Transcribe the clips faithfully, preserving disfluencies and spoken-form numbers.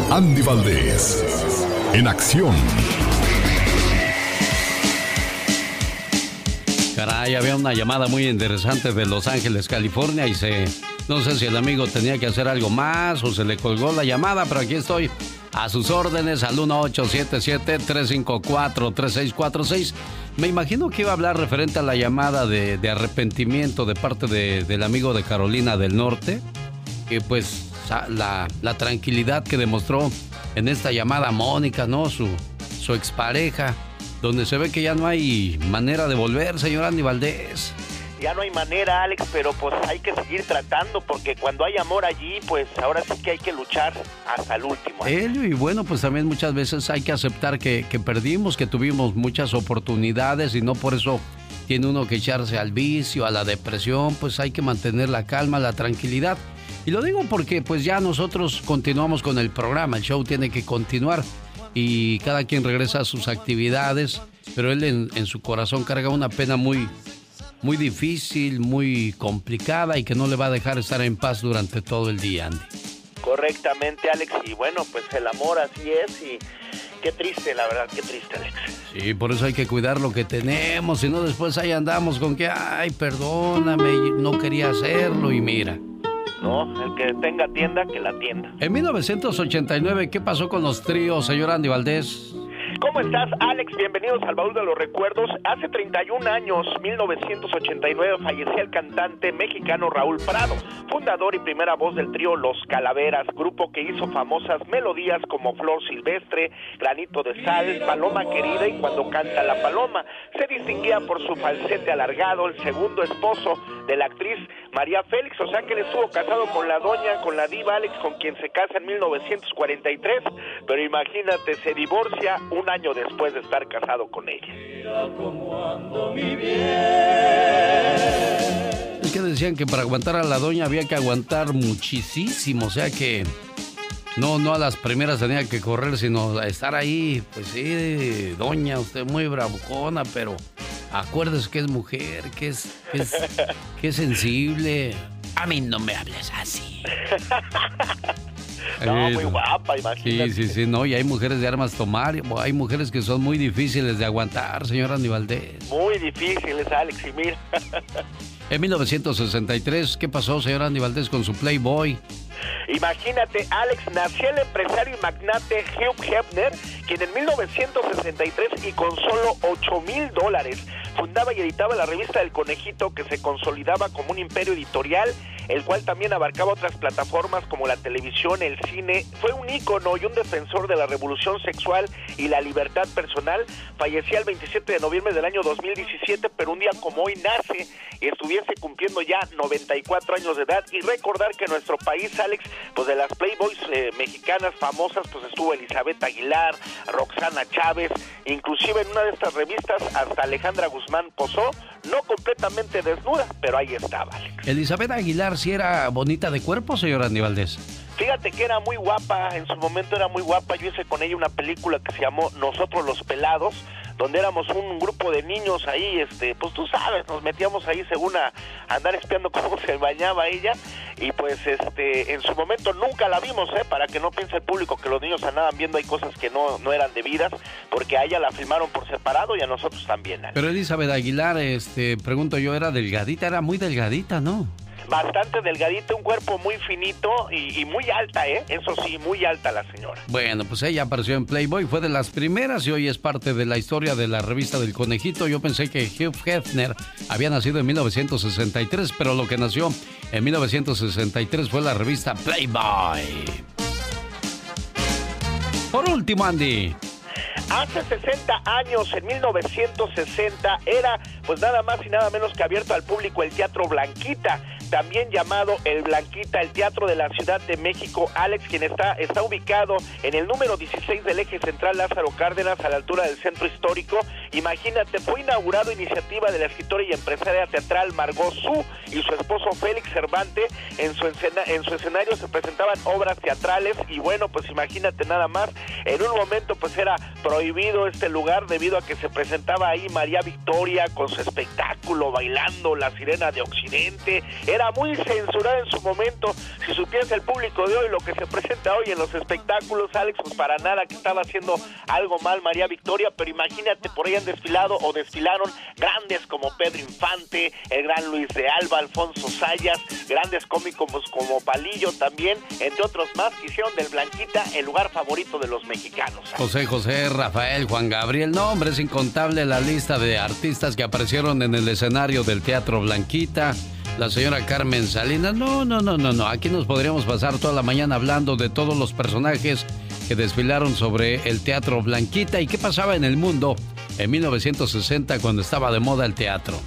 Andy Valdés, en acción. Caray, había una llamada muy interesante de Los Ángeles, California, y se... no sé si el amigo tenía que hacer algo más o se le colgó la llamada, pero aquí estoy a sus órdenes al uno ocho siete siete, tres cinco cuatro, tres seis cuatro seis. Me imagino que iba a hablar referente a la llamada de, de arrepentimiento de parte de, del amigo de Carolina del Norte, que pues la, la tranquilidad que demostró en esta llamada Mónica, ¿no? Su, su expareja, donde se ve que ya no hay manera de volver, señor Andy Valdés. Ya no hay manera, Alex, pero pues hay que seguir tratando, porque cuando hay amor allí, pues ahora sí que hay que luchar hasta el último. Elio, y bueno, pues también muchas veces hay que aceptar que, que perdimos, que tuvimos muchas oportunidades y no por eso tiene uno que echarse al vicio, a la depresión. Pues hay que mantener la calma, la tranquilidad. Y lo digo porque pues ya nosotros continuamos con el programa, el show tiene que continuar y cada quien regresa a sus actividades, pero él en, en su corazón carga una pena muy... muy difícil, muy complicada y que no le va a dejar estar en paz durante todo el día, Andy. Correctamente, Alex, y bueno, pues el amor así es y qué triste, la verdad, qué triste, Alex. Sí, por eso hay que cuidar lo que tenemos, si no después ahí andamos con que, ay, perdóname, no quería hacerlo y mira. No, el que tenga tienda, que la tienda. En mil novecientos ochenta y nueve, ¿qué pasó con los tríos, señor Andy Valdés? ¿Cómo estás, Alex? Bienvenidos al Baúl de los Recuerdos. Hace treinta y un años, mil novecientos ochenta y nueve, fallecía el cantante mexicano Raúl Prado, fundador y primera voz del trío Los Calaveras, grupo que hizo famosas melodías como Flor Silvestre, Granito de Sal, Paloma Querida y Cuando Canta la Paloma. Se distinguía por su falsete alargado, el segundo esposo de la actriz María Félix, o sea que él estuvo casado con la doña, con la diva Alex, con quien se casa en mil novecientos cuarenta y tres, pero imagínate, se divorcia un año después de estar casado con ella. Es que decían que para aguantar a la doña había que aguantar muchísimo, o sea que no, no a las primeras tenía que correr, sino a estar ahí, pues sí, doña, usted muy bravucona, pero acuérdese que es mujer, que es, que es, que es sensible. A mí no me hables así. No, muy guapa, imagínate. Sí, sí, sí, no, y hay mujeres de armas tomar, hay mujeres que son muy difíciles de aguantar, señor Andy Valdés. Muy difíciles, Alex, y mira. En mil novecientos sesenta y tres, ¿qué pasó, señor Andy Valdés, con su Playboy? Imagínate, Alex, nació el empresario y magnate Hugh Hefner, quien en mil novecientos sesenta y tres y con solo ocho mil dólares fundaba y editaba la revista del Conejito, que se consolidaba como un imperio editorial, el cual también abarcaba otras plataformas como la televisión, el cine. Fue un ícono y un defensor de la revolución sexual y la libertad personal. Fallecía el veintisiete de noviembre del año dos mil diecisiete, pero un día como hoy nace y estuviese cumpliendo ya noventa y cuatro años de edad. Y recordar que en nuestro país, Alex, pues de las Playboys eh, mexicanas famosas, pues estuvo Elizabeth Aguilar, Roxana Chávez, inclusive en una de estas revistas hasta Alejandra Guzmán posó, no completamente desnuda, pero ahí estaba, Alex. Elizabeth Aguilar, ¿sí era bonita de cuerpo, señor Andy Valdés? Fíjate que era muy guapa, en su momento era muy guapa. Yo hice con ella una película que se llamó Nosotros los Pelados, donde éramos un grupo de niños ahí, este, pues tú sabes, nos metíamos ahí según a, a andar espiando cómo se bañaba ella, y pues este, en su momento nunca la vimos, eh, para que no piense el público que los niños andaban viendo, hay cosas que no, no eran debidas, porque a ella la filmaron por separado y a nosotros también. ¿eh? Pero Elizabeth Aguilar, este, pregunto yo, era delgadita, era muy delgadita, ¿no? Bastante delgadita, un cuerpo muy finito y, y muy alta, ¿eh? Eso sí, muy alta la señora. Bueno, pues ella apareció en Playboy, fue de las primeras y hoy es parte de la historia de la revista del Conejito. Yo pensé que Hugh Hefner había nacido en mil novecientos sesenta y tres, pero lo que nació en mil novecientos sesenta y tres fue la revista Playboy. Por último, Andy. Hace sesenta años, en mil novecientos sesenta, era pues nada más y nada menos que abierto al público el Teatro Blanquita, también llamado el Blanquita, el Teatro de la Ciudad de México, Alex, quien está, está ubicado en el número dieciséis del eje central Lázaro Cárdenas, a la altura del centro histórico. Imagínate, fue inaugurado iniciativa de la escritora y empresaria teatral Margot Su y su esposo Félix Cervantes. En su, escena, en su escenario se presentaban obras teatrales y bueno, pues imagínate nada más, en un momento pues era prohibido este lugar debido a que se presentaba ahí María Victoria con su espectáculo bailando La Sirena de Occidente. era muy censurada en su momento. Si supieras el público de hoy, lo que se presenta hoy en los espectáculos, Alex, pues para nada que estaba haciendo algo mal María Victoria, pero imagínate, por ahí han desfilado o desfilaron grandes como Pedro Infante, el gran Luis de Alba, Alfonso Sayas, grandes cómicos como Palillo también, entre otros más, que hicieron del Blanquita el lugar favorito de los mexicanos. José José, Rafael, Juan Gabriel, no hombre, es incontable la lista de artistas que aparecieron en el escenario del Teatro Blanquita. La señora Carmen Salinas, no, no, no, no, no, aquí nos podríamos pasar toda la mañana hablando de todos los personajes que desfilaron sobre el Teatro Blanquita y qué pasaba en el mundo en mil novecientos sesenta cuando estaba de moda el teatro.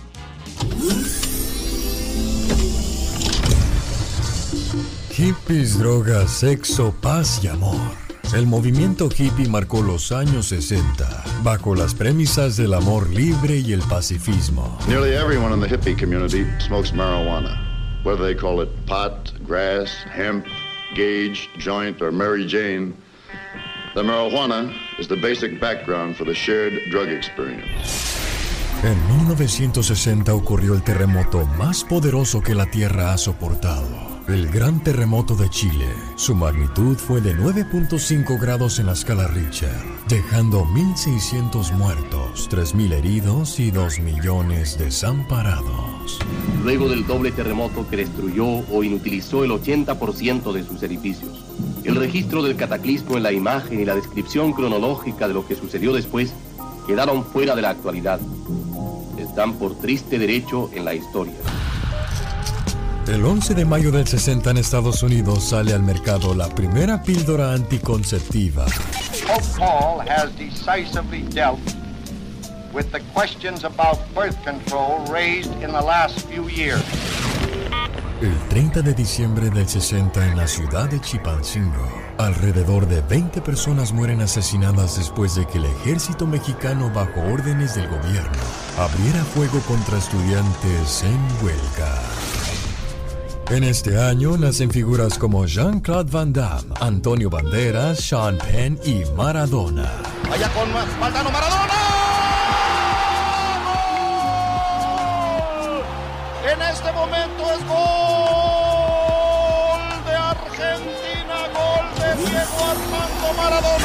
Hippies, drogas, sexo, paz y amor. El movimiento hippie marcó los años sesenta bajo las premisas del amor libre y el pacifismo. Nearly everyone in the hippie community smokes marijuana. Whether they call it pot, grass, hemp, gauge, joint, or Mary Jane, the marijuana is the basic background for the shared drug experience. En mil novecientos sesenta ocurrió el terremoto más poderoso que la Tierra ha soportado. El Gran Terremoto de Chile. Su magnitud fue de nueve punto cinco grados en la escala Richter, dejando mil seiscientos muertos, tres mil heridos y dos millones desamparados. Luego del doble terremoto que destruyó o inutilizó el ochenta por ciento de sus edificios, el registro del cataclismo en la imagen y la descripción cronológica de lo que sucedió después quedaron fuera de la actualidad. Están por triste derecho en la historia. El once de mayo del sesenta en Estados Unidos sale al mercado la primera píldora anticonceptiva. Pope Paul has decisively dealt with the questions about birth control raised in the last few years. El treinta de diciembre del sesenta en la ciudad de Chilpancingo, alrededor de veinte personas mueren asesinadas después de que el ejército mexicano, bajo órdenes del gobierno, abriera fuego contra estudiantes en huelga. En este año nacen figuras como Jean-Claude Van Damme, Antonio Banderas, Sean Penn y Maradona. Vaya con Maradona, Maradona. ¡Gol! En este momento es gol de Argentina, gol de Diego Armando Maradona.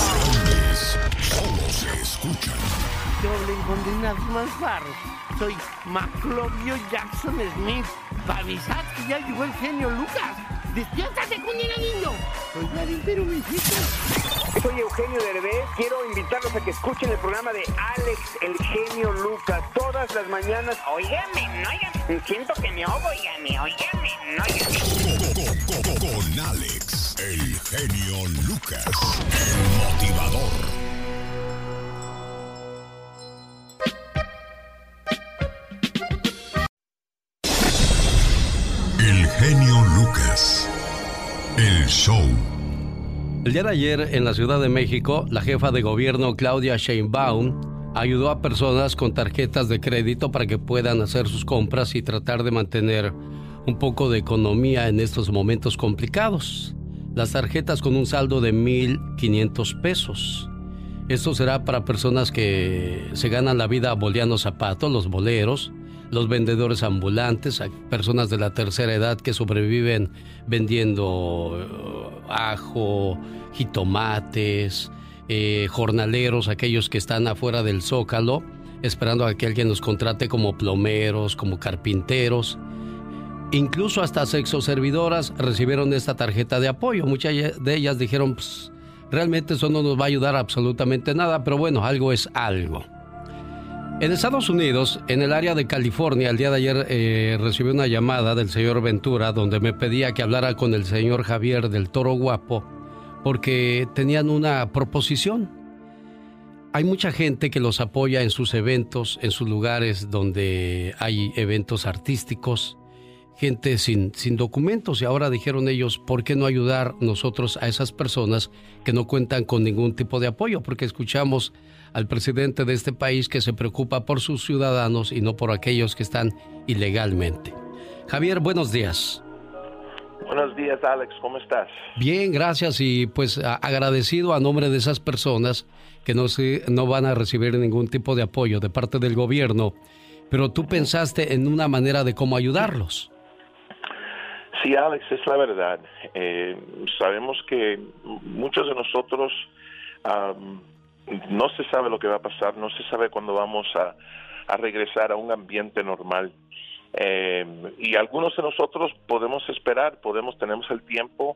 Solo se escuchan. Yo hablen con Dinas Manzar. Soy Maclovio Jackson Smith. Para avisar que ya llegó el genio Lucas. ¡Despiértate, Cunina, niño! Soy Vladimir, pero me hiciste. Soy Eugenio Derbez. Quiero invitarlos a que escuchen el programa de Alex, el genio Lucas, todas las mañanas. Óigame, no, óigame. Siento que me ahogo, óigame, óigame, no, óigame. Con, con, con Alex, el genio Lucas, el motivador. El genio Lucas. El show. El día de ayer en la Ciudad de México, la jefa de gobierno Claudia Sheinbaum ayudó a personas con tarjetas de crédito para que puedan hacer sus compras y tratar de mantener un poco de economía en estos momentos complicados. Las tarjetas con un saldo de mil quinientos pesos. Esto será para personas que se ganan la vida boleando zapatos, los boleros, los vendedores ambulantes, personas de la tercera edad que sobreviven vendiendo ajo, jitomates, eh, jornaleros, aquellos que están afuera del Zócalo, esperando a que alguien los contrate como plomeros, como carpinteros. Incluso hasta sexoservidoras recibieron esta tarjeta de apoyo. Muchas de ellas dijeron, pues, realmente eso no nos va a ayudar absolutamente nada, pero bueno, algo es algo. En Estados Unidos, en el área de California, el día de ayer eh, recibí una llamada del señor Ventura donde me pedía que hablara con el señor Javier del Toro Guapo porque tenían una proposición. Hay mucha gente que los apoya en sus eventos, en sus lugares donde hay eventos artísticos, gente sin, sin documentos, y ahora dijeron ellos, ¿por qué no ayudar nosotros a esas personas que no cuentan con ningún tipo de apoyo? Porque escuchamos al presidente de este país que se preocupa por sus ciudadanos y no por aquellos que están ilegalmente. Javier, buenos días. Buenos días, Alex, ¿cómo estás? Bien, gracias, y pues a, agradecido a nombre de esas personas que no, se, no van a recibir ningún tipo de apoyo de parte del gobierno, pero tú pensaste en una manera de cómo ayudarlos. Sí, Alex, es la verdad. Eh, sabemos que muchos de nosotros um, no se sabe lo que va a pasar, no se sabe cuándo vamos a, a regresar a un ambiente normal. Eh, y algunos de nosotros podemos esperar, podemos, tenemos el tiempo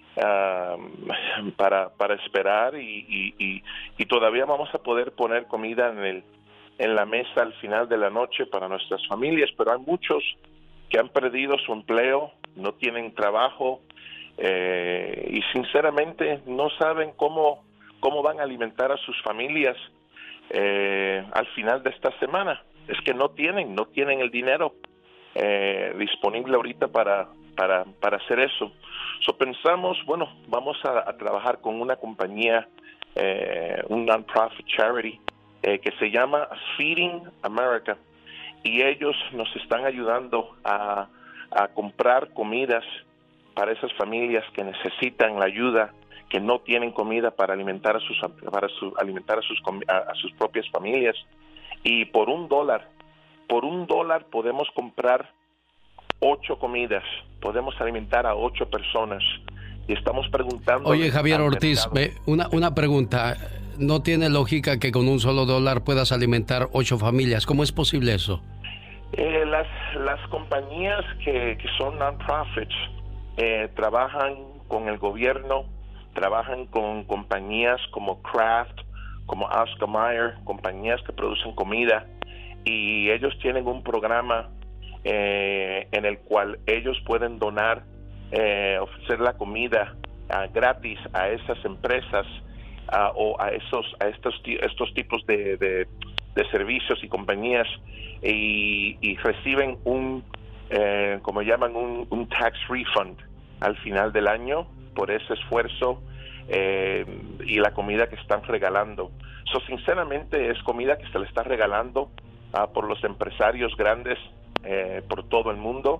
uh, para, para esperar y, y, y, y todavía vamos a poder poner comida en, el, en la mesa al final de la noche para nuestras familias, pero hay muchos que han perdido su empleo, no tienen trabajo eh, y sinceramente no saben cómo, cómo van a alimentar a sus familias eh, al final de esta semana. Es que no tienen, no tienen el dinero eh, disponible ahorita para, para, para hacer eso. So pensamos, bueno, vamos a, a trabajar con una compañía, eh, un non-profit charity eh, que se llama Feeding America. Y ellos nos están ayudando a, a comprar comidas para esas familias que necesitan la ayuda, que no tienen comida para alimentar a sus para su, alimentar a sus a, a sus propias familias. Y por un dólar, por un dólar podemos comprar ocho comidas, podemos alimentar a ocho personas. Y estamos preguntando. Oye, Javier Ortiz, ve, una una pregunta. No tiene lógica que con un solo dólar puedas alimentar ocho familias. ¿Cómo es posible eso? Eh, las, las compañías que, que son non-profits eh, trabajan con el gobierno, trabajan con compañías como Kraft, como Oscar Mayer, compañías que producen comida, y ellos tienen un programa eh, en el cual ellos pueden donar, eh, ofrecer la comida uh, gratis a esas empresas uh, o a esos a estos estos tipos de, de, de servicios y compañías, y, y reciben un eh, como llaman un, un tax refund al final del año por ese esfuerzo eh, y la comida que están regalando. So, sinceramente es comida que se le está regalando uh, por los empresarios grandes eh, por todo el mundo,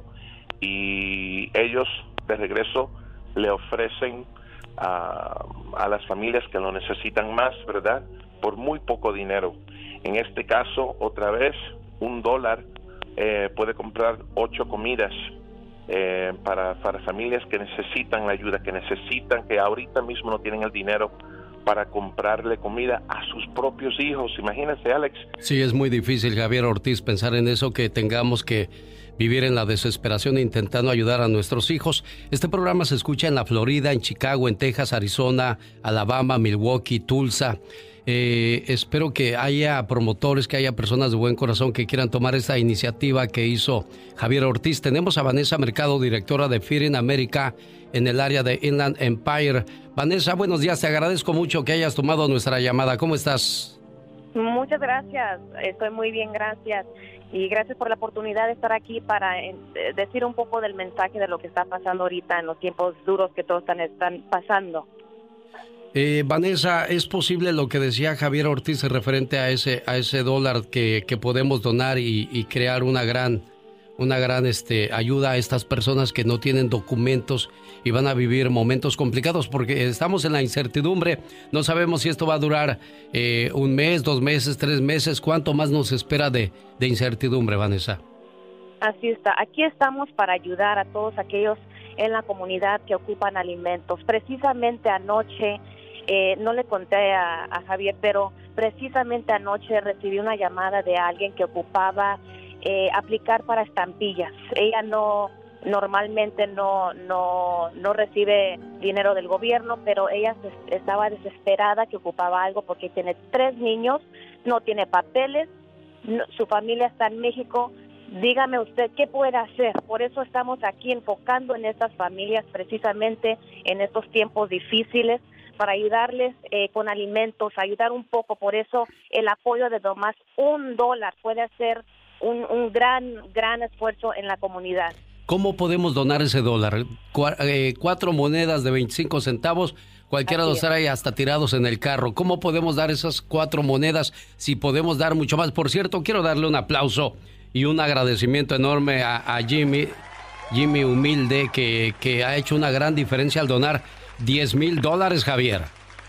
y ellos de regreso le ofrecen uh, a las familias que lo necesitan más, ¿verdad? Por muy poco dinero. En este caso, otra vez, un dólar eh, puede comprar ocho comidas eh, para, para familias que necesitan la ayuda, que necesitan, que ahorita mismo no tienen el dinero para comprarle comida a sus propios hijos. Imagínense, Alex. Sí, es muy difícil, Javier Ortiz, pensar en eso, que tengamos que vivir en la desesperación intentando ayudar a nuestros hijos. Este programa se escucha en la Florida, en Chicago, en Texas, Arizona, Alabama, Milwaukee, Tulsa. Eh, espero que haya promotores, que haya personas de buen corazón que quieran tomar esta iniciativa que hizo Javier Ortiz. Tenemos a Vanessa Mercado, directora de Feeding America en el área de Inland Empire. Vanessa, buenos días, te agradezco mucho que hayas tomado nuestra llamada. ¿Cómo estás? Muchas gracias, estoy muy bien, gracias. Y gracias por la oportunidad de estar aquí para eh, decir un poco del mensaje de lo que está pasando ahorita en los tiempos duros que todos están, están pasando. Eh, Vanessa, ¿es posible lo que decía Javier Ortiz referente a ese a ese dólar que, que podemos donar y, y crear una gran una gran este ayuda a estas personas que no tienen documentos y van a vivir momentos complicados porque estamos en la incertidumbre? No sabemos si esto va a durar eh, un mes, dos meses, tres meses. ¿Cuánto más nos espera de, de incertidumbre, Vanessa? Así está. Aquí estamos para ayudar a todos aquellos en la comunidad que ocupan alimentos. Precisamente anoche, eh, no le conté a, a Javier, pero precisamente anoche recibí una llamada de alguien que ocupaba eh, aplicar para estampillas. Ella no normalmente no no no recibe dinero del gobierno, pero ella se, estaba desesperada, que ocupaba algo porque tiene tres niños, no tiene papeles, no, su familia está en México. Dígame usted, ¿qué puede hacer? Por eso estamos aquí enfocando en estas familias, precisamente en estos tiempos difíciles, para ayudarles eh, con alimentos, ayudar un poco. Por eso el apoyo de nomás un dólar puede hacer un, un gran, gran esfuerzo en la comunidad. ¿Cómo podemos donar ese dólar? Cu- eh, cuatro monedas de veinticinco centavos, cualquiera de los hay hasta tirados en el carro. ¿Cómo podemos dar esas cuatro monedas si podemos dar mucho más? Por cierto, quiero darle un aplauso y un agradecimiento enorme a, a Jimmy, Jimmy Humilde, que, que ha hecho una gran diferencia al donar diez mil dólares, Javier.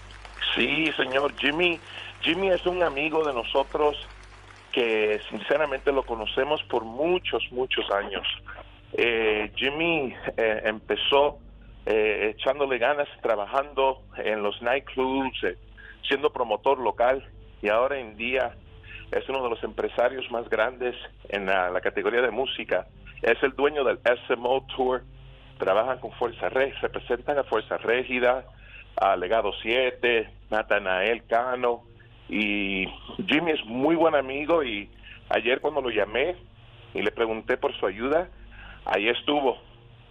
Sí, señor. Jimmy, Jimmy es un amigo de nosotros que sinceramente lo conocemos por muchos, muchos años. Eh, Jimmy eh, empezó eh, echándole ganas, trabajando en los nightclubs, eh, siendo promotor local, y ahora en día es uno de los empresarios más grandes en la, la categoría de música. Es el dueño del S M O Tour, trabajan con Fuerza Régida, representan a Fuerza Régida, a Legado siete, Natanael Cano, y Jimmy es muy buen amigo, y ayer cuando lo llamé y le pregunté por su ayuda, ahí estuvo,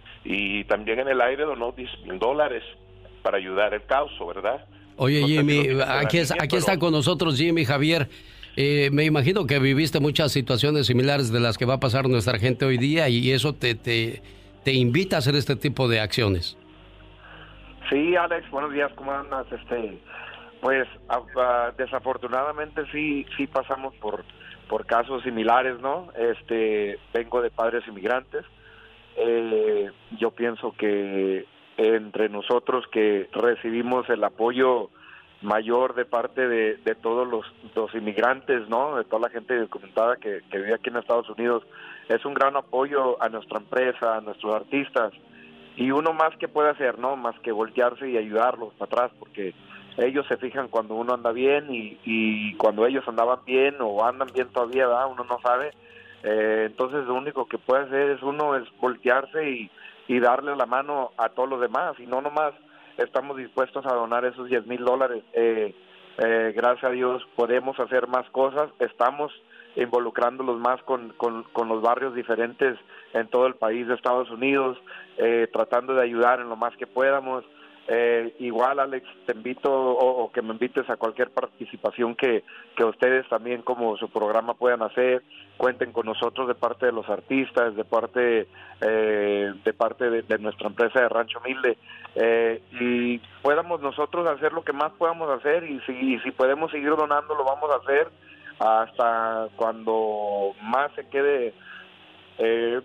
y también en el aire donó diez mil dólares para ayudar el causo, ¿verdad? Oye, No sé Jimmy, si lo tienes en la aquí, es, línea, aquí pero... está con nosotros Jimmy Javier. Eh, me imagino que viviste muchas situaciones similares de las que va a pasar nuestra gente hoy día, y eso te, te, te invita a hacer este tipo de acciones. Sí, Alex, buenos días, ¿cómo andas? Este, pues uh, desafortunadamente sí, sí pasamos por, por casos similares, ¿no? Este, vengo de padres inmigrantes. Eh, yo pienso que entre nosotros que recibimos el apoyo mayor de parte de, de todos los, los inmigrantes, ¿no? De toda la gente documentada que, que vive aquí en Estados Unidos, es un gran apoyo a nuestra empresa, a nuestros artistas, y uno más que puede hacer, ¿no? Más que voltearse y ayudarlos para atrás, porque ellos se fijan cuando uno anda bien, y, y cuando ellos andaban bien o andan bien todavía, ¿verdad? Uno no sabe. Eh, entonces lo único que puede hacer es uno es voltearse y, y darle la mano a todos los demás, y no nomás estamos dispuestos a donar esos diez mil dólares. Eh, eh, gracias a Dios podemos hacer más cosas, estamos involucrándolos más con, con, con los barrios diferentes en todo el país de Estados Unidos, eh, tratando de ayudar en lo más que podamos. Eh, igual, Alex, te invito o, o que me invites a cualquier participación que, que ustedes también como su programa puedan hacer. Cuenten con nosotros de parte de los artistas, de parte eh, de parte de, de nuestra empresa de Rancho Humilde, eh, y podamos nosotros hacer lo que más podamos hacer, y si, y si podemos seguir donando lo vamos a hacer hasta cuando más se quede. eh,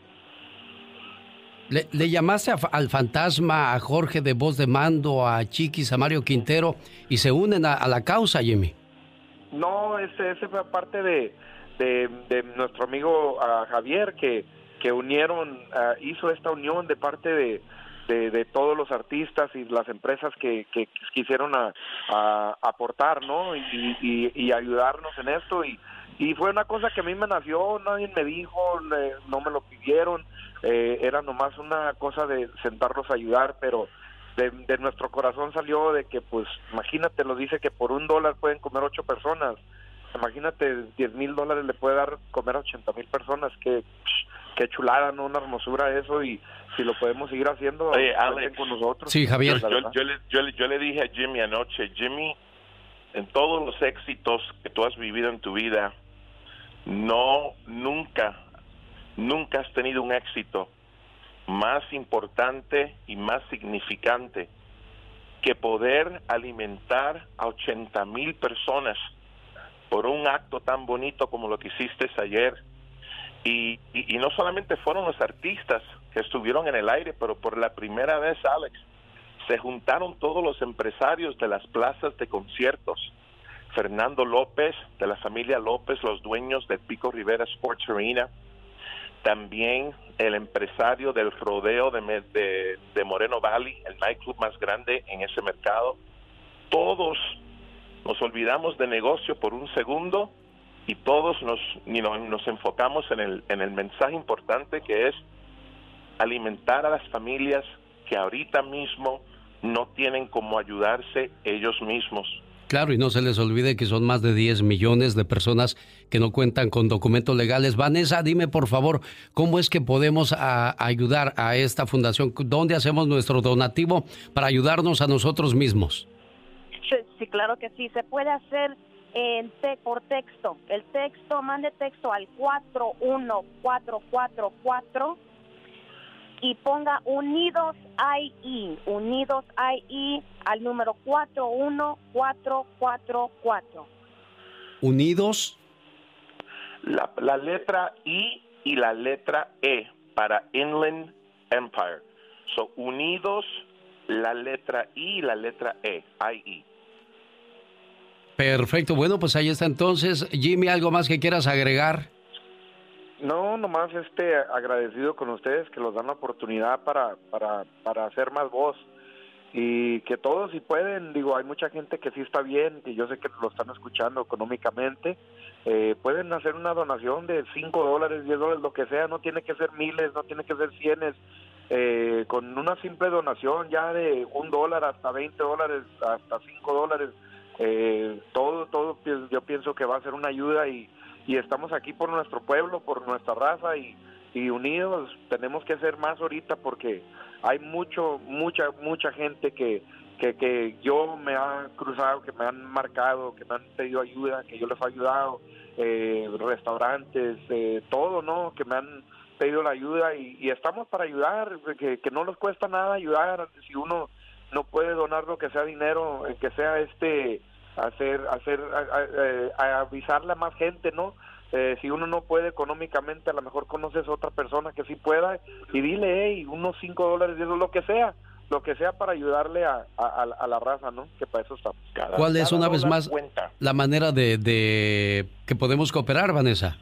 ¿Le, le llamaste a, al fantasma, a Jorge de Voz de Mando, a Chiquis, a Mario Quintero, y se unen a, a la causa, Jimmy? No, ese, ese fue parte de, de, de nuestro amigo uh, Javier, que, que unieron, uh, hizo esta unión de parte de, de, de todos los artistas y las empresas que, que quisieron a, a aportar, ¿no? Y, y, y ayudarnos en esto, y, y fue una cosa que a mí me nació, nadie me dijo, no me lo pidieron. Eh, era nomás una cosa de sentarlos a ayudar, pero de, de nuestro corazón salió de que, pues, imagínate, lo dice que por un dólar pueden comer ocho personas, imagínate, diez mil dólares le puede dar comer a ochenta mil personas, que qué chulada, ¿no? Una hermosura eso, y si lo podemos seguir haciendo, Oye, Alex, con nosotros. Sí, Javier. Yo, yo, yo, le, yo, le, yo le dije a Jimmy anoche, Jimmy, en todos los éxitos que tú has vivido en tu vida, no, nunca, nunca has tenido un éxito más importante y más significante que poder alimentar a ochenta mil personas por un acto tan bonito como lo que hiciste ayer. Y, y, y no solamente fueron los artistas que estuvieron en el aire, pero por la primera vez, Alex, se juntaron todos los empresarios de las plazas de conciertos. Fernando López, de la familia López, los dueños del Pico Rivera Sports Arena, también el empresario del rodeo de, de, de Moreno Valley, el nightclub más grande en ese mercado. Todos nos olvidamos de negocio por un segundo y todos nos, you know, nos enfocamos en el, en el mensaje importante, que es alimentar a las familias que ahorita mismo no tienen cómo ayudarse ellos mismos. Claro, y no se les olvide que son más de diez millones de personas que no cuentan con documentos legales. Vanessa, dime por favor, ¿cómo es que podemos a, ayudar a esta fundación? ¿Dónde hacemos nuestro donativo para ayudarnos a nosotros mismos? Sí, sí, claro que sí. Se puede hacer en te, por texto. El texto, mande texto al cuatro uno cuatro cuatro cuatro y ponga Unidos I E, Unidos I E al número cuatro uno cuatro cuatro cuatro. Unidos. La, la letra I y la letra E para Inland Empire. So, Unidos, la letra I y la letra E, I E. Perfecto, bueno, pues ahí está entonces. Jimmy, ¿algo más que quieras agregar? No, nomás este agradecido con ustedes que nos dan la oportunidad para, para, para hacer más voz y que todos si pueden, digo, hay mucha gente que sí está bien, que yo sé que lo están escuchando económicamente, eh, pueden hacer una donación de cinco dólares, diez dólares, lo que sea, no tiene que ser miles, no tiene que ser cienes, eh, con una simple donación ya de un dólar hasta veinte dólares, hasta cinco dólares, eh, todo, todo yo pienso que va a ser una ayuda y, y estamos aquí por nuestro pueblo, por nuestra raza y, y unidos tenemos que hacer más ahorita porque hay mucho, mucha, mucha gente que, que, que yo me han cruzado, que me han marcado, que me han pedido ayuda, que yo les he ayudado, eh, restaurantes, eh, todo, ¿no? Que me han pedido la ayuda y, y estamos para ayudar, que, que no nos cuesta nada ayudar, si uno no puede donar lo que sea dinero, que sea este, hacer, hacer, a, a, a avisarle a más gente, ¿no? Eh, si uno no puede económicamente, a lo mejor conoces a otra persona que sí pueda y dile, hey, unos cinco dólares, diez, lo que sea, lo que sea para ayudarle a, a, a la raza, ¿no? Que para eso estamos. Cada, ¿Cuál es, una vez más, cuenta. la manera de, de que podemos cooperar, Vanessa?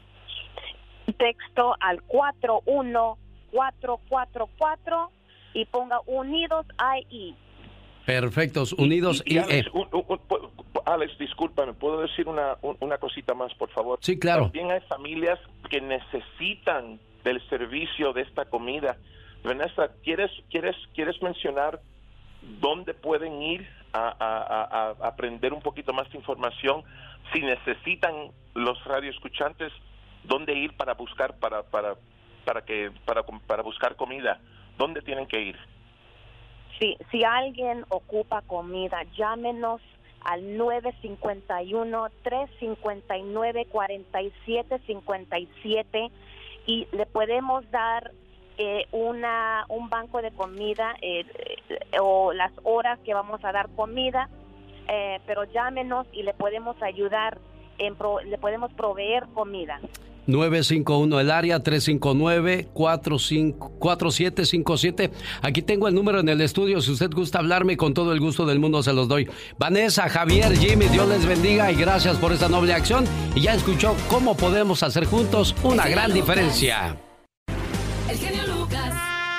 Texto al cuatro uno cuatro cuatro cuatro y ponga Unidos I E. Perfectos, Unidos y, y, y Alex, I E. Un, un, un, Alex, discúlpame, ¿puedo decir una, una cosita más, por favor? Sí, claro. También hay familias que necesitan del servicio de esta comida. Vanessa, ¿quieres, quieres, quieres mencionar dónde pueden ir a, a, a, a aprender un poquito más de información? Si necesitan los radioescuchantes, ¿dónde ir para buscar, para, para, para, que, para, para buscar comida? ¿Dónde tienen que ir? Sí, si alguien ocupa comida, llámenos al nueve cinco uno, tres cinco nueve, cuatro siete cinco siete y le podemos dar eh, una un banco de comida eh, eh, o las horas que vamos a dar comida, eh, pero llámenos y le podemos ayudar, en pro, le podemos proveer comida. nueve cinco uno el área, tres cinco nueve, cuatro siete cinco siete. Aquí tengo el número en el estudio. Si usted gusta hablarme, con todo el gusto del mundo se los doy. Vanessa, Javier, Jimmy, Dios les bendiga y gracias por esta noble acción. Y ya escuchó cómo podemos hacer juntos una gran diferencia. El genio Lucas.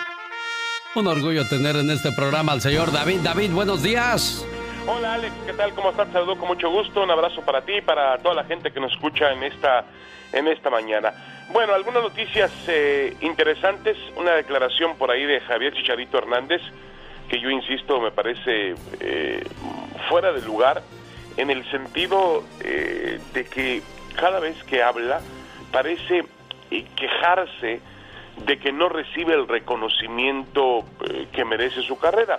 Un orgullo tener en este programa al señor David. David, buenos días. Hola Alex, ¿qué tal? ¿Cómo estás? Te saludo con mucho gusto. Un abrazo para ti y para toda la gente que nos escucha en esta en esta mañana. Bueno, algunas noticias eh, interesantes. Una declaración por ahí de Javier Chicharito Hernández, que yo insisto, me parece eh, fuera de lugar, en el sentido eh, de que cada vez que habla parece eh, quejarse de que no recibe el reconocimiento eh, que merece su carrera.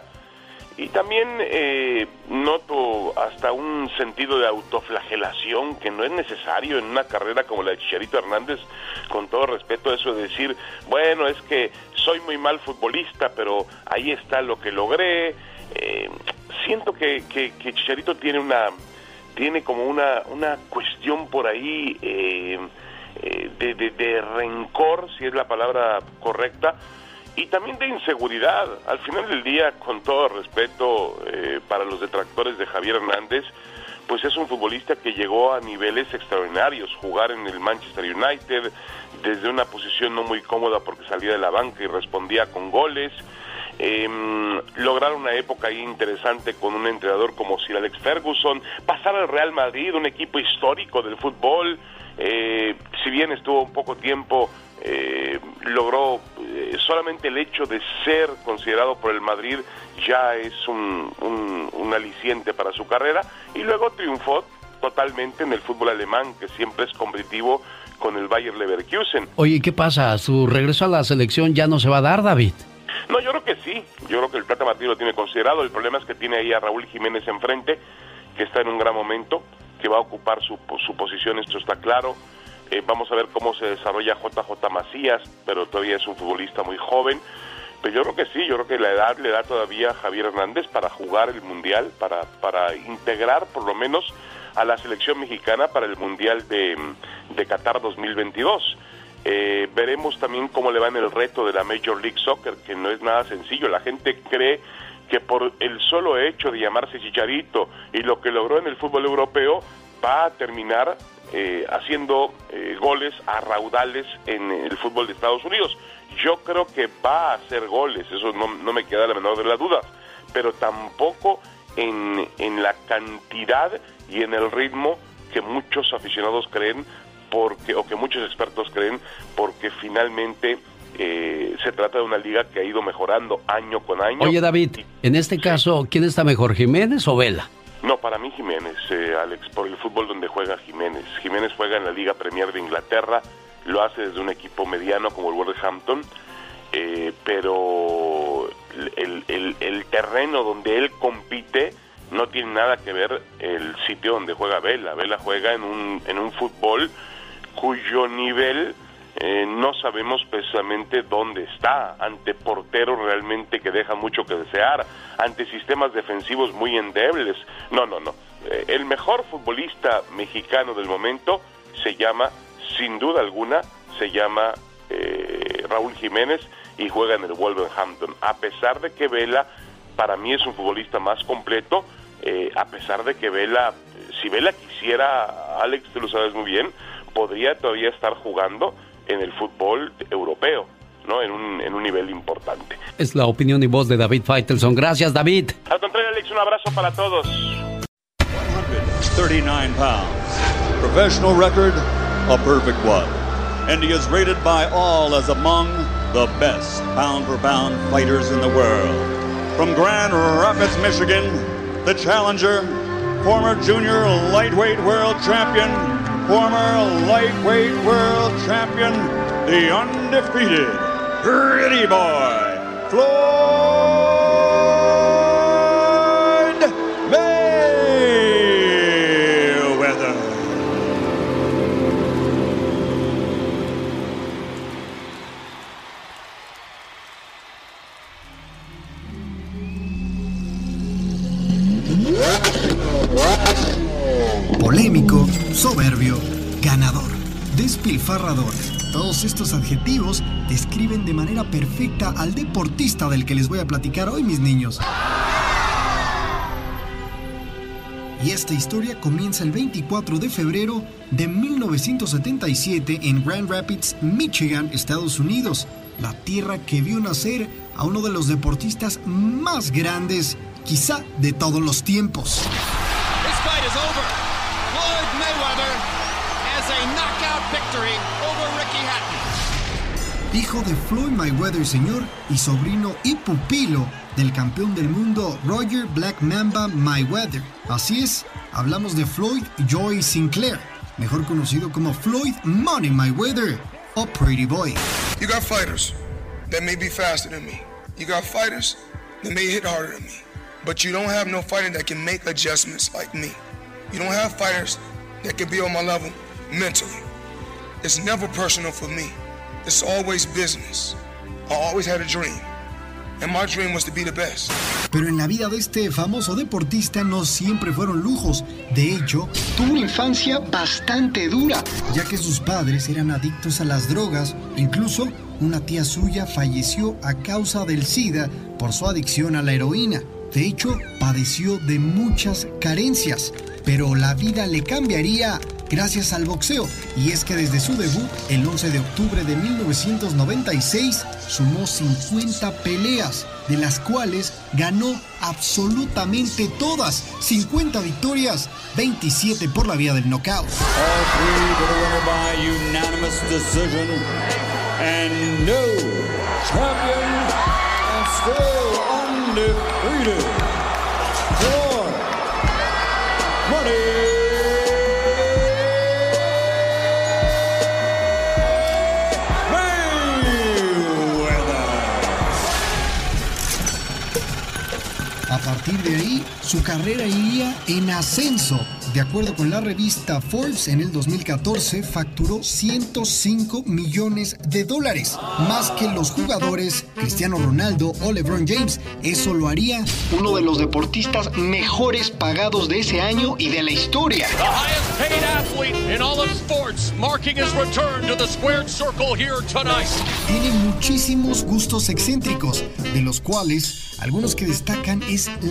Y también eh, noto hasta un sentido de autoflagelación que no es necesario en una carrera como la de Chicharito Hernández, con todo respeto, eso de decir, bueno, es que soy muy mal futbolista, pero ahí está lo que logré. Eh, siento que, que, que Chicharito tiene una tiene como una, una cuestión por ahí eh, eh, de, de, de rencor, si es la palabra correcta, y también de inseguridad. Al final del día, con todo respeto eh, para los detractores de Javier Hernández, pues es un futbolista que llegó a niveles extraordinarios, jugar en el Manchester United desde una posición no muy cómoda porque salía de la banca y respondía con goles, eh, lograr una época ahí interesante con un entrenador como Sir Alex Ferguson, pasar al Real Madrid, un equipo histórico del fútbol, eh, si bien estuvo un poco tiempo, Eh, logró eh, solamente el hecho de ser considerado por el Madrid ya es un, un, un aliciente para su carrera, y luego triunfó totalmente en el fútbol alemán, que siempre es competitivo con el Bayer Leverkusen. Oye, ¿qué pasa? ¿Su regreso a la selección ya no se va a dar, David? No, yo creo que sí, yo creo que el Tata Martino lo tiene considerado. El problema es que tiene ahí a Raúl Jiménez enfrente, que está en un gran momento, que va a ocupar su, su posición, esto está claro. Eh, vamos a ver cómo se desarrolla J J Macías, pero todavía es un futbolista muy joven. Pero yo creo que sí, yo creo que la edad le da todavía a Javier Hernández para jugar el Mundial, para, para integrar por lo menos a la selección mexicana para el Mundial de, de Qatar dos mil veintidós. Eh, veremos también cómo le va en el reto de la Major League Soccer, que no es nada sencillo. La gente cree que por el solo hecho de llamarse Chicharito y lo que logró en el fútbol europeo, va a terminar eh, haciendo eh, goles a raudales en el fútbol de Estados Unidos. Yo creo que va a hacer goles, eso no, no me queda la menor de las dudas, pero tampoco en, en la cantidad y en el ritmo que muchos aficionados creen, porque o que muchos expertos creen, porque finalmente eh, se trata de una liga que ha ido mejorando año con año. Oye, David, en este caso, ¿quién está mejor, Jiménez o Vela? No, para mí Jiménez, eh, Alex, por el fútbol donde juega Jiménez. Jiménez juega en la Liga Premier de Inglaterra, lo hace desde un equipo mediano como el Wolverhampton, eh, pero el, el, el terreno donde él compite no tiene nada que ver el sitio donde juega Vela. Vela juega en un, en un fútbol cuyo nivel eh, no sabemos precisamente dónde está, ante porteros realmente que dejan mucho que desear, ante sistemas defensivos muy endebles. No, no, no. Eh, el mejor futbolista mexicano del momento se llama, sin duda alguna, se llama eh, Raúl Jiménez y juega en el Wolverhampton. A pesar de que Vela, para mí es un futbolista más completo, eh, a pesar de que Vela, si Vela quisiera, Alex, tú lo sabes muy bien, podría todavía estar jugando en el fútbol europeo, ¿no? En un, en un nivel importante. Es la opinión y voz de David Faitelson. Gracias, David. Al contrario, Alex, un abrazo para todos. one thirty-nine pounds. Professional record, a perfect one. And he is rated by all as among the best pound-for-pound fighters in the world. From Grand Rapids, Michigan, the challenger, former junior lightweight world champion, former lightweight world champion, the undefeated Pretty Boy, Floyd Mayweather. Polémico, soberbio, ganador, despilfarrador. Todos estos adjetivos describen de manera perfecta al deportista del que les voy a platicar hoy, mis niños. Y esta historia comienza el veinticuatro de febrero de mil novecientos setenta y siete en Grand Rapids, Michigan, Estados Unidos, la tierra que vio nacer a uno de los deportistas más grandes, quizá de todos los tiempos. This fight is over. Floyd Mayweather has a knockout victory over Ricky Hatton. Hijo de Floyd Mayweather, señor, y sobrino y pupilo del campeón del mundo Roger Black Mamba Mayweather. Así es, hablamos de Floyd Joy Sinclair, mejor conocido como Floyd Money Mayweather o Pretty Boy. You got fighters that may be faster than me. You got fighters that may hit harder than me. But you don't have no fighter that can make adjustments like me. You don't have fighters that can be on my level mentally. It's never personal for me. It's always business. I always had a dream. And my dream was to be the best. Pero en la vida de este famoso deportista no siempre fueron lujos. De hecho, tuvo una infancia bastante dura, ya que sus padres eran adictos a las drogas. Incluso una tía suya falleció a causa del SIDA por su adicción a la heroína. De hecho, padeció de muchas carencias, pero la vida le cambiaría gracias al boxeo. Y es que desde su debut, el once de octubre de mil novecientos noventa y seis, sumó cincuenta peleas, de las cuales ganó absolutamente todas. cincuenta victorias, veintisiete por la vía del knockout. All three to the winner by unanimous decision. And no champion and still undefeated, Floyd Money Mayweather. A partir de ahí, su carrera iría en ascenso. De acuerdo con la revista Forbes, en el dos mil catorce facturó ciento cinco millones de dólares, más que los jugadores Cristiano Ronaldo o LeBron James. Eso lo haría uno de los deportistas mejores pagados de ese año y de la historia. The highest paid athlete in all of sports, marking his return to the squared circle here tonight. Tiene muchísimos gustos excéntricos, de los cuales algunos que destacan es la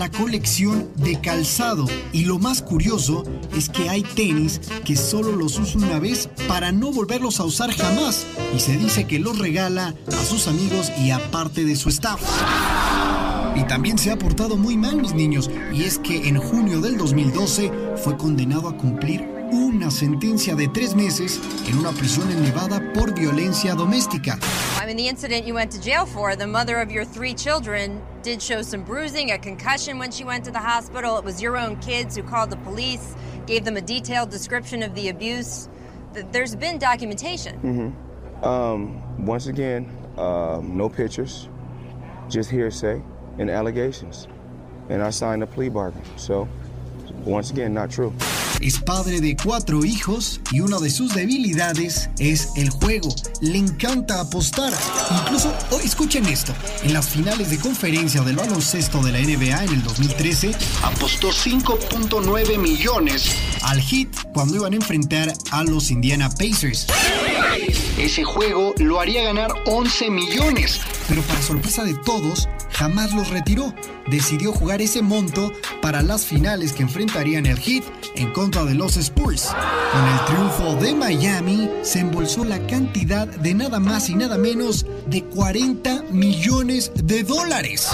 la colección de calzado. Y lo más curioso es que hay tenis que solo los usa una vez para no volverlos a usar jamás. Y se dice que los regala a sus amigos y a parte de su staff. Y también se ha portado muy mal, mis niños. Y es que en junio del dos mil doce fue condenado a cumplir una sentencia de tres meses en una prisión en Nevada por violencia doméstica. I mean, the incident you went to jail for, the mother of your three children did show some bruising, a concussion when she went to the hospital. It was your own kids who called the police, gave them a detailed description of the abuse. There's been documentation. Mm-hmm. Um, once again, um, no pictures, just hearsay and allegations. And I signed a plea bargain, so once again, not true. Es padre de cuatro hijos y una de sus debilidades es el juego. Le encanta apostar. Incluso, oh, escuchen esto, en las finales de conferencia del baloncesto de la N B A en el dos mil trece, apostó cinco punto nueve millones al Heat cuando iban a enfrentar a los Indiana Pacers. Ese juego lo haría ganar once millones, pero para sorpresa de todos, jamás los retiró. Decidió jugar ese monto para las finales que enfrentarían el Heat en contra de los Spurs. Con el triunfo de Miami, se embolsó la cantidad de nada más y nada menos de cuarenta millones de dólares.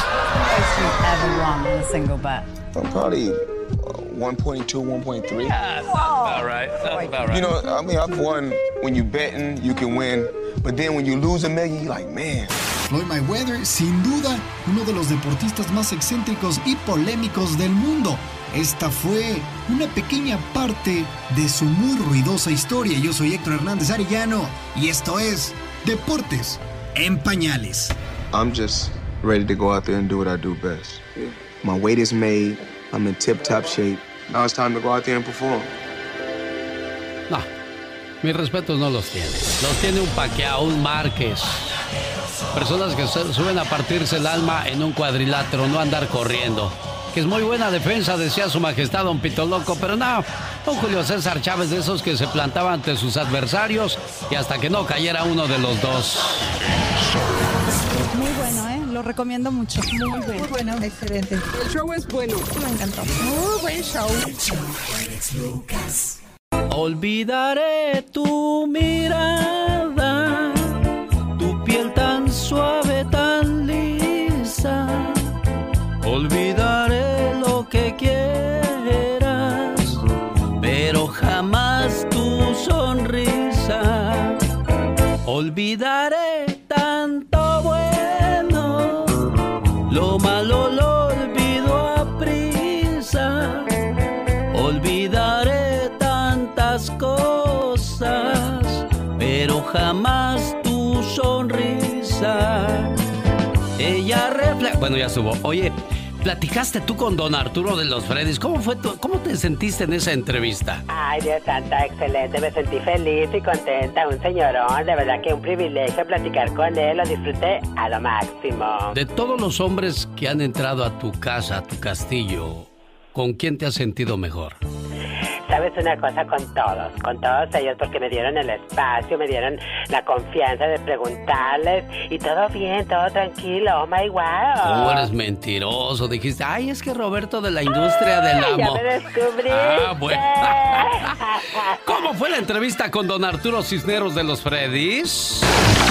Probably one point two, one point three. Yeah, that's about right. That's about right. You know, I mean, I've won. When you betting, you can win. But then when you lose a million, you're like, man. Floyd Mayweather, sin duda, uno de los deportistas más excéntricos y polémicos del mundo. Esta fue una pequeña parte de su muy ruidosa historia. Yo soy Héctor Hernández Arellano y esto es Deportes en Pañales. I'm just ready to go out there and do what I do best. My weight is made. I'm in tip-top shape. Now it's time to go out there and perform. No, mis respetos no los tiene. Los tiene un Pacquiao, un Márquez. Personas que suben a partirse el alma en un cuadrilátero, no andar corriendo. Que es muy buena defensa, decía su majestad Don Pito Loco, pero no, un Julio César Chávez de esos que se plantaba ante sus adversarios y hasta que no cayera uno de los dos. Muy bueno, ¿eh? Lo recomiendo mucho. Muy bueno. Muy bueno, excelente. El show es bueno. Me encantó. Muy buen show. Olvidaré tu mirada, tu piel tan suave, tan lisa. Olvidaré lo que quieras, pero jamás tu sonrisa. Olvidaré tanto bueno, lo malo lo olvido a prisa. Olvidaré tantas cosas, pero jamás tu sonrisa. Ella refleja... Bueno, ya subo. Oye, platicaste tú con don Arturo de los Freddys. ¿Cómo fue tu... ¿Cómo te sentiste en esa entrevista? Ay, Dios santo, excelente. Me sentí feliz y contenta. Un señorón. De verdad que un privilegio platicar con él. Lo disfruté a lo máximo. De todos los hombres que han entrado a tu casa, a tu castillo, ¿con quién te has sentido mejor? Sabes una cosa, con todos, con todos ellos, porque me dieron el espacio, me dieron la confianza de preguntarles y todo bien, todo tranquilo, oh my wow. ¿Cómo eres mentiroso? Dijiste, ay, es que Roberto de la industria del amo. Ya me descubrí. Ah, bueno. ¿Cómo fue la entrevista con don Arturo Cisneros de los Freddys?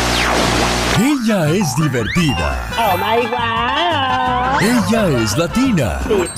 Ella es divertida. Oh my wow. Ella es latina. Sí,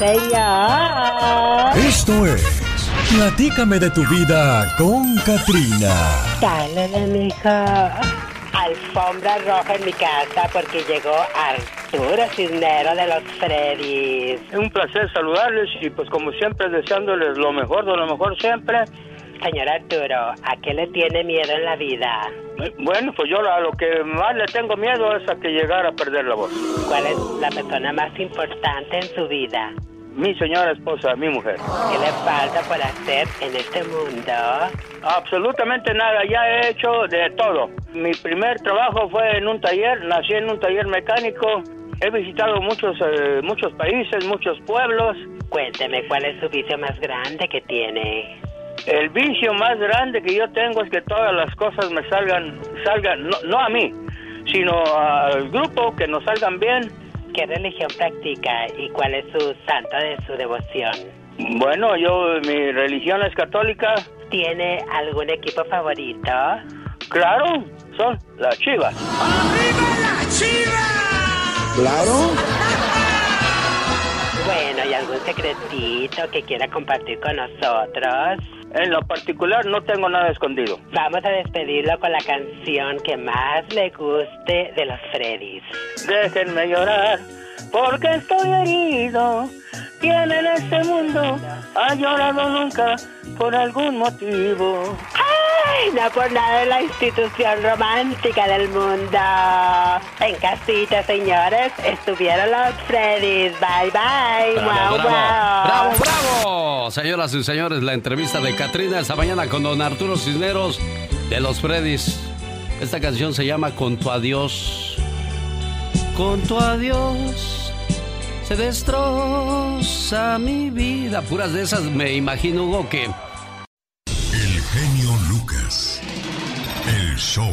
señor. Esto es Platícame de tu vida con Katrina. Dale, mijo. Alfombra roja en mi casa porque llegó Arturo Cisneros de los Freddys. Es un placer saludarles y pues como siempre deseándoles lo mejor de lo mejor siempre. Señor Arturo, ¿a qué le tiene miedo en la vida? Bueno, pues yo a lo que más le tengo miedo es a que llegara a perder la voz. ¿Cuál es la persona más importante en su vida? Mi señora esposa, mi mujer. ¿Qué le falta por hacer en este mundo? Absolutamente nada, ya he hecho de todo. Mi primer trabajo fue en un taller, nací en un taller mecánico. He visitado muchos, eh, muchos países, muchos pueblos. Cuénteme, ¿cuál es su vicio más grande que tiene? El vicio más grande que yo tengo es que todas las cosas me salgan, salgan no, no a mí, sino al grupo, que nos salgan bien. ¿Qué religión practica y cuál es su santo de su devoción? Bueno, yo, mi religión es católica. ¿Tiene algún equipo favorito? Claro, son las Chivas. ¡Arriba las Chivas! Claro. Bueno, ¿y algún secretito que quiera compartir con nosotros? En lo particular no tengo nada escondido. Vamos a despedirlo con la canción que más le guste de los Freddys. Déjenme llorar, porque estoy herido. ¿Quién en este mundo ha llorado nunca por algún motivo? ¡Ay! No por nada es la institución romántica del mundo. En casita, señores, estuvieron los Freddys. Bye, bye. Bravo, Wow, bravo, wow. bravo, bravo. Señoras y señores, la entrevista de Catrina esta mañana con don Arturo Cisneros de los Freddys. Esta canción se llama Con tu adiós. Con tu adiós se destroza mi vida. Puras de esas me imagino, Hugo, que... El genio Lucas. El show.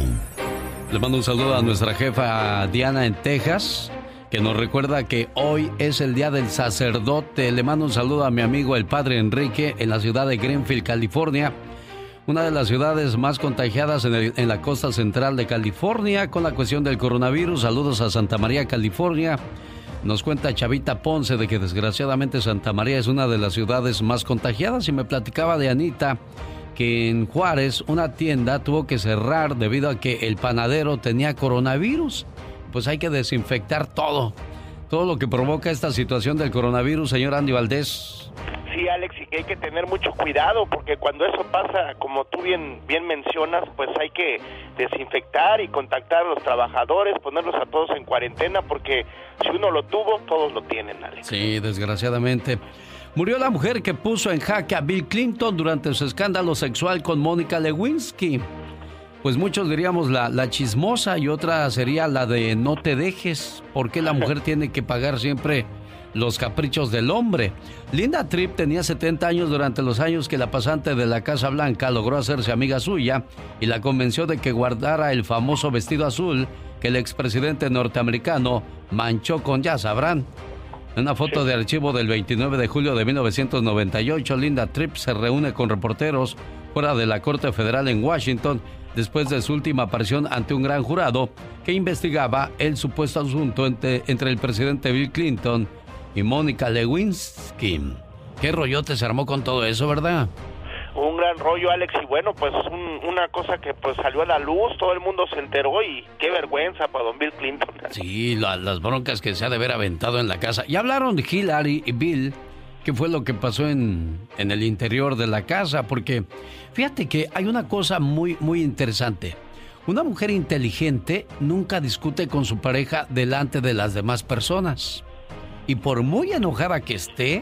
Le mando un saludo a nuestra jefa Diana en Texas, que nos recuerda que hoy es el día del sacerdote. Le mando un saludo a mi amigo el padre Enrique en la ciudad de Greenfield, California, una de las ciudades más contagiadas en, el, en la costa central de California con la cuestión del coronavirus. Saludos a Santa María, California. Nos cuenta Chavita Ponce de que desgraciadamente Santa María es una de las ciudades más contagiadas, y me platicaba de Anita que en Juárez una tienda tuvo que cerrar debido a que el panadero tenía coronavirus. Pues hay que desinfectar todo, todo lo que provoca esta situación del coronavirus, señor Andy Valdés. Sí, Alex, y que hay que tener mucho cuidado, porque cuando eso pasa, como tú bien, bien mencionas, pues hay que desinfectar y contactar a los trabajadores, ponerlos a todos en cuarentena, porque si uno lo tuvo, todos lo tienen, Alex. Sí, desgraciadamente. Murió la mujer que puso en jaque a Bill Clinton durante su escándalo sexual con Mónica Lewinsky. Pues muchos diríamos la, la chismosa, y otra sería la de no te dejes. ¿Por qué la mujer tiene que pagar siempre los caprichos del hombre? Linda Tripp tenía setenta años durante los años que la pasante de la Casa Blanca logró hacerse amiga suya y la convenció de que guardara el famoso vestido azul que el expresidente norteamericano manchó con, ya sabrán. En una foto de archivo del veintinueve de julio de mil novecientos noventa y ocho, Linda Tripp se reúne con reporteros fuera de la Corte Federal en Washington después de su última aparición ante un gran jurado que investigaba el supuesto asunto entre, entre el presidente Bill Clinton y Mónica Lewinsky. ¿Qué rollote se armó con todo eso, verdad? Un gran rollo, Alex, y bueno, pues un, una cosa que pues salió a la luz, todo el mundo se enteró, y qué vergüenza para don Bill Clinton. Sí, la, las broncas que se ha de haber aventado en la casa. Y hablaron de Hillary y Bill, qué fue lo que pasó en, en el interior de la casa, porque fíjate que hay una cosa muy, muy interesante. Una mujer inteligente nunca discute con su pareja delante de las demás personas. Y por muy enojada que esté,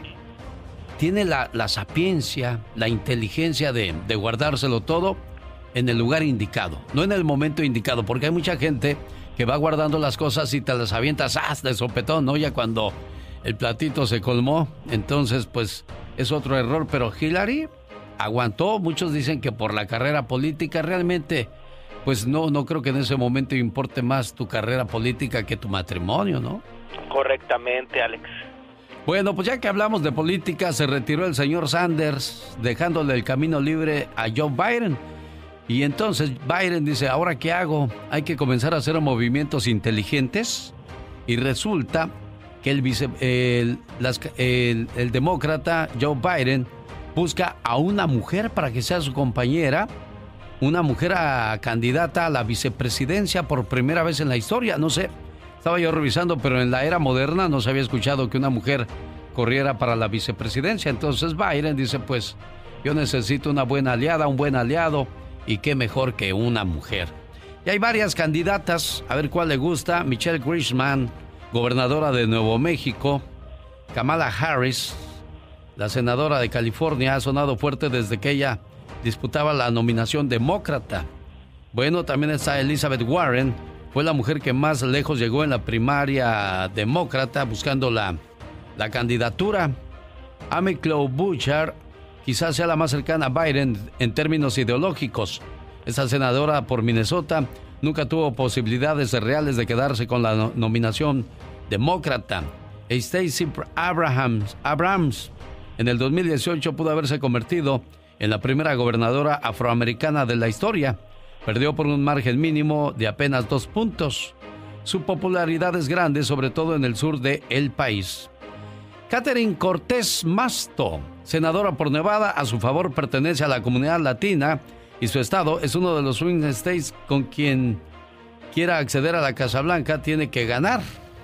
tiene la, la sapiencia, la inteligencia de, de guardárselo todo en el lugar indicado, no en el momento indicado, porque hay mucha gente que va guardando las cosas y te las avientas ¡ah! De sopetón, ¿no? Ya cuando el platito se colmó, entonces pues es otro error, pero Hillary aguantó. Muchos dicen que por la carrera política, realmente pues no, no creo que en ese momento importe más tu carrera política que tu matrimonio, ¿no? Correctamente, Alex. Bueno, pues ya que hablamos de política, se retiró el señor Sanders, dejándole el camino libre a Joe Biden. Y entonces Biden dice, ¿ahora qué hago? Hay que comenzar a hacer movimientos inteligentes. Y resulta que el, vice, el, las, el, el demócrata Joe Biden busca a una mujer para que sea su compañera, una mujer a, candidata a la vicepresidencia por primera vez en la historia. No sé, estaba yo revisando, pero en la era moderna no se había escuchado que una mujer corriera para la vicepresidencia. Entonces Biden dice, pues yo necesito una buena aliada, un buen aliado, y qué mejor que una mujer. Y hay varias candidatas, a ver cuál le gusta. Michelle Grisham, gobernadora de Nuevo México. Kamala Harris, la senadora de California, ha sonado fuerte desde que ella disputaba la nominación demócrata. Bueno, también está Elizabeth Warren, fue la mujer que más lejos llegó en la primaria demócrata buscando la, la candidatura. Amy Klobuchar quizás sea la más cercana a Biden en términos ideológicos. Esta senadora por Minnesota nunca tuvo posibilidades reales de quedarse con la no- nominación demócrata. Stacey Abrams, Abrams en el dos mil dieciocho pudo haberse convertido en la primera gobernadora afroamericana de la historia. Perdió por un margen mínimo de apenas dos puntos. Su popularidad es grande, sobre todo en el sur del país. Catherine Cortés Masto, senadora por Nevada, a su favor pertenece a la comunidad latina y su estado es uno de los swing states con quien quiera acceder a la Casa Blanca tiene que ganar.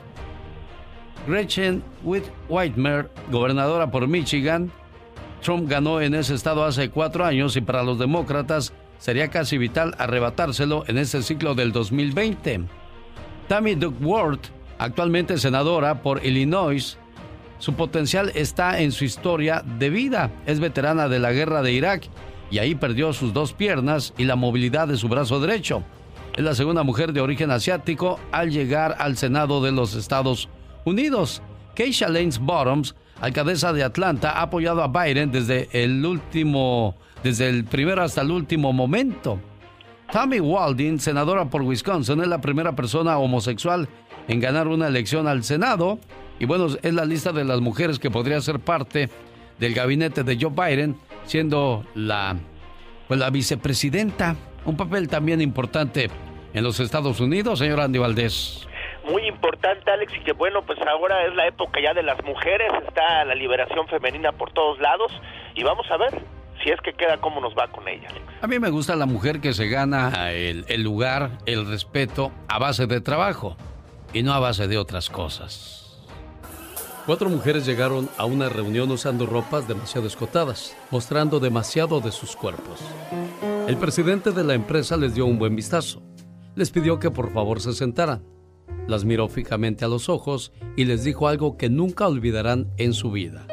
Gretchen Whitmer, gobernadora por Michigan. Trump ganó en ese estado hace cuatro años y para los demócratas sería casi vital arrebatárselo en este ciclo del dos mil veinte. Tammy Duckworth, actualmente senadora por Illinois, su potencial está en su historia de vida. Es veterana de la guerra de Irak y ahí perdió sus dos piernas y la movilidad de su brazo derecho. Es la segunda mujer de origen asiático al llegar al Senado de los Estados Unidos. Keisha Lance Bottoms, alcaldesa de Atlanta, ha apoyado a Biden desde el último, desde el primero hasta el último momento. Tammy Walding, senadora por Wisconsin, es la primera persona homosexual en ganar una elección al Senado. Y bueno, es la lista de las mujeres que podría ser parte del gabinete de Joe Biden, siendo la, pues, la vicepresidenta. Un papel también importante en los Estados Unidos, señor Andy Valdés. Muy importante, Alex, y que bueno, pues ahora es la época ya de las mujeres, está la liberación femenina por todos lados, y vamos a ver si es que queda cómo nos va con ella, Alex. A mí me gusta la mujer que se gana el, el lugar, el respeto, a base de trabajo, y no a base de otras cosas. Cuatro mujeres llegaron a una reunión usando ropas demasiado escotadas, mostrando demasiado de sus cuerpos. El presidente de la empresa les dio un buen vistazo. Les pidió que por favor se sentaran. Las miró fijamente a los ojos y les dijo algo que nunca olvidarán en su vida.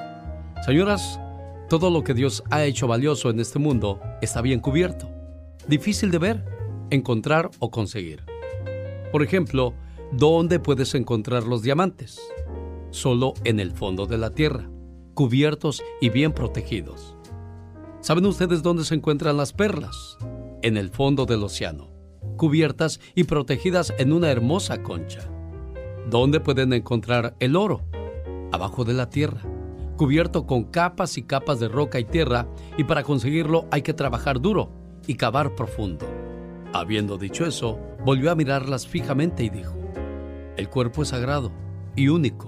Señoras, todo lo que Dios ha hecho valioso en este mundo está bien cubierto. Difícil de ver, encontrar o conseguir. Por ejemplo, ¿dónde puedes encontrar los diamantes? Solo en el fondo de la tierra, cubiertos y bien protegidos. ¿Saben ustedes dónde se encuentran las perlas? En el fondo del océano, cubiertas y protegidas en una hermosa concha. ¿Dónde pueden encontrar el oro? Abajo de la tierra, cubierto con capas y capas de roca y tierra, y para conseguirlo hay que trabajar duro y cavar profundo. Habiendo dicho eso, volvió a mirarlas fijamente y dijo: el cuerpo es sagrado y único.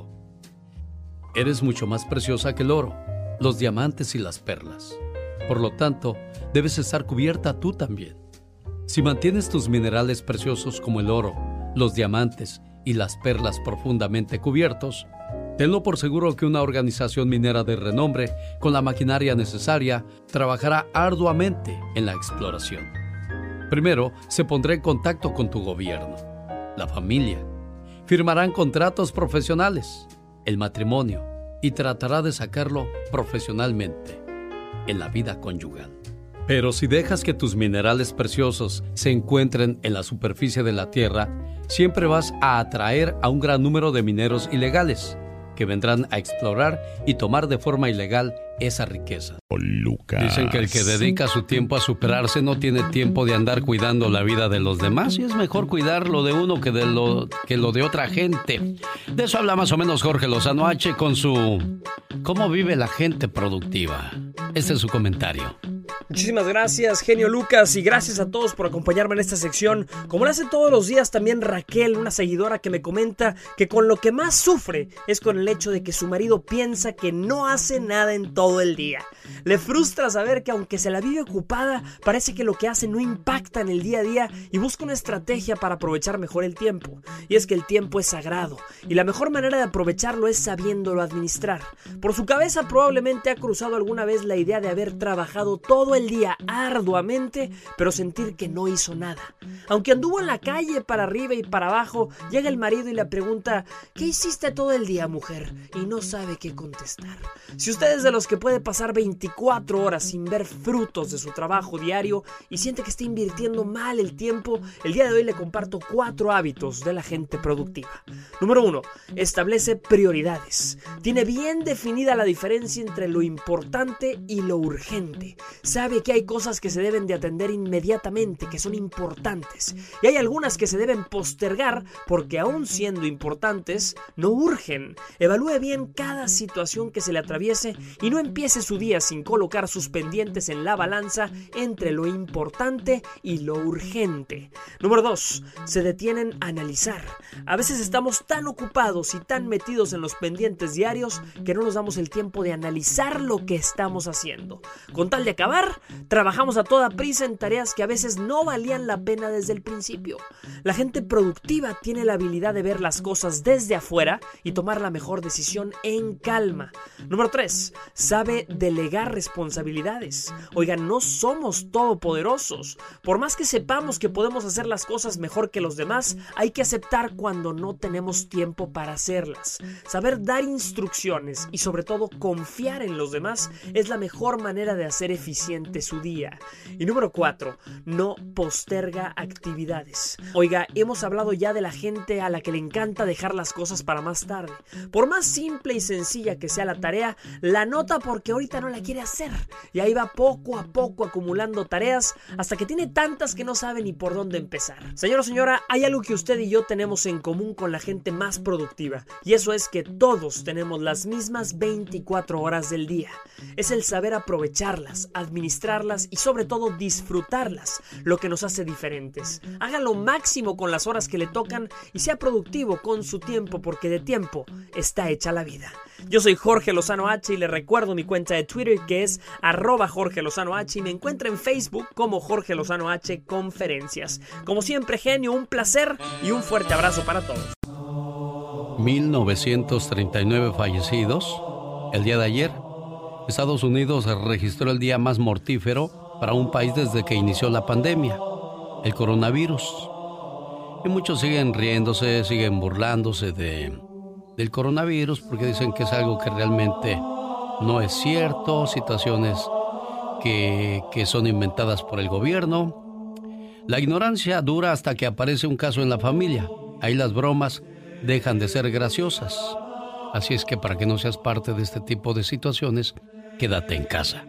Eres mucho más preciosa que el oro, los diamantes y las perlas. Por lo tanto, debes estar cubierta tú también. Si mantienes tus minerales preciosos como el oro, los diamantes y las perlas profundamente cubiertos, tenlo por seguro que una organización minera de renombre, con la maquinaria necesaria, trabajará arduamente en la exploración. Primero, se pondrá en contacto con tu gobierno, la familia. Firmarán contratos profesionales, el matrimonio, y tratará de sacarlo profesionalmente en la vida conyugal. Pero si dejas que tus minerales preciosos se encuentren en la superficie de la tierra, siempre vas a atraer a un gran número de mineros ilegales que vendrán a explorar y tomar de forma ilegal esa riqueza. Lucas. Dicen que el que dedica su tiempo a superarse no tiene tiempo de andar cuidando la vida de los demás, y es mejor cuidar lo de uno que, de lo, que lo de otra gente. De eso habla más o menos Jorge Lozano H con su ¿Cómo vive la gente productiva? Este es su comentario. Muchísimas gracias, genio Lucas, y gracias a todos por acompañarme en esta sección. Como lo hace todos los días también Raquel, una seguidora que me comenta que con lo que más sufre es con el hecho de que su marido piensa que no hace nada en todo el día. Le frustra saber que aunque se la vive ocupada, parece que lo que hace no impacta en el día a día y busca una estrategia para aprovechar mejor el tiempo. Y es que el tiempo es sagrado y la mejor manera de aprovecharlo es sabiéndolo administrar. Por su cabeza probablemente ha cruzado alguna vez la idea de haber trabajado todo el día arduamente, pero sentir que no hizo nada. Aunque anduvo en la calle para arriba y para abajo, llega el marido y le pregunta: ¿qué hiciste todo el día, mujer? Y no sabe qué contestar. Si usted es de los que puede pasar veinticuatro horas sin ver frutos de su trabajo diario y siente que está invirtiendo mal el tiempo, el día de hoy le comparto cuatro hábitos de la gente productiva. Número uno, establece prioridades. Tiene bien definida la diferencia entre lo importante y lo urgente. Sabe sabe que hay cosas que se deben de atender inmediatamente, que son importantes, y hay algunas que se deben postergar porque aún siendo importantes, no urgen. Evalúe bien cada situación que se le atraviese y no empiece su día sin colocar sus pendientes en la balanza entre lo importante y lo urgente. Número dos, se detienen a analizar. A veces estamos tan ocupados y tan metidos en los pendientes diarios que no nos damos el tiempo de analizar lo que estamos haciendo. Con tal de acabar, trabajamos a toda prisa en tareas que a veces no valían la pena desde el principio. La gente productiva tiene la habilidad de ver las cosas desde afuera y tomar la mejor decisión en calma. Número tres, sabe delegar responsabilidades. Oigan, no somos todopoderosos. Por más que sepamos que podemos hacer las cosas mejor que los demás, hay que aceptar cuando no tenemos tiempo para hacerlas. Saber dar instrucciones y sobre todo confiar en los demás es la mejor manera de hacer eficiente su día. Y número cuatro, no posterga actividades. Oiga, hemos hablado ya de la gente a la que le encanta dejar las cosas para más tarde. Por más simple y sencilla que sea la tarea, la nota porque ahorita no la quiere hacer. Y ahí va poco a poco acumulando tareas hasta que tiene tantas que no sabe ni por dónde empezar. Señor o señora, hay algo que usted y yo tenemos en común con la gente más productiva, y eso es que todos tenemos las mismas veinticuatro horas del día. Es el saber aprovecharlas, administrarlas y sobre todo disfrutarlas, lo que nos hace diferentes. Haga lo máximo con las horas que le tocan y sea productivo con su tiempo, porque de tiempo está hecha la vida. Yo soy Jorge Lozano H y le recuerdo mi cuenta de Twitter, que es arroba Jorge Lozano H, y me encuentra en Facebook como Jorge Lozano H Conferencias. Como siempre, genio, un placer y un fuerte abrazo para todos. mil novecientos treinta y nueve fallecidos. El día de ayer, Estados Unidos registró el día más mortífero para un país desde que inició la pandemia, el coronavirus. Y muchos siguen riéndose, siguen burlándose de, del coronavirus porque dicen que es algo que realmente no es cierto, situaciones que, que son inventadas por el gobierno. La ignorancia dura hasta que aparece un caso en la familia. Ahí las bromas dejan de ser graciosas. Así es que para que no seas parte de este tipo de situaciones, quédate en casa.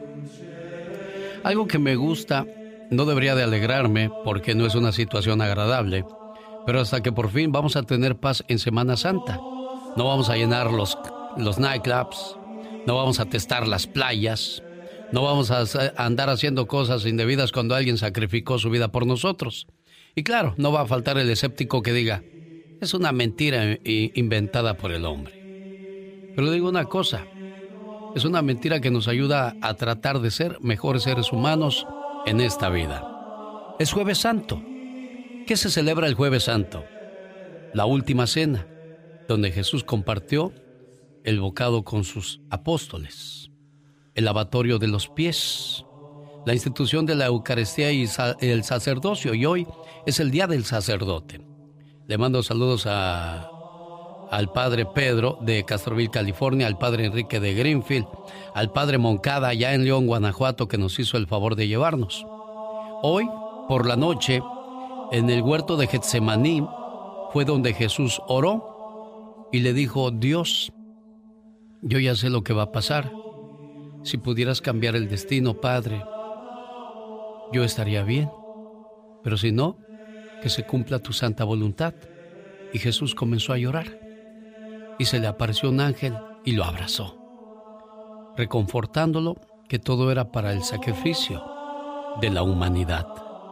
Algo que me gusta, no debería de alegrarme porque no es una situación agradable, pero hasta que por fin vamos a tener paz en Semana Santa. No vamos a llenar los, los nightclubs, no vamos a testar las playas, no vamos a andar haciendo cosas indebidas cuando alguien sacrificó su vida por nosotros. Y claro, no va a faltar el escéptico que diga, es una mentira inventada por el hombre. Pero digo una cosa, es una mentira que nos ayuda a tratar de ser mejores seres humanos en esta vida. Es Jueves Santo. ¿Qué se celebra el Jueves Santo? La última cena, donde Jesús compartió el bocado con sus apóstoles, el lavatorio de los pies, la institución de la Eucaristía y el sacerdocio, y hoy es el Día del Sacerdote. Le mando saludos a, al padre Pedro de Castroville, California, al padre Enrique de Greenfield, al padre Moncada allá en León, Guanajuato, que nos hizo el favor de llevarnos. Hoy, por la noche, en el huerto de Getsemaní, fue donde Jesús oró y le dijo, Dios, yo ya sé lo que va a pasar. Si pudieras cambiar el destino, Padre, yo estaría bien. Pero si no, que se cumpla tu santa voluntad. Y Jesús comenzó a llorar. Y se le apareció un ángel y lo abrazó, reconfortándolo que todo era para el sacrificio de la humanidad.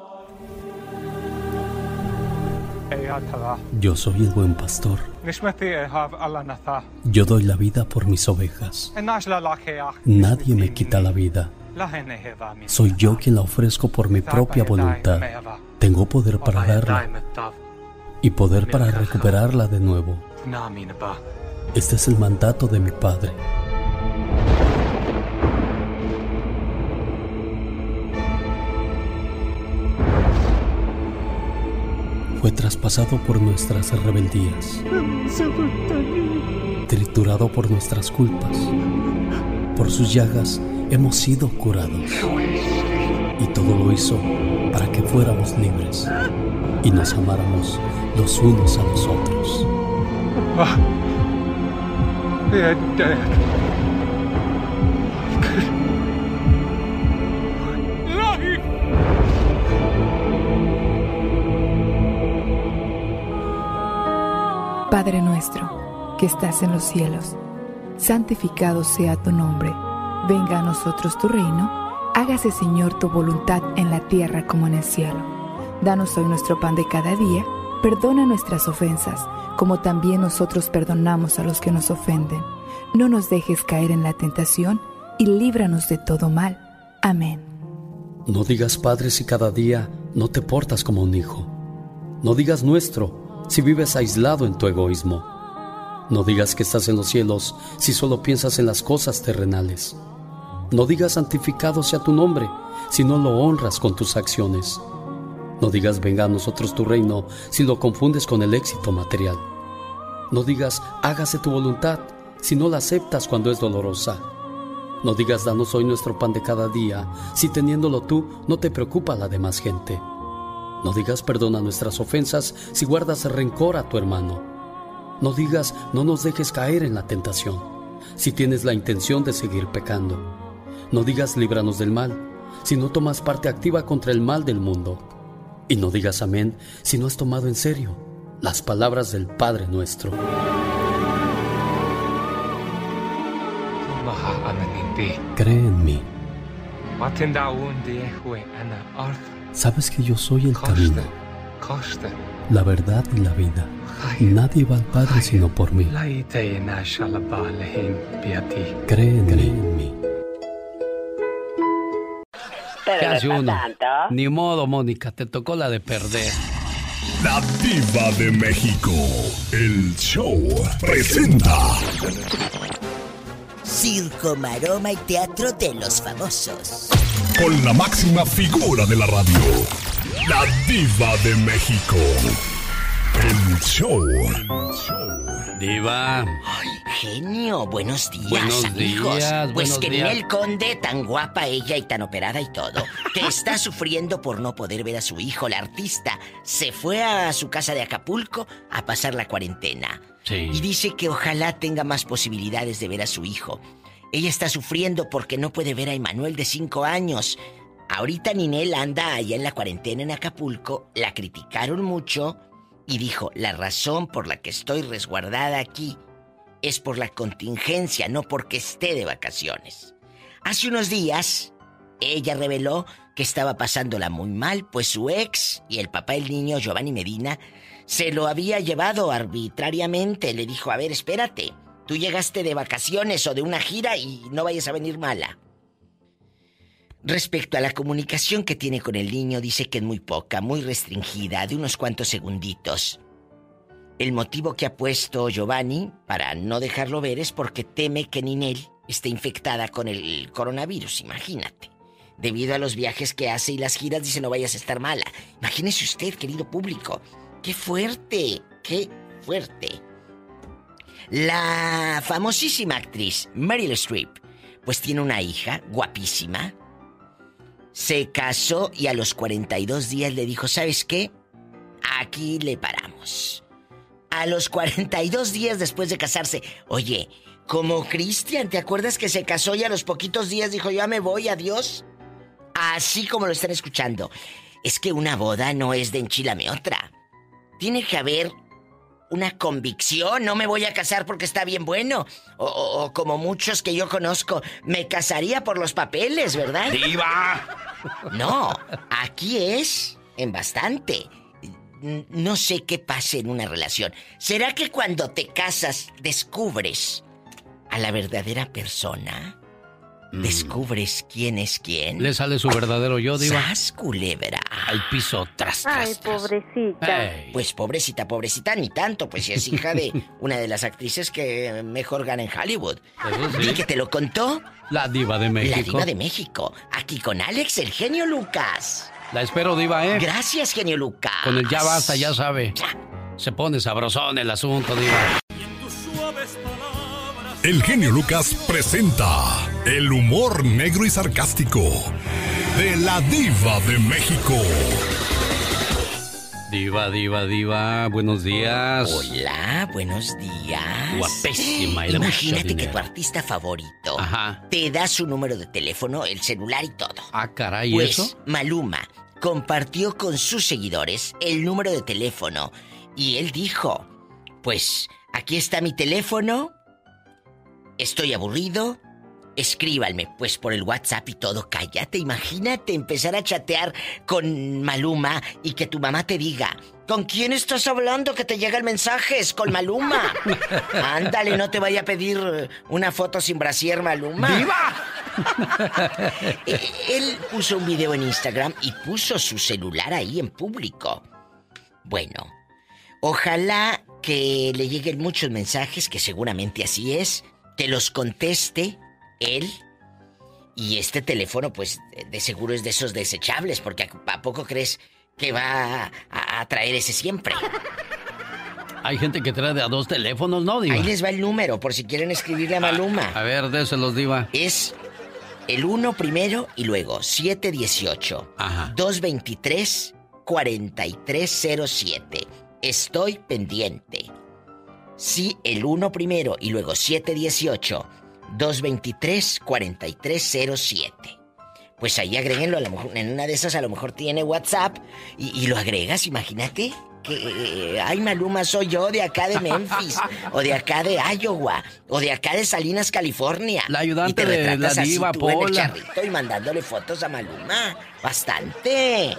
Yo soy el buen pastor. Yo doy la vida por mis ovejas. Nadie me quita la vida. Soy yo quien la ofrezco por mi propia voluntad. Tengo poder para darla y poder para recuperarla de nuevo. Este es el mandato de mi Padre. Fue traspasado por nuestras rebeldías, triturado por nuestras culpas. Por sus llagas hemos sido curados. Y todo lo hizo para que fuéramos libres y nos amáramos los unos a los otros. Padre nuestro, que estás en los cielos, santificado sea tu nombre. Venga a nosotros tu reino. Hágase, Señor, tu voluntad en la tierra como en el cielo. Danos hoy nuestro pan de cada día. Perdona nuestras ofensas, como también nosotros perdonamos a los que nos ofenden. No nos dejes caer en la tentación y líbranos de todo mal. Amén. No digas Padre si cada día no te portas como un hijo. No digas nuestro si vives aislado en tu egoísmo. No digas que estás en los cielos si solo piensas en las cosas terrenales. No digas santificado sea tu nombre si no lo honras con tus acciones. No digas venga a nosotros tu reino si lo confundes con el éxito material. No digas hágase tu voluntad si no la aceptas cuando es dolorosa. No digas danos hoy nuestro pan de cada día si teniéndolo tú no te preocupa la demás gente. No digas perdona nuestras ofensas si guardas rencor a tu hermano. No digas no nos dejes caer en la tentación si tienes la intención de seguir pecando. No digas líbranos del mal si no tomas parte activa contra el mal del mundo. Y no digas amén si no has tomado en serio las palabras del Padre nuestro. Cree en mí. Sabes que yo soy el camino, la verdad y la vida. Nadie va al Padre sino por mí. Cree en mí. En mí. ¿Qué hace uno? Ni modo, Mónica, te tocó la de perder. La Diva de México, el show presenta Circo, maroma y teatro de los famosos. Con la máxima figura de la radio, la Diva de México, el show. Diva. Ay, genio, buenos días, buenos amigos. Días, pues que días. Ninel Conde, tan guapa ella y tan operada y todo, que está sufriendo por no poder ver a su hijo, la artista. Se fue a su casa de Acapulco a pasar la cuarentena. Sí. Y dice que ojalá tenga más posibilidades de ver a su hijo. Ella está sufriendo porque no puede ver a Emanuel de cinco años. Ahorita Ninel anda allá en la cuarentena en Acapulco, la criticaron mucho y dijo, la razón por la que estoy resguardada aquí es por la contingencia, no porque esté de vacaciones. Hace unos días, ella reveló que estaba pasándola muy mal, pues su ex y el papá del niño, Giovanni Medina, se lo había llevado arbitrariamente. Le dijo, a ver, espérate, tú llegaste de vacaciones o de una gira y no vayas a venir mala. Respecto a la comunicación que tiene con el niño, dice que es muy poca, muy restringida, de unos cuantos segunditos. El motivo que ha puesto Giovanni para no dejarlo ver es porque teme que Ninel esté infectada con el coronavirus, imagínate. Debido a los viajes que hace y las giras, dice no vayas a estar mala. Imagínese usted, querido público. ¡Qué fuerte! ¡Qué fuerte! La famosísima actriz Meryl Streep, pues tiene una hija guapísima. Se casó y a los cuarenta y dos días le dijo, ¿sabes qué? Aquí le paramos. A los cuarenta y dos días después de casarse. Oye, como Cristian, ¿te acuerdas que se casó y a los poquitos días dijo, ya me voy, adiós? Así como lo están escuchando. Es que una boda no es de enchilame otra. Tiene que haber una convicción. No me voy a casar porque está bien bueno. O, o, o como muchos que yo conozco, me casaría por los papeles, ¿verdad? ¡Diva! No, aquí es en bastante. No sé qué pase en una relación. ¿Será que cuando te casas descubres a la verdadera persona? ¿Descubres quién es quién? Le sale su verdadero yo, Diva. ¡Sas, culebra! Al piso, tras, tras, Ay, tras. pobrecita. Ey. Pues pobrecita, pobrecita, ni tanto. Pues es hija de una de las actrices que mejor gana en Hollywood. Eso sí. ¿Y que te lo contó? La Diva de México. La Diva de México. Aquí con Alex, el genio Lucas. La espero, Diva, ¿eh? Gracias, genio Lucas. Con el ya basta, ya sabe. Se pone sabrosón el asunto, Diva. El genio Lucas presenta el humor negro y sarcástico de la Diva de México. Diva, diva, diva, buenos días. Hola, buenos días. Guapísima y de mucho Imagínate que dinero. tu artista favorito Ajá. te da su número de teléfono, el celular y todo. Ah, caray, ¿y Pues eso? Maluma compartió con sus seguidores el número de teléfono y él dijo, Pues aquí está mi teléfono. Estoy aburrido. Escríbanme, pues por el WhatsApp y todo. Cállate, imagínate empezar a chatear con Maluma y que tu mamá te diga: ¿con quién estás hablando? Que te llega el mensaje, es con Maluma. Ándale, no te vaya a pedir una foto sin brasier, Maluma. ¡Viva! Él puso un video en Instagram y puso su celular ahí en público. Bueno, ojalá que le lleguen muchos mensajes, que seguramente así es, que los conteste él. Y este teléfono, pues, de seguro es de esos desechables, porque ¿a poco crees que va a, a traer ese siempre? Hay gente que trae de a dos teléfonos, ¿no, Diva? Ahí les va el número, por si quieren escribirle a Maluma. A, a ver, déselos, Diva. Es el uno primero y luego siete dieciocho, dos veintitrés, cuarenta y tres cero siete. Estoy pendiente. Sí, el uno primero y luego siete dieciocho, dos veintitrés, cuarenta y tres cero siete. Pues ahí agréguenlo, a lo mejor, en una de esas a lo mejor tiene WhatsApp y, y lo agregas, imagínate que, eh, ay, Maluma, soy yo de acá de Memphis, o de acá de Iowa, o de acá de Salinas, California. La ayudante y te de la diva, así, tú en el Pola. charrito y mandándole fotos a Maluma. Bastante.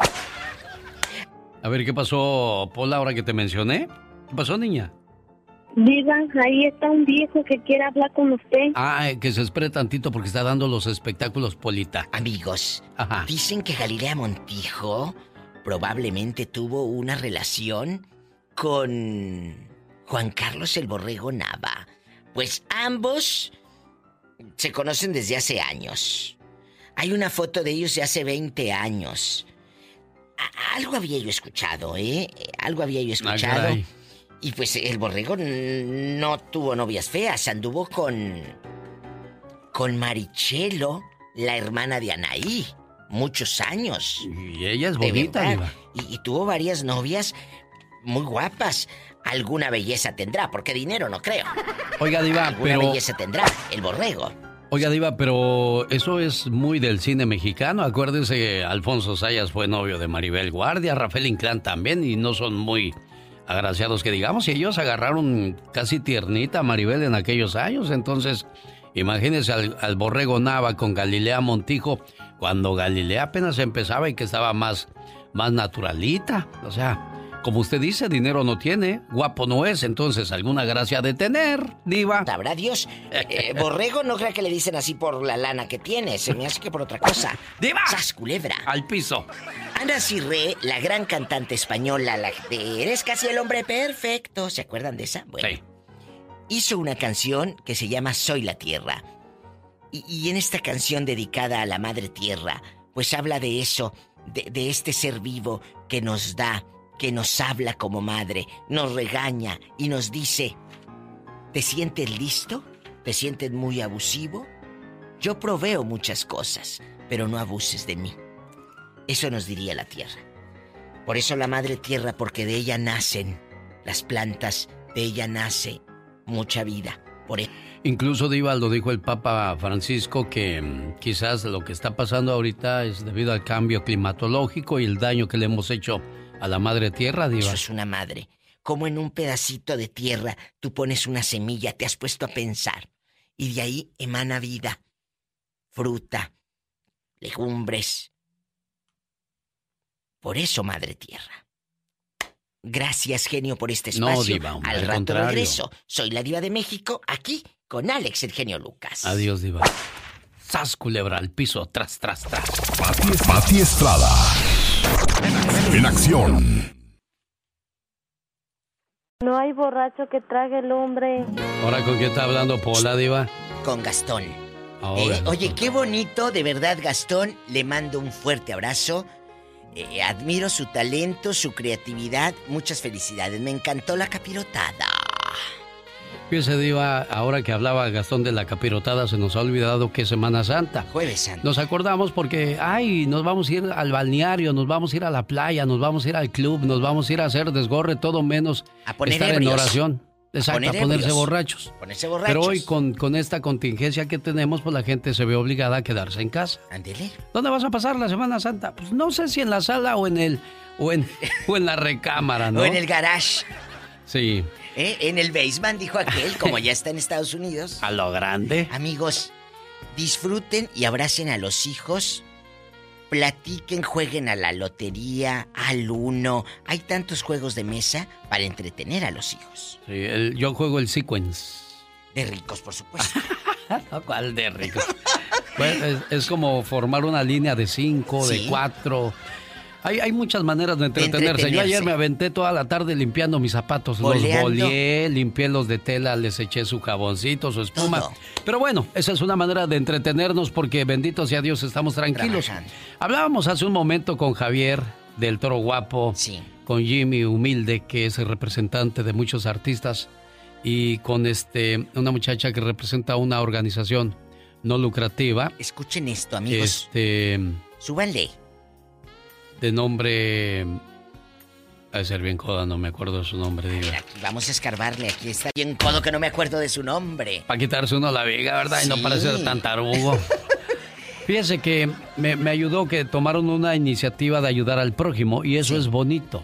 A ver, ¿qué pasó, Pola, ahora que te mencioné? ¿Qué pasó, niña? Diva, ahí está un viejo que quiere hablar con usted. Ah, que se espere tantito porque está dando los espectáculos, Polita. Amigos, Ajá. Dicen que Galilea Montijo probablemente tuvo una relación con Juan Carlos el Borrego Nava. Pues ambos se conocen desde hace años. Hay una foto de ellos de hace veinte años. A- algo había yo escuchado, ¿eh? Algo había yo escuchado. Ah, y pues el Borrego n- no tuvo novias feas, anduvo con... con Marichelo, la hermana de Anaí, muchos años. Y ella es bonita, Diva. Y, y tuvo varias novias muy guapas. Alguna belleza tendrá, porque dinero no creo. Oiga, Diva, Alguna pero... belleza tendrá, el Borrego. Oiga, Diva, pero eso es muy del cine mexicano. Acuérdese, Alfonso Sayas fue novio de Maribel Guardia, Rafael Inclán también, y no son muy agraciados que digamos. Y ellos agarraron casi tiernita a Maribel en aquellos años. Entonces, imagínense al, al Borrego Nava con Galilea Montijo, cuando Galilea apenas empezaba y que estaba más, más naturalita. O sea, como usted dice, dinero no tiene, guapo no es, entonces alguna gracia de tener, Diva. Sabrá Dios. Eh, Borrego no crea que le dicen así por la lana que tiene, se me hace que por otra cosa. ¡Diva! ¡Sas, culebra! Al piso. Ana Cirré, la gran cantante española, la de Eres casi el hombre perfecto, ¿se acuerdan de esa? Bueno, sí. Hizo una canción que se llama Soy la Tierra. Y, y en esta canción dedicada a la Madre Tierra, pues habla de eso, de, de este ser vivo que nos da, que nos habla como madre, nos regaña y nos dice: ¿te sientes listo? ¿Te sientes muy abusivo? Yo proveo muchas cosas, pero no abuses de mí. Eso nos diría la tierra. Por eso la Madre Tierra, porque de ella nacen las plantas, de ella nace mucha vida. Por eso. Incluso, Diva, lo dijo el Papa Francisco, que mm, quizás lo que está pasando ahorita es debido al cambio climatológico y el daño que le hemos hecho a la Madre Tierra, Diva. Eso es una madre. Como en un pedacito de tierra tú pones una semilla, te has puesto a pensar, y de ahí emana vida, fruta, legumbres. Por eso, Madre Tierra. Gracias, genio, por este espacio. No, Diva, hombre, al al rato contrario. regreso. Soy la Diva de México, aquí con Alex, el genio Lucas. Adiós, Diva. Sas, culebra, al piso, tras, tras, tras. Pati, Pati Estrada. En acción. No hay borracho que trague el hombre. ¿Ahora con quién está hablando, Pola, Diva? Con Gastón. Ahora, Eh, Gastón. oye, qué bonito, de verdad, Gastón. Le mando un fuerte abrazo. Eh, admiro su talento, su creatividad. Muchas felicidades. Me encantó la capirotada. Fíjese, Diva, ahora que hablaba Gastón de la capirotada, se nos ha olvidado que es Semana Santa. Jueves Santo. Nos acordamos porque, ay, nos vamos a ir al balneario, nos vamos a ir a la playa, nos vamos a ir al club, nos vamos a ir a hacer desgorre, todo menos A poner estar ebrios. en oración. Exacto, poner a ponerse ebrios. borrachos. Ponerse borrachos. Pero hoy, con, con esta contingencia que tenemos, pues la gente se ve obligada a quedarse en casa. Ándele. ¿Dónde vas a pasar la Semana Santa? Pues no sé si en la sala o en el o en, o en la recámara, ¿no? O en el garage. Sí. ¿Eh? En el basement, dijo aquel, como ya está en Estados Unidos. A lo grande. Amigos, disfruten y abracen a los hijos. Platiquen, jueguen a la lotería, al uno. Hay tantos juegos de mesa para entretener a los hijos. Sí, el, yo juego el sequence. De ricos, por supuesto. No, ¿cuál de ricos? Pues es, es como formar una línea de cinco, ¿sí? De cuatro. Hay, hay muchas maneras de entretenerse. de entretenerse. Yo ayer me aventé toda la tarde limpiando mis zapatos. Boleando. Los boleé, limpié los de tela, les eché su jaboncito, su espuma. Todo. Pero bueno, esa es una manera de entretenernos porque bendito sea Dios, estamos tranquilos. Trabajando. Hablábamos hace un momento con Javier del Toro Guapo, sí. Con Jimmy Humilde, que es el representante de muchos artistas, y con este una muchacha que representa una organización no lucrativa. Escuchen esto, amigos. Este, Súbanle. De nombre... Ha de ser bien coda, no me acuerdo de su nombre, digo. Aquí vamos a escarbarle, aquí está bien codo que no me acuerdo de su nombre. Para quitarse uno la viga, ¿verdad? Sí. Y no parecer tan tarugo. Fíjese que me, me ayudó que tomaron una iniciativa de ayudar al prójimo y eso sí. Es bonito.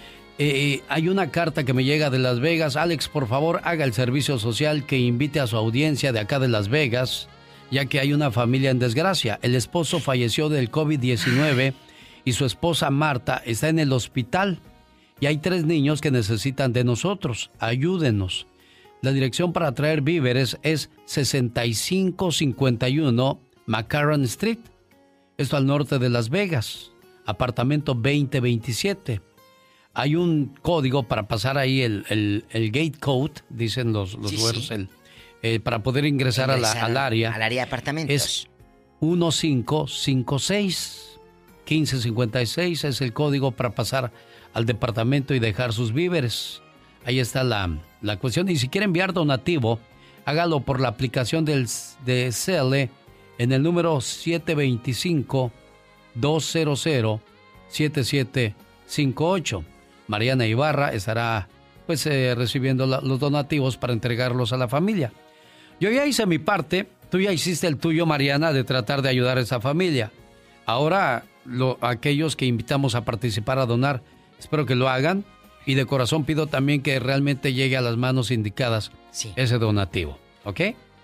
Eh, hay una carta que me llega de Las Vegas. Alex, por favor, haga el servicio social que invite a su audiencia de acá de Las Vegas, ya que hay una familia en desgracia. El esposo falleció del covid diecinueve y su esposa Marta está en el hospital y hay tres niños que necesitan de nosotros. Ayúdenos. La dirección para traer víveres es sesenta y cinco cincuenta y uno McCarran Street. Esto al norte de Las Vegas. Apartamento veinte veintisiete. Hay un código para pasar ahí el, el, el gate code, dicen los, los sí, güeros, sí. El, eh, para poder ingresar, ingresar a la, al área. Al área de apartamentos. Es uno cinco cinco seis. quince cincuenta y seis es el código para pasar al departamento y dejar sus víveres. Ahí está la, la cuestión. Y si quiere enviar donativo, hágalo por la aplicación del, de C L en el número siete dos cinco, dos cero cero, siete siete cinco ocho. Mariana Ibarra estará pues eh, recibiendo la, los donativos para entregarlos a la familia. Yo ya hice mi parte, tú ya hiciste el tuyo, Mariana, de tratar de ayudar a esa familia. Ahora, lo, aquellos que invitamos a participar, a donar, espero que lo hagan y de corazón pido también que realmente llegue a las manos indicadas sí. Ese donativo, ¿ok?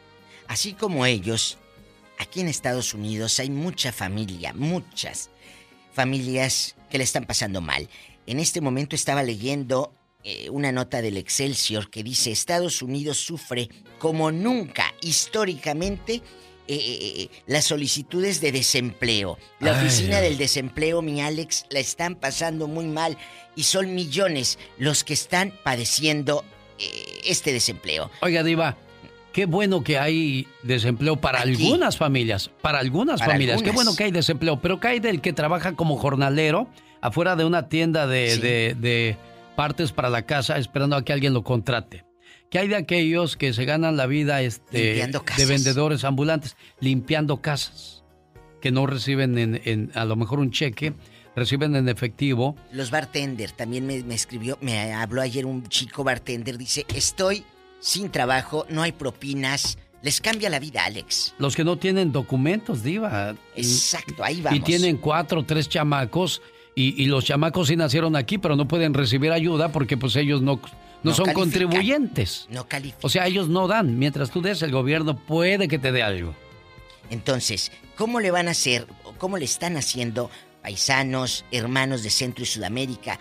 Así como ellos, aquí en Estados Unidos hay mucha familia, muchas familias que le están pasando mal. En este momento estaba leyendo eh, una nota del Excelsior que dice Estados Unidos sufre como nunca históricamente Eh, eh, las solicitudes de desempleo. La Ay, oficina Dios. Del desempleo, mi Alex, la están pasando muy mal y son millones los que están padeciendo eh, este desempleo. Oiga, Diva, qué bueno que hay desempleo para Aquí. algunas familias, para algunas para familias. Algunas. Qué bueno que hay desempleo, pero ¿qué hay del que trabaja como jornalero afuera de una tienda de, sí. de, de partes para la casa esperando a que alguien lo contrate? ¿Qué hay de aquellos que se ganan la vida este, de vendedores ambulantes, limpiando casas, que no reciben en, en, a lo mejor un cheque, reciben en efectivo? Los bartender, también me, me escribió, me habló ayer un chico bartender, dice, estoy sin trabajo, no hay propinas, les cambia la vida, Alex. Los que no tienen documentos, Diva. Exacto, ahí vamos. Y tienen cuatro o tres chamacos, y, y los chamacos sí nacieron aquí, pero no pueden recibir ayuda porque pues ellos no... No, no son califican. Contribuyentes. No califican. O sea, ellos no dan. Mientras tú des, el gobierno puede que te dé algo. Entonces, ¿cómo le van a hacer, cómo le están haciendo paisanos, hermanos de Centro y Sudamérica?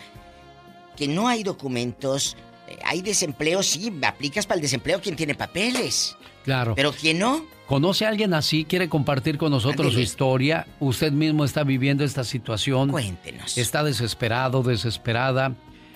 Que no hay documentos, hay desempleo, sí, aplicas para el desempleo quien tiene papeles. Claro. Pero quien no. ¿Conoce a alguien así? ¿Quiere compartir con nosotros Ándele. Su historia? ¿Usted mismo está viviendo esta situación? Cuéntenos. ¿Está desesperado, desesperada?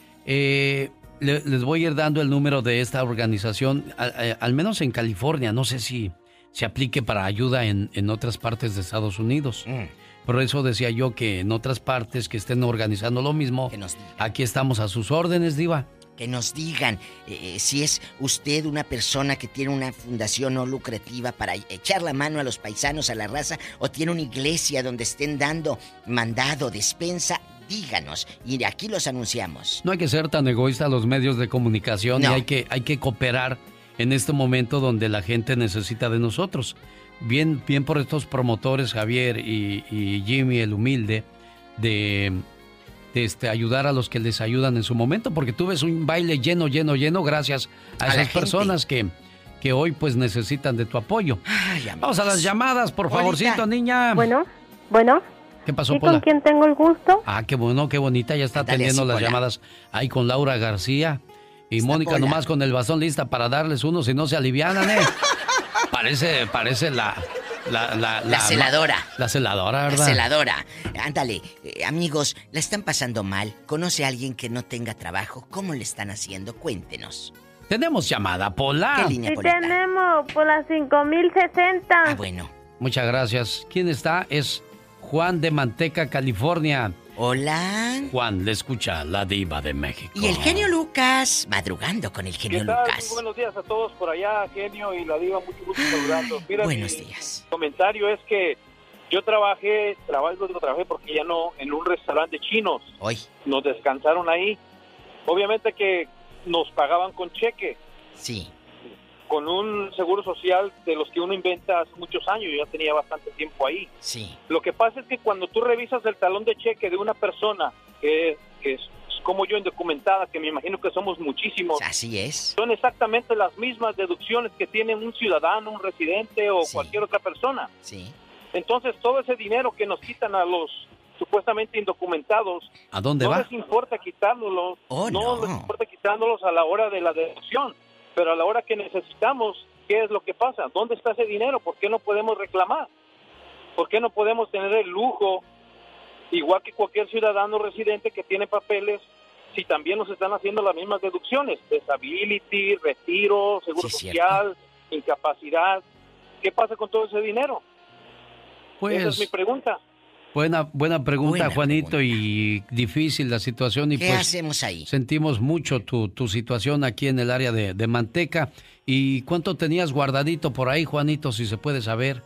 Eh... Les voy a ir dando el número de esta organización, al menos en California. No sé si se aplique para ayuda en, en otras partes de Estados Unidos. Mm. Por eso decía yo que en otras partes que estén organizando lo mismo, aquí estamos a sus órdenes, Diva. Que nos digan eh, si es usted una persona que tiene una fundación no lucrativa para echar la mano a los paisanos, a la raza, o tiene una iglesia donde estén dando mandado, despensa. Díganos, y aquí los anunciamos. No hay que ser tan egoísta los medios de comunicación no. y hay que, hay que cooperar en este momento donde la gente necesita de nosotros. Bien, bien por estos promotores, Javier y, y Jimmy, el humilde, de, de este, ayudar a los que les ayudan en su momento, porque tú ves un baile lleno, lleno, lleno gracias a, a esas personas que, que hoy pues necesitan de tu apoyo. Ay, vamos a las llamadas, por favorcito, Olita. Niña. Bueno, bueno. ¿Qué pasó, ¿Y Pola? con quién tengo el gusto? Ah, qué bueno, qué bonita, ya está Dale atendiendo así, las Pola. llamadas ahí con Laura García. Y Está Mónica Pola. nomás con el bastón lista para darles uno, si no se alivianan, ¿eh? Parece, parece la... La, la, La celadora. La celadora, ¿verdad? La celadora. Ándale, eh, amigos, la están pasando mal. ¿Conoce a alguien que no tenga trabajo? ¿Cómo le están haciendo? Cuéntenos. Tenemos llamada, Pola. ¿Qué línea, Sí Polita? tenemos por las cinco mil sesenta. Ah, bueno. Muchas gracias. ¿Quién está? Es Juan de Manteca, California. Hola. Juan, le escucha la diva de México. Y el genio Lucas, madrugando con el genio ¿Qué tal? Lucas. Muy buenos días a todos por allá, genio y la diva, mucho gusto saludarlos. Mira, Buenos mi días. comentario es que yo trabajé, trabajo, trabajé porque ya no, en un restaurante chinos. Hoy. Nos descansaron ahí. Obviamente que nos pagaban con cheque. Sí. Con un seguro social de los que uno inventa hace muchos años, yo ya tenía bastante tiempo ahí. Sí. Lo que pasa es que cuando tú revisas el talón de cheque de una persona que, que es como yo indocumentada, que me imagino que somos muchísimos, así es, son exactamente las mismas deducciones que tiene un ciudadano, un residente o sí. cualquier otra persona. Sí. Entonces todo ese dinero que nos quitan a los supuestamente indocumentados, ¿a dónde no va? les importa quitárnoslos, Oh, no, no. les importa quitándolos a la hora de la deducción. Pero a la hora que necesitamos, ¿qué es lo que pasa? ¿Dónde está ese dinero? ¿Por qué no podemos reclamar? ¿Por qué no podemos tener el lujo, igual que cualquier ciudadano residente que tiene papeles, si también nos están haciendo las mismas deducciones? Disability, retiro, seguro Sí, social, incapacidad. ¿Qué pasa con todo ese dinero? Pues, Esa es mi pregunta. buena, buena pregunta, Buena Juanito, pregunta. y difícil la situación. Y ¿Qué pues hacemos ahí? sentimos mucho tu, tu situación aquí en el área de, de Manteca. ¿Y cuánto tenías guardadito por ahí, Juanito, si se puede saber?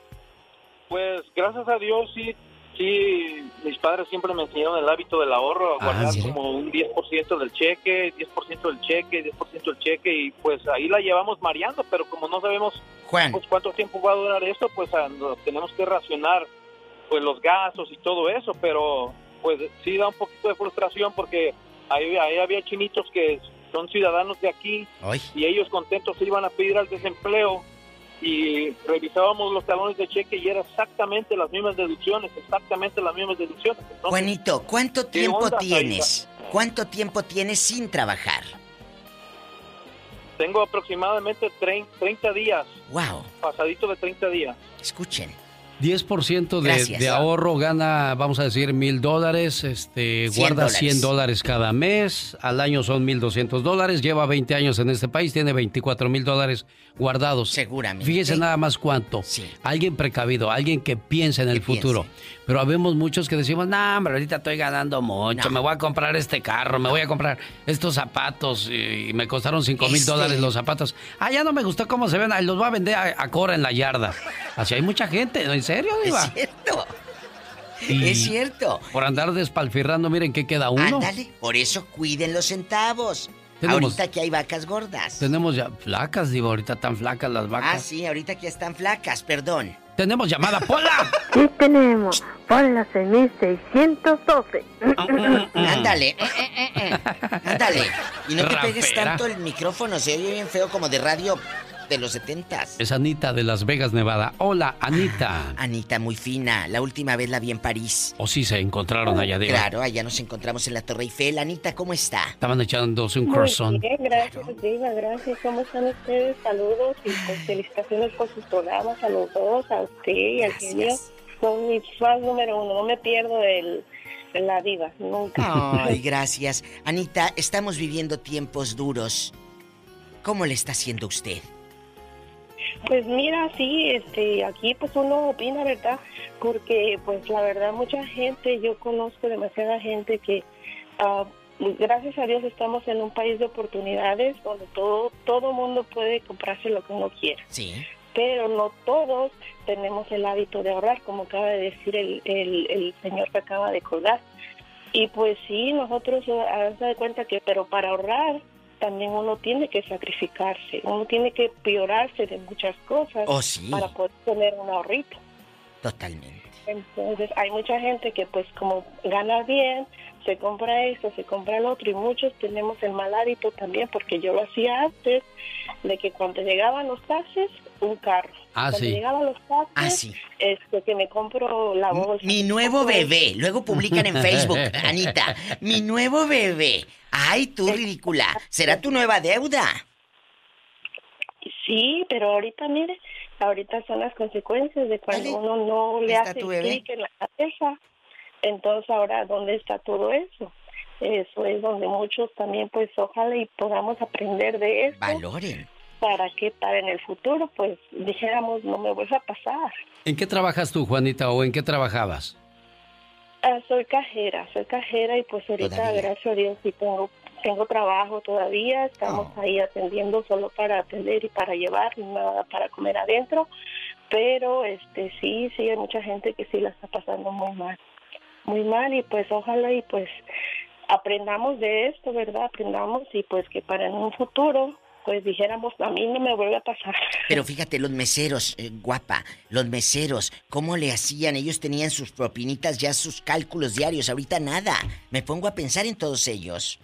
Pues gracias a Dios, sí, sí, mis padres siempre me enseñaron el hábito del ahorro, a Ah, guardar ¿sí? como un diez por ciento del cheque, diez por ciento del cheque, diez por ciento del cheque, y pues ahí la llevamos mareando, pero como no sabemos Juan, pues, cuánto tiempo va a durar esto, pues ah, no, tenemos que racionar pues los gastos y todo eso, pero pues sí da un poquito de frustración porque ahí, ahí había chinitos que son ciudadanos de aquí hoy. y ellos contentos se iban a pedir al desempleo y revisábamos los talones de cheque y era exactamente las mismas deducciones, exactamente las mismas deducciones. Entonces, Juanito, ¿cuánto ¿qué tiempo onda, tienes? ¿Cuánto tiempo tienes sin trabajar? tengo aproximadamente treinta días, Wow. pasadito de treinta días. Escuchen. diez por ciento de, Gracias. de ahorro gana, vamos a decir, mil dólares. Este, cien guarda dólares. cien dólares cada mes. Al año son mil doscientos dólares. Lleva veinte años en este país. Tiene veinticuatro mil dólares guardados. Seguramente. Fíjese nada más cuánto. Sí. Alguien precavido, alguien que piensa en el Que futuro. piense. Pero habemos muchos que decimos, no, hombre, ahorita estoy ganando mucho. No. Me voy a comprar este carro, me voy a comprar estos zapatos. Y, y me costaron cinco mil Este- dólares los zapatos. Ah, ya no me gustó cómo se ven. Ay, los voy a vender a, a Cora en la yarda. Así hay mucha gente, ¿no? ¿En serio, Diva? Es cierto. Y Es cierto. por andar despalfirrando, miren qué queda uno. Ándale, por eso cuiden los centavos. Tenemos- Ahorita que hay vacas gordas. Tenemos ya flacas, Diva, ahorita tan flacas las Ah, vacas. sí, ahorita que están flacas, perdón. Tenemos llamada, Pola. Sí tenemos por las seis mil seiscientos doce. Ándale, eh, eh, eh, eh. Ándale. Y no te pegues Rapera. tanto el micrófono, se oye bien feo como de radio de los setentas. Es Anita de Las Vegas, Nevada. Hola, Anita. Anita, muy fina. La última vez la vi en París. O sí se encontraron allá, Diva. Claro, allá nos encontramos en la Torre Eiffel. Anita, ¿cómo está? Estaban echándose un Muy croissant. bien, gracias, Diva, gracias. ¿Cómo están ustedes? Saludos y pues, felicitaciones por sus programas a los dos, a usted y al genio. Gracias. Son mis fans número uno, no me pierdo el, la Diva, nunca. Ay, gracias. Anita, estamos viviendo tiempos duros. ¿Cómo le está haciendo usted? Pues mira, sí, este, aquí pues uno opina, ¿verdad? Porque pues la verdad mucha gente, yo conozco demasiada gente que ah, gracias a Dios estamos en un país de oportunidades donde todo todo mundo puede comprarse lo que uno quiera. Sí. Pero no todos tenemos el hábito de ahorrar, como acaba de decir el, el, el señor que acaba de colgar. Y pues sí, nosotros, hazte de cuenta que, pero para ahorrar también uno tiene que sacrificarse, uno tiene que priorarse de muchas cosas Oh, sí. para poder tener un ahorrito. Totalmente. Entonces hay mucha gente que pues como gana bien, se compra esto, se compra el otro, y muchos tenemos el mal hábito también, porque yo lo hacía antes, de que cuando llegaban los taxes, un carro. Ah, cuando sí. llegaban los taxes, Ah, sí. este, que me compro la bolsa. Mi nuevo bebé. Luego publican en Facebook, Anita. Mi nuevo bebé. Ay, tú ridícula. ¿Será tu nueva deuda? Sí, pero ahorita, mire, ahorita son las consecuencias de cuando uno no le hace clic en la cabeza. Entonces, ahora, ¿dónde está todo eso? Eso es donde muchos también, pues, ojalá y podamos aprender de eso. Valoren. Para que para en el futuro, pues, dijéramos, no me vuelva a pasar. ¿En qué trabajas tú, Juanita, o en qué trabajabas? Ah, soy cajera, soy cajera y pues ahorita, ¿Todavía? gracias a Dios, sí tengo, tengo trabajo todavía. Estamos oh. ahí atendiendo solo para atender y para llevar, nada para comer adentro. Pero, este, sí, sí, hay mucha gente que sí la está pasando muy mal. Muy mal, y pues ojalá y pues aprendamos de esto, ¿verdad? Aprendamos y pues que para en un futuro, pues dijéramos, a mí no me vuelve a pasar. Pero fíjate, los meseros, eh, guapa, los meseros, ¿cómo le hacían? Ellos tenían sus propinitas, ya sus cálculos diarios, ahorita nada. Me pongo a pensar en todos ellos.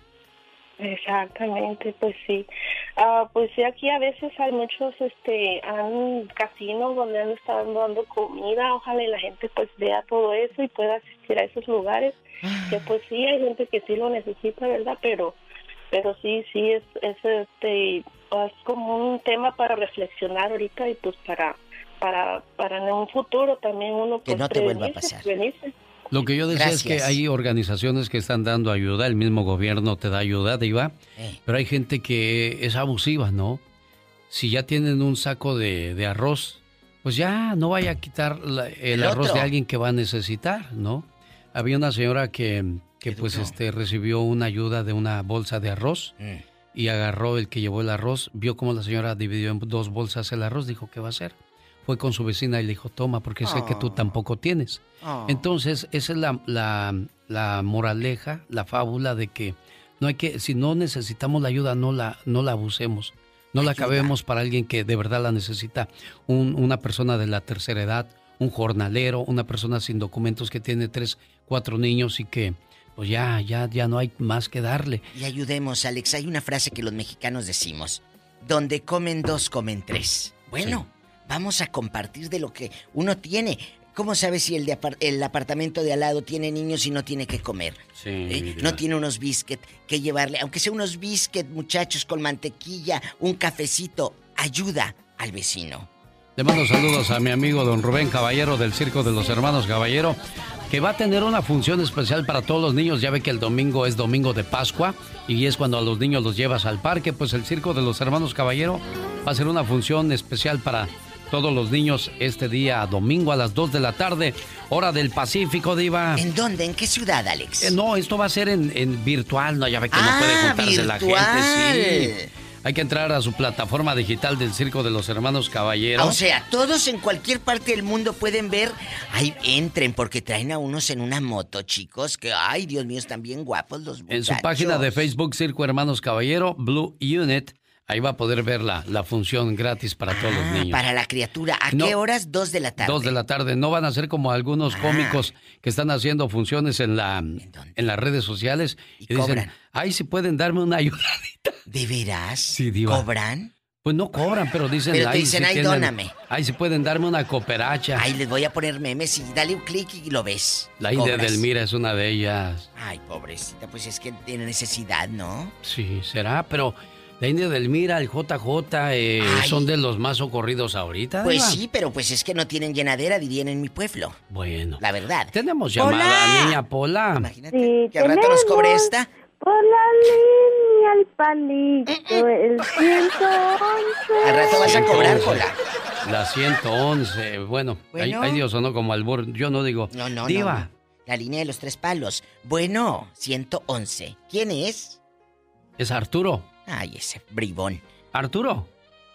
Exactamente, pues sí. Uh, pues sí, aquí a veces hay muchos este han casinos donde han estado dando comida. Ojalá y la gente pues vea todo eso y pueda asistir a esos lugares. Que pues sí, hay gente que sí lo necesita, ¿verdad? Pero pero sí, sí, es, es, este, es como un tema para reflexionar ahorita y pues para para para en un futuro también uno... Que pues, no te vuelva a pasar. Prevenirse. Lo que yo decía Gracias. es que hay organizaciones que están dando ayuda, el mismo gobierno te da ayuda, Diva, eh. pero hay gente que es abusiva, ¿no? Si ya tienen un saco de, de arroz, pues ya no vaya a quitar la, el, el arroz otro. de alguien que va a necesitar, ¿no? Había una señora que, que pues este recibió una ayuda de una bolsa de arroz mm. y agarró el que llevó el arroz, vio cómo la señora dividió en dos bolsas el arroz, dijo, ¿qué va a hacer? Fue con su vecina y le dijo, toma, porque sé oh. que tú tampoco tienes. Oh. Entonces, esa es la, la, la moraleja, la fábula de que no hay que, si no necesitamos la ayuda, no la, no la abusemos. No la acabemos para alguien que de verdad la necesita. Un, una persona de la tercera edad, un jornalero, una persona sin documentos que tiene tres, cuatro niños y que pues ya, ya, ya no hay más que darle. Y ayudemos, Alex. Hay una frase que los mexicanos decimos, donde comen dos, comen tres. Bueno... Sí. Vamos a compartir de lo que uno tiene. ¿Cómo sabes si el, de apart- el apartamento de al lado tiene niños y no tiene que comer? Sí, ¿Eh? No tiene unos biscuits que llevarle. Aunque sea unos biscuits, muchachos, con mantequilla, un cafecito. Ayuda al vecino. Le mando saludos a mi amigo don Rubén Caballero del Circo de los Hermanos Caballero, que va a tener una función especial para todos los niños. Ya ve que el domingo es domingo de Pascua y es cuando a los niños los llevas al parque. Pues el Circo de los Hermanos Caballero va a hacer una función especial para todos los niños este día domingo a las dos de la tarde, hora del Pacífico, Diva. ¿En dónde? ¿En qué ciudad, Alex? Eh, no, esto va a ser en, en virtual, no, ya ve que ah, no puede juntarse virtual. la gente, sí. Hay que entrar a su plataforma digital del Circo de los Hermanos Caballero. O sea, todos en cualquier parte del mundo pueden ver. Ay, entren, porque traen a unos en una moto, chicos, que, ay, Dios mío, están bien guapos los muchachos. En su página de Facebook, Circo Hermanos Caballero, Blue Unit, ahí va a poder ver la, la función gratis para ah, todos los niños. Para la criatura. ¿A no, qué horas? Dos de la tarde. Dos de la tarde. No van a ser como algunos ah. cómicos que están haciendo funciones en la ¿En, en las redes sociales. Y, y cobran. Dicen, ay, si pueden darme una ayudadita. ¿De veras? Sí, Diva. ¿Cobran? Pues no cobran, pero dicen... Pero te dicen, si ay, tienen, dóname. Ay, si pueden darme una cooperacha. Ay, les voy a poner memes y dale un clic y lo ves. La India Delmira es una de ellas. Ay, pobrecita, pues es que tiene necesidad, ¿no? Sí, será, pero... La India Delmira, el J J, eh, son de los más socorridos ahorita. Pues ¿no? sí, pero pues es que no tienen llenadera, dirían en mi pueblo. Bueno. La verdad. Tenemos llamada, ¡Hola! niña Pola. Imagínate sí, que al rato nos cobre esta. Por la línea, el palito, el ciento once. Al rato vas a cobrar, Pola. La ciento once, bueno, bueno. Ay, ay Dios, sonó como albur. Yo no digo, no, no, Diva. No, no. La línea de los tres palos. Bueno, ciento once. ¿Quién es? Es Arturo. Ay, ese bribón. ¿Arturo?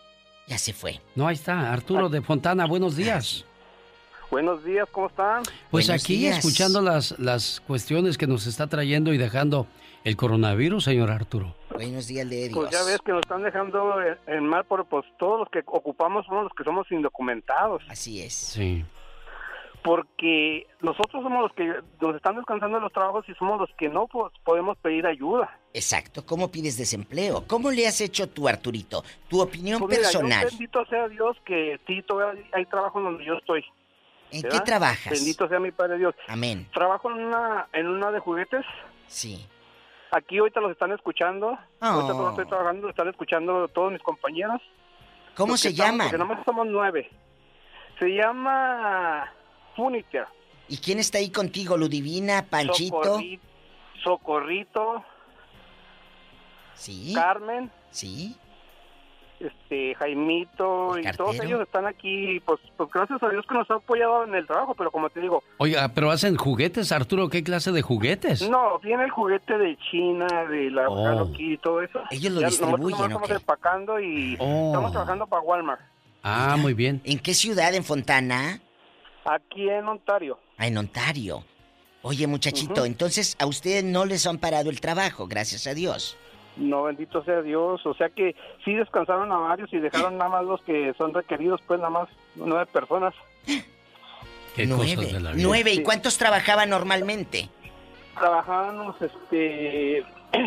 Ya se fue. No, ahí está, Arturo de Fontana, buenos días. Buenos días, ¿cómo están? Pues buenos aquí días. escuchando las, las cuestiones que nos está trayendo y dejando el coronavirus, señor Arturo. Buenos días de Dios. Pues ya ves que nos están dejando en mal, por pues todos los que ocupamos somos los que somos indocumentados. Así es. Sí. Porque nosotros somos los que nos están descansando de los trabajos y somos los que no pues, podemos pedir ayuda. Exacto. ¿Cómo pides desempleo? ¿Cómo le has hecho tú, Arturito? Tu opinión pues mira, personal. Yo bendito sea Dios que sí, todavía hay trabajo en donde yo estoy. ¿En ¿verdad? qué trabajas? Bendito sea mi Padre Dios. Amén. Trabajo en una, en una de juguetes. Sí. Aquí ahorita los están escuchando. Oh. Ahorita cuando estoy trabajando, los están escuchando todos mis compañeros. ¿Cómo se llaman? Porque nomás somos nueve. Se llama Furniture. ¿Y quién está ahí contigo? ¿Ludivina, Panchito? Socorri, Socorrito. Sí. Carmen. Sí. Este, Jaimito y todos ellos están aquí, pues, pues gracias a Dios que nos ha apoyado en el trabajo, pero como te digo... Oiga, ¿pero hacen juguetes, Arturo? ¿Qué clase de juguetes? No, viene el juguete de China, de la Oh. Hello Kitty y todo eso. Ellos lo Ya distribuyen, nosotros ¿o estamos qué? empacando y Oh. estamos trabajando para Walmart. Ah, muy bien. ¿En qué ciudad? ¿En Fontana? Aquí en Ontario. Ah, en Ontario. Oye, muchachito, Ujú. entonces a ustedes no les han parado el trabajo, gracias a Dios. No, bendito sea Dios. O sea que sí descansaron a varios y dejaron nada más los que son requeridos, pues nada más nueve personas. Qué Nueve. cosas de la vida. Nueve. ¿Y Sí. cuántos trabajaban normalmente? Trabajábamos, este,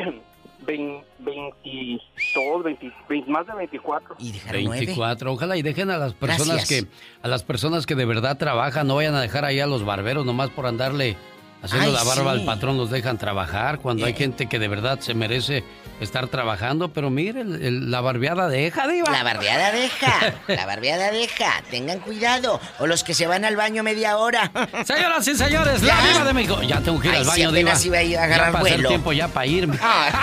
veintidós, veinte, veinte, más de veinticuatro. Y dejaron nueve. veinticuatro. Ojalá y dejen a las personas Gracias. que a las personas que de verdad trabajan, no vayan a dejar ahí a los barberos nomás por andarle haciendo Ay, la barba sí. al patrón, los dejan trabajar cuando hay Eh. gente que de verdad se merece estar trabajando, pero mire, el- el- la barbeada deja, diva. La barbeada deja, la barbeada deja. Tengan cuidado. O los que se van al baño media hora. Señoras y señores, ¿Ya? la diva de México. Ya tengo que ir Ay, al sí, baño, diva. apenas iba a ir a agarrar ya para hacer vuelo. tiempo ya para irme.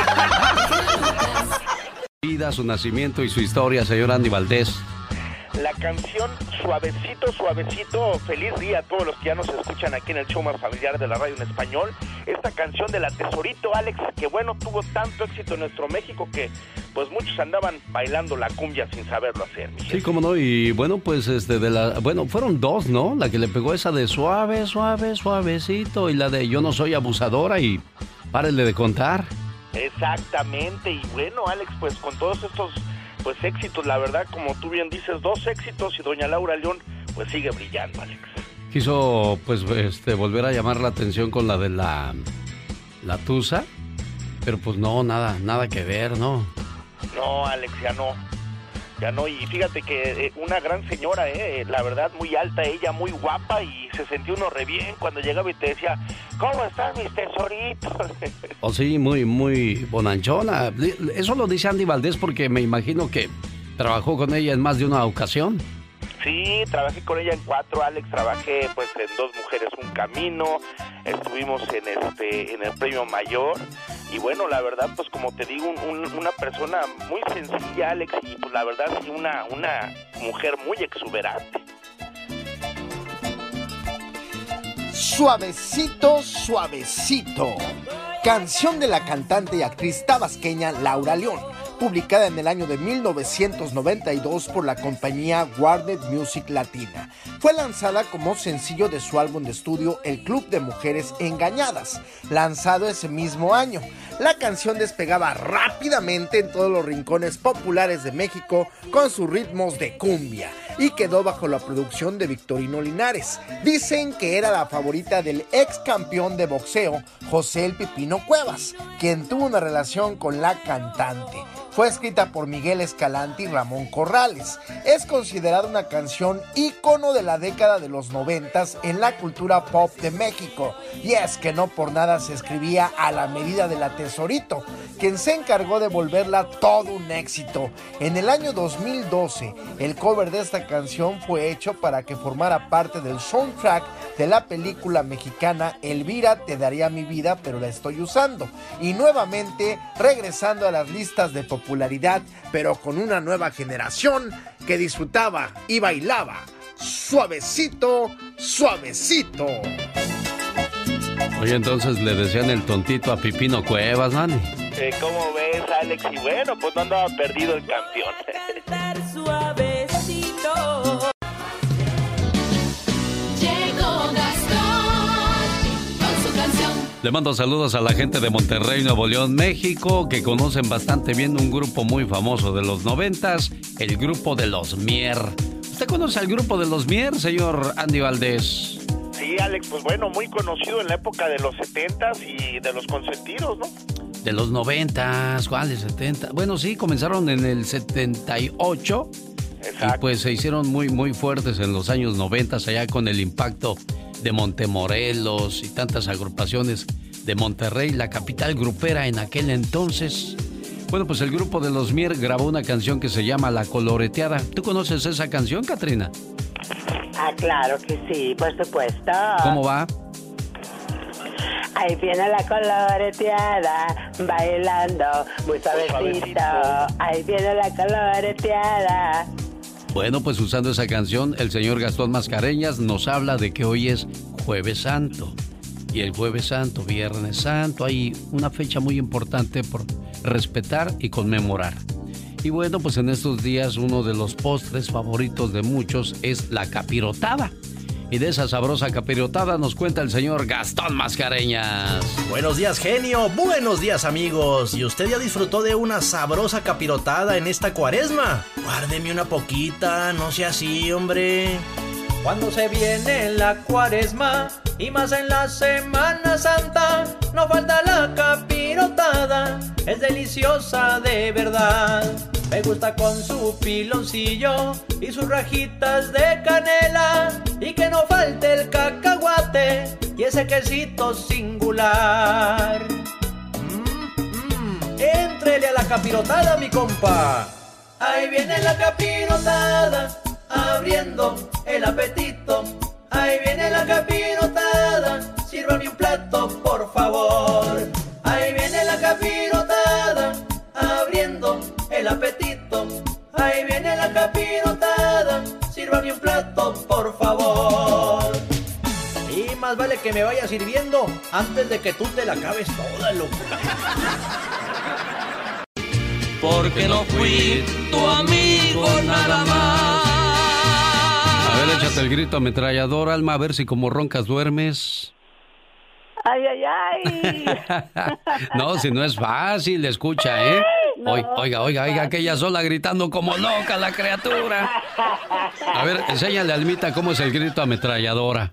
Vida, su nacimiento y su historia, señor Andy Valdés. La canción Suavecito, Suavecito, feliz día a todos los que ya nos escuchan aquí en el show más familiar de la radio en español. Esta canción de la Tesorito, Alex, que bueno, tuvo tanto éxito en nuestro México que pues muchos andaban bailando la cumbia sin saberlo hacer, mi gente. Sí, cómo no, y bueno, pues este de la, bueno, fueron dos, ¿no? La que le pegó esa de suave, suave, suavecito y la de yo no soy abusadora y párele de contar. Exactamente, y bueno, Alex, pues con todos estos pues éxitos, la verdad, como tú bien dices, dos éxitos y doña Laura León pues sigue brillando, Alex. Quiso pues este volver a llamar la atención con la de la la Tusa, pero pues no, nada, nada que ver, ¿no? No, Alex, ya no. Ya no, y fíjate que eh, una gran señora, eh, la verdad, muy alta ella, muy guapa, y se sentía uno re bien cuando llegaba y te decía, ¿cómo están mis tesoritos? O sí, muy, muy bonanchona. Eso lo dice Andy Valdés porque me imagino que trabajó con ella en más de una ocasión. Sí, trabajé con ella en cuatro, Alex, trabajé pues en Dos Mujeres Un Camino, estuvimos en este en el Premio Mayor, y bueno, la verdad, pues como te digo, un, un, una persona muy sencilla, Alex, y pues la verdad sí, una, una mujer muy exuberante. Suavecito, suavecito. Canción de la cantante y actriz tabasqueña Laura León, publicada en el año de mil novecientos noventa y dos por la compañía Warner Music Latina. Fue lanzada como sencillo de su álbum de estudio El Club de Mujeres Engañadas, lanzado ese mismo año. La canción despegaba rápidamente en todos los rincones populares de México con sus ritmos de cumbia y quedó bajo la producción de Victorino Linares. Dicen que era la favorita del ex campeón de boxeo José El Pipino Cuevas, quien tuvo una relación con la cantante. Fue escrita por Miguel Escalante y Ramón Corrales. Es considerada una canción ícono de la década de los noventas en la cultura pop de México. Y es que no por nada se escribía a la medida de la Tesorito, quien se encargó de volverla todo un éxito. En el año dos mil doce, el cover de esta canción fue hecho para que formara parte del soundtrack de la película mexicana Elvira te daría mi vida, pero la estoy usando. Y nuevamente regresando a las listas de popularidad, pero con una nueva generación que disfrutaba y bailaba. Suavecito, suavecito. Oye, entonces le decían el tontito a Pipino Cuevas, Nani. Eh, ¿Cómo ves, Alex? Y bueno, pues no andaba perdido el campeón. Suavecito. Le mando saludos a la gente de Monterrey, Nuevo León, México, que conocen bastante bien un grupo muy famoso de los noventas, el grupo de los Mier. ¿Usted conoce al grupo de los Mier, señor Andy Valdés? Sí, Alex, pues bueno, muy conocido en la época de los setentas y de los consentidos, ¿no? De los noventas, ¿cuáles? setenta. Bueno, sí, comenzaron en el setenta y ocho. Exacto. Y pues se hicieron muy, muy fuertes en los años noventas, allá con el impacto de Montemorelos y tantas agrupaciones de Monterrey, la capital grupera en aquel entonces. Bueno, pues el grupo de Los Mier grabó una canción que se llama La Coloreteada. ¿Tú conoces esa canción, Catrina? Ah, claro que sí, por supuesto. ¿Cómo va? Ahí viene la coloreteada, bailando muy suavecito. Ahí viene la coloreteada. Bueno, pues usando esa canción, el señor Gastón Mascareñas nos habla de que hoy es Jueves Santo. Y el Jueves Santo, Viernes Santo, hay una fecha muy importante por respetar y conmemorar. Y bueno, pues en estos días uno de los postres favoritos de muchos es la capirotada. Y de esa sabrosa capirotada nos cuenta el señor Gastón Mascareñas. Buenos días, genio. Buenos días, amigos. ¿Y usted ya disfrutó de una sabrosa capirotada en esta cuaresma? Guárdeme una poquita, no sea así, hombre. Cuando se viene la cuaresma y más en la Semana Santa, no falta la capirotada, es deliciosa de verdad. Me gusta con su piloncillo y sus rajitas de canela, y que no falte el cacahuate y ese quesito singular. Mm, mm. Éntrele a la capirotada, mi compa. Ahí viene la capirotada, abriendo el apetito. Ahí viene la capirotada, sírvame un plato, por favor. Ahí viene la capirotada, abriendo el apetito. Ahí viene la capirotada, sírvame un plato, por favor. Y más vale que me vaya sirviendo antes de que tú te la acabes toda, loco. Porque no fui tu amigo nada más. A ver, échate el grito ametrallador, Alma, a ver si como roncas duermes. Ay, ay, ay. No, si no es fácil, escucha, ¿eh? No. Oiga, oiga, oiga, oiga, aquella sola gritando como loca la criatura. A ver, enséñale a Almita cómo es el grito ametralladora.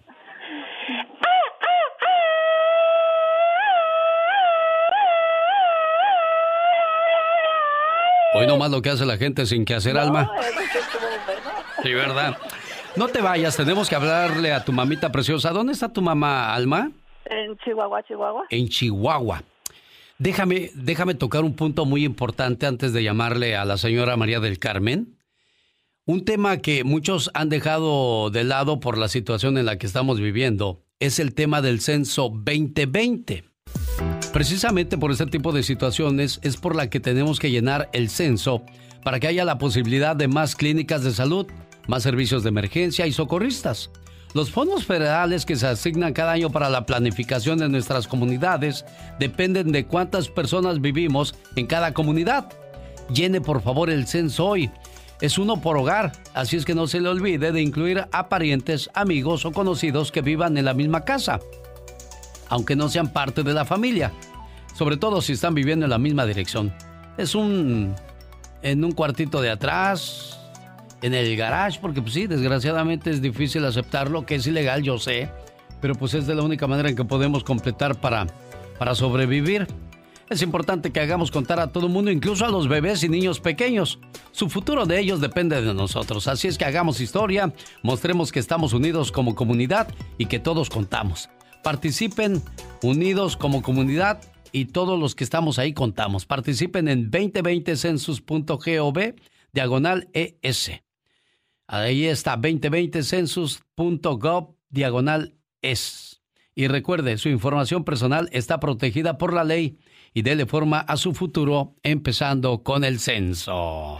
Hoy nomás lo que hace la gente sin que hacer, no, Alma. Sí, ¿verdad? No te vayas, tenemos que hablarle a tu mamita preciosa. ¿Dónde está tu mamá, Alma? En Chihuahua, Chihuahua. En Chihuahua. Déjame, déjame tocar un punto muy importante antes de llamarle a la señora María del Carmen. Un tema que muchos han dejado de lado por la situación en la que estamos viviendo es el tema del censo veinte veinte. Precisamente por este tipo de situaciones es por la que tenemos que llenar el censo para que haya la posibilidad de más clínicas de salud, más servicios de emergencia y socorristas. Los fondos federales que se asignan cada año para la planificación de nuestras comunidades dependen de cuántas personas vivimos en cada comunidad. Llene por favor el censo hoy. Es uno por hogar, así es que no se le olvide de incluir a parientes, amigos o conocidos que vivan en la misma casa, aunque no sean parte de la familia, sobre todo si están viviendo en la misma dirección. Es un... en un cuartito de atrás, en el garage, porque pues sí, desgraciadamente es difícil aceptarlo, que es ilegal, yo sé, pero pues es de la única manera en que podemos completar para, para sobrevivir. Es importante que hagamos contar a todo el mundo, incluso a los bebés y niños pequeños. Su futuro de ellos depende de nosotros, así es que hagamos historia, mostremos que estamos unidos como comunidad y que todos contamos. Participen unidos como comunidad y todos los que estamos ahí contamos. Participen en veinte veinte census punto gov diagonal E S. Ahí está, veinte veinte census punto gov diagonal E S. Y recuerde, su información personal está protegida por la ley y dele forma a su futuro empezando con el censo.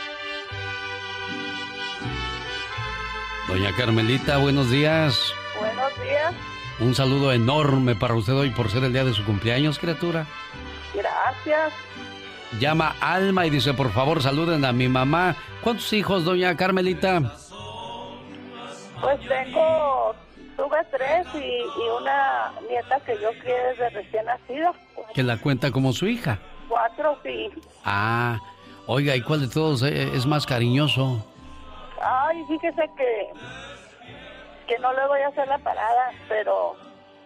Doña Carmelita, buenos días. Buenos días. Un saludo enorme para usted hoy por ser el día de su cumpleaños, criatura. Gracias. Llama Alma y dice, por favor, saluden a mi mamá. ¿Cuántos hijos, doña Carmelita? Pues tengo, tuve tres y, y una nieta que yo crié desde recién nacida. Que la cuenta como su hija. Cuatro, sí. Ah, oiga, ¿y cuál de todos es más cariñoso? Ay, fíjese que que no le voy a hacer la parada, pero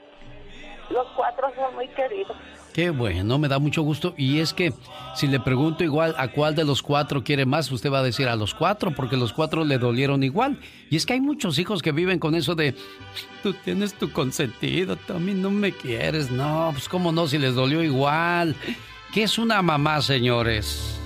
los cuatro son muy queridos. Qué bueno, me da mucho gusto. Y es que si le pregunto igual a cuál de los cuatro quiere más, usted va a decir a los cuatro, porque los cuatro le dolieron igual. Y es que hay muchos hijos que viven con eso de, tú tienes tu consentido, tú a mí no me quieres. No, pues cómo no, si les dolió igual. ¿Qué es una mamá, señores?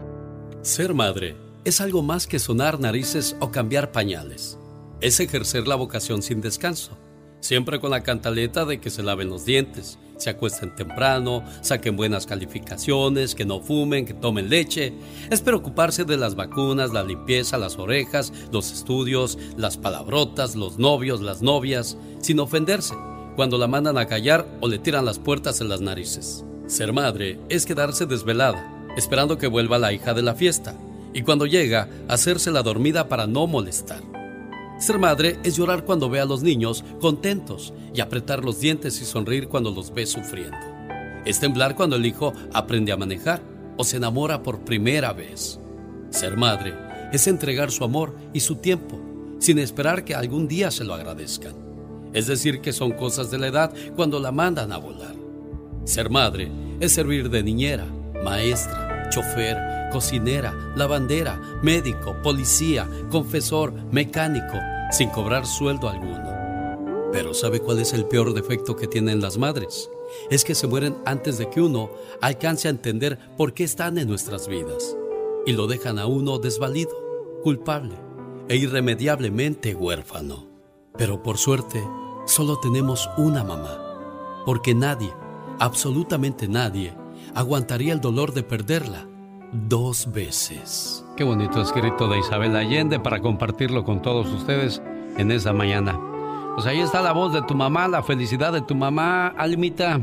Ser madre es algo más que sonar narices o cambiar pañales. Es ejercer la vocación sin descanso. Siempre con la cantaleta de que se laven los dientes, se acuesten temprano, saquen buenas calificaciones, que no fumen, que tomen leche. Es preocuparse de las vacunas, la limpieza, las orejas, los estudios, las palabrotas, los novios, las novias, sin ofenderse cuando la mandan a callar o le tiran las puertas en las narices. Ser madre es quedarse desvelada, esperando que vuelva la hija de la fiesta, y cuando llega, hacerse la dormida para no molestar. Ser madre es llorar cuando ve a los niños contentos y apretar los dientes y sonreír cuando los ve sufriendo. Es temblar cuando el hijo aprende a manejar o se enamora por primera vez. Ser madre es entregar su amor y su tiempo sin esperar que algún día se lo agradezcan. Es decir, que son cosas de la edad cuando la mandan a volar. Ser madre es servir de niñera, maestra, chofer, cocinera, lavandera, médico, policía, confesor, mecánico, sin cobrar sueldo alguno. Pero ¿sabe cuál es el peor defecto que tienen las madres? Es que se mueren antes de que uno alcance a entender por qué están en nuestras vidas. Y lo dejan a uno desvalido, culpable e irremediablemente huérfano. Pero por suerte, solo tenemos una mamá, porque nadie, absolutamente nadie, aguantaría el dolor de perderla dos veces. Qué bonito escrito de Isabel Allende para compartirlo con todos ustedes en esta mañana. Pues ahí está la voz de tu mamá, la felicidad de tu mamá, Almita.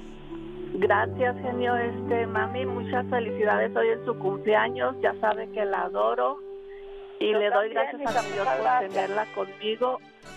Gracias, genio. Este, mami, muchas felicidades hoy en su cumpleaños. Ya sabe que la adoro y Yo le doy también, gracias a Dios por gracias. tenerla conmigo.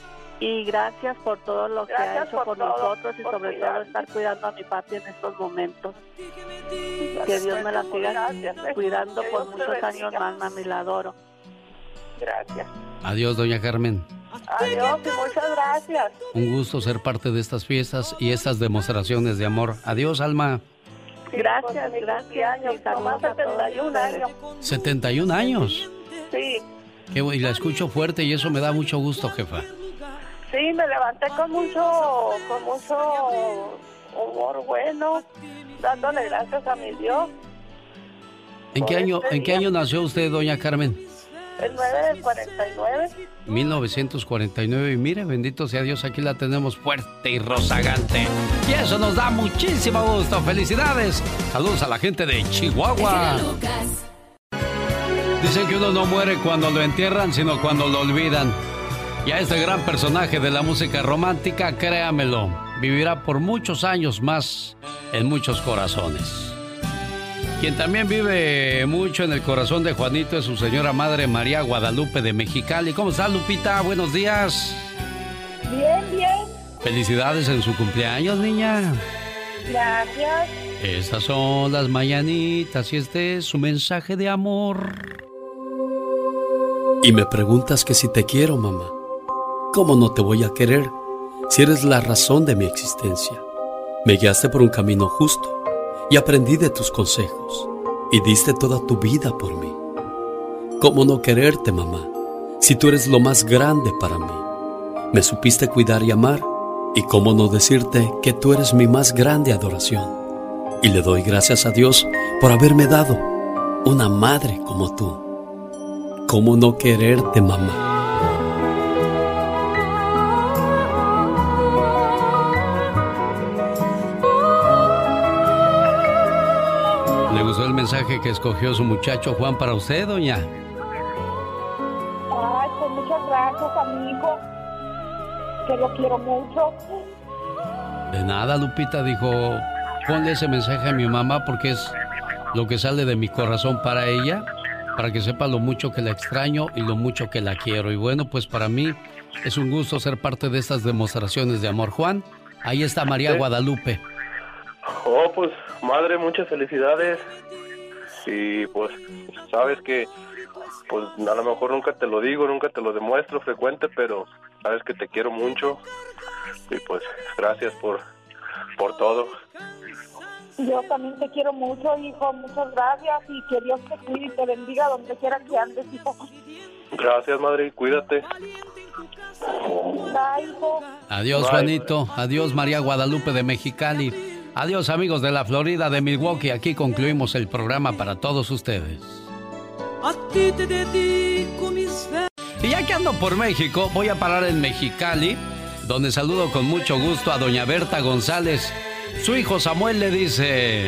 Y gracias por todo lo gracias que ha hecho por, por nosotros y sobre cuidar. todo estar cuidando a mi papi en estos momentos. Gracias, que Dios me la siga gracias. cuidando que por muchos años más, mami, la adoro. Gracias. Adiós, doña Carmen. Adiós y muchas gracias. Un gusto ser parte de estas fiestas y estas demostraciones de amor. Adiós, Alma. Gracias, gracias. Y saludos a setenta y un años. ¿setenta y un años? Sí. Qué, y la escucho fuerte y eso me da mucho gusto, jefa. Sí, me levanté con mucho, con mucho humor bueno, dándole gracias a mi Dios. ¿En qué año, este ¿en qué año nació usted, doña Carmen? El nueve del cuarenta y nueve. mil novecientos cuarenta y nueve. Y mire, bendito sea Dios, aquí la tenemos fuerte y rozagante. Y eso nos da muchísimo gusto. ¡Felicidades! Saludos a la gente de Chihuahua. Dicen que uno no muere cuando lo entierran, sino cuando lo olvidan. Y a este gran personaje de la música romántica, créamelo, vivirá por muchos años más en muchos corazones. Quien también vive mucho en el corazón de Juanito es su señora madre María Guadalupe de Mexicali. ¿Cómo está, Lupita? Buenos días. Bien, bien. Felicidades en su cumpleaños, niña. Gracias. Estas son las mañanitas y este es su mensaje de amor. Y me preguntas que si te quiero, mamá. ¿Cómo no te voy a querer si eres la razón de mi existencia? Me guiaste por un camino justo y aprendí de tus consejos y diste toda tu vida por mí. ¿Cómo no quererte, mamá, si tú eres lo más grande para mí? Me supiste cuidar y amar, y cómo no decirte que tú eres mi más grande adoración. Y le doy gracias a Dios por haberme dado una madre como tú. ¿Cómo no quererte, mamá? ¿Le gustó el mensaje que escogió su muchacho Juan para usted, doña? Ay, pues muchas gracias, amigo. Que lo quiero mucho. De nada, Lupita, dijo, ponle ese mensaje a mi mamá porque es lo que sale de mi corazón para ella, para que sepa lo mucho que la extraño y lo mucho que la quiero. Y bueno, pues para mí es un gusto ser parte de estas demostraciones de amor. Juan, ahí está María ¿Sí? Guadalupe. Oh, pues, madre, muchas felicidades. Y pues, sabes que, pues, a lo mejor nunca te lo digo, nunca te lo demuestro frecuente, pero sabes que te quiero mucho y pues gracias por, por todo. Yo también te quiero mucho, hijo, muchas gracias y que Dios te cuide y te bendiga donde quiera que andes, hijo. Gracias, madre, cuídate. Bye, hijo. Adiós, Bye, Juanito. Adiós, María Guadalupe de Mexicali. Adiós, amigos de la Florida, de Milwaukee. Aquí concluimos el programa para todos ustedes. A ti te dedico mis fe- Y ya que ando por México, voy a parar en Mexicali, donde saludo con mucho gusto a doña Berta González. Su hijo Samuel le dice: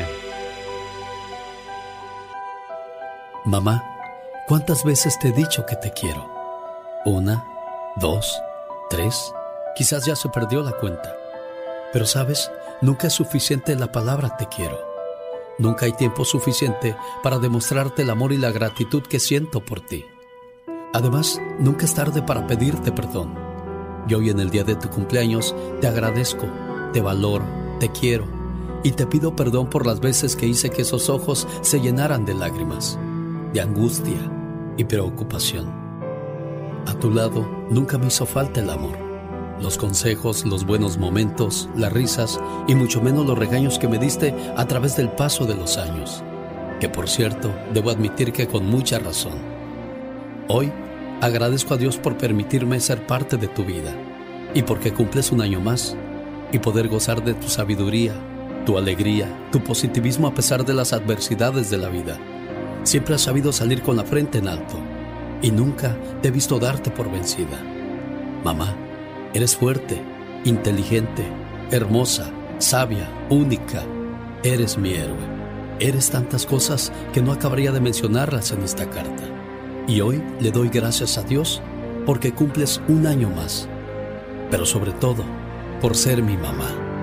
Mamá, ¿cuántas veces te he dicho que te quiero? Una, dos, tres, quizás ya se perdió la cuenta. Pero sabes, nunca es suficiente la palabra te quiero. Nunca hay tiempo suficiente para demostrarte el amor y la gratitud que siento por ti. Además, nunca es tarde para pedirte perdón. Y hoy en el día de tu cumpleaños te agradezco, te valoro, te quiero y te pido perdón por las veces que hice que esos ojos se llenaran de lágrimas, de angustia y preocupación. A tu lado nunca me hizo falta el amor, los consejos, los buenos momentos, las risas y mucho menos los regaños que me diste a través del paso de los años, que por cierto debo admitir que con mucha razón. Hoy agradezco a Dios por permitirme ser parte de tu vida y porque cumples un año más y poder gozar de tu sabiduría, tu alegría, tu positivismo a pesar de las adversidades de la vida. Siempre has sabido salir con la frente en alto y nunca te he visto darte por vencida. Mamá, eres fuerte, inteligente, hermosa, sabia, única. Eres mi héroe. Eres tantas cosas que no acabaría de mencionarlas en esta carta. Y hoy le doy gracias a Dios porque cumples un año más. Pero sobre todo, por ser mi mamá.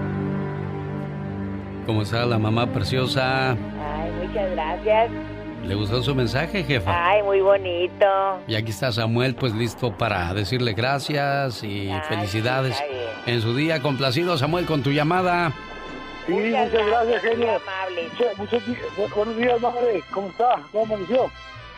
¿Cómo está la mamá preciosa? Ay, muchas gracias. ¿Le gustó su mensaje, jefa? Ay, muy bonito. Y aquí está Samuel, pues listo para decirle gracias y Ay, felicidades sí, está bien. en su día. Complacido, Samuel, con tu llamada. Sí, muchas, muchas gracias, genio. Muchos, muchos días, buenos días, madre. ¿Cómo está? ¿Cómo amaneció?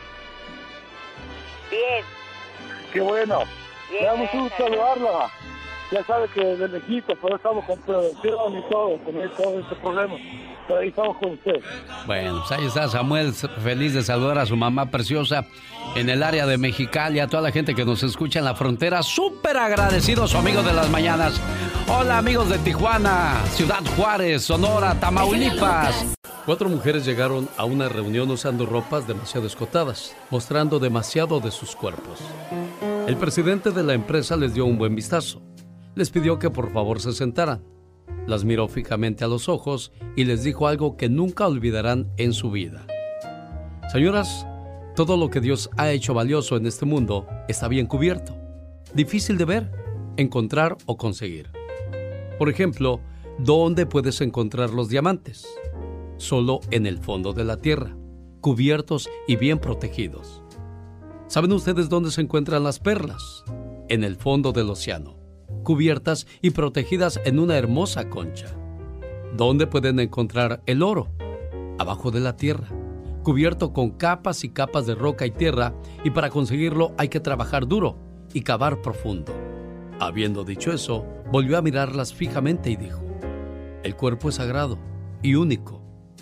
Bien. Qué bueno. Bien, Me da mucho gusto saludarla. Ya sabe que de lejito, pero estamos con producción y todo, con todo este problema. Pero ahí estamos con usted. Bueno, pues ahí está Samuel, feliz de saludar a su mamá preciosa en el área de Mexicali, a toda la gente que nos escucha en la frontera, súper agradecido, su amigo de las mañanas. Hola, amigos de Tijuana, Ciudad Juárez, Sonora, Tamaulipas. Cuatro mujeres llegaron a una reunión usando ropas demasiado escotadas, mostrando demasiado de sus cuerpos. El presidente de la empresa les dio un buen vistazo. Les pidió que por favor se sentaran. Las miró fijamente a los ojos y les dijo algo que nunca olvidarán en su vida. Señoras, todo lo que Dios ha hecho valioso en este mundo está bien cubierto. Difícil de ver, encontrar o conseguir. Por ejemplo, ¿dónde puedes encontrar los diamantes? Solo en el fondo de la tierra, cubiertos y bien protegidos. ¿Saben ustedes dónde se encuentran las perlas? En el fondo del océano, cubiertas y protegidas en una hermosa concha. ¿Dónde pueden encontrar el oro? Abajo de la tierra, cubierto con capas y capas de roca y tierra, y para conseguirlo hay que trabajar duro y cavar profundo. Habiendo dicho eso, volvió a mirarlas fijamente y dijo: el cuerpo es sagrado y único.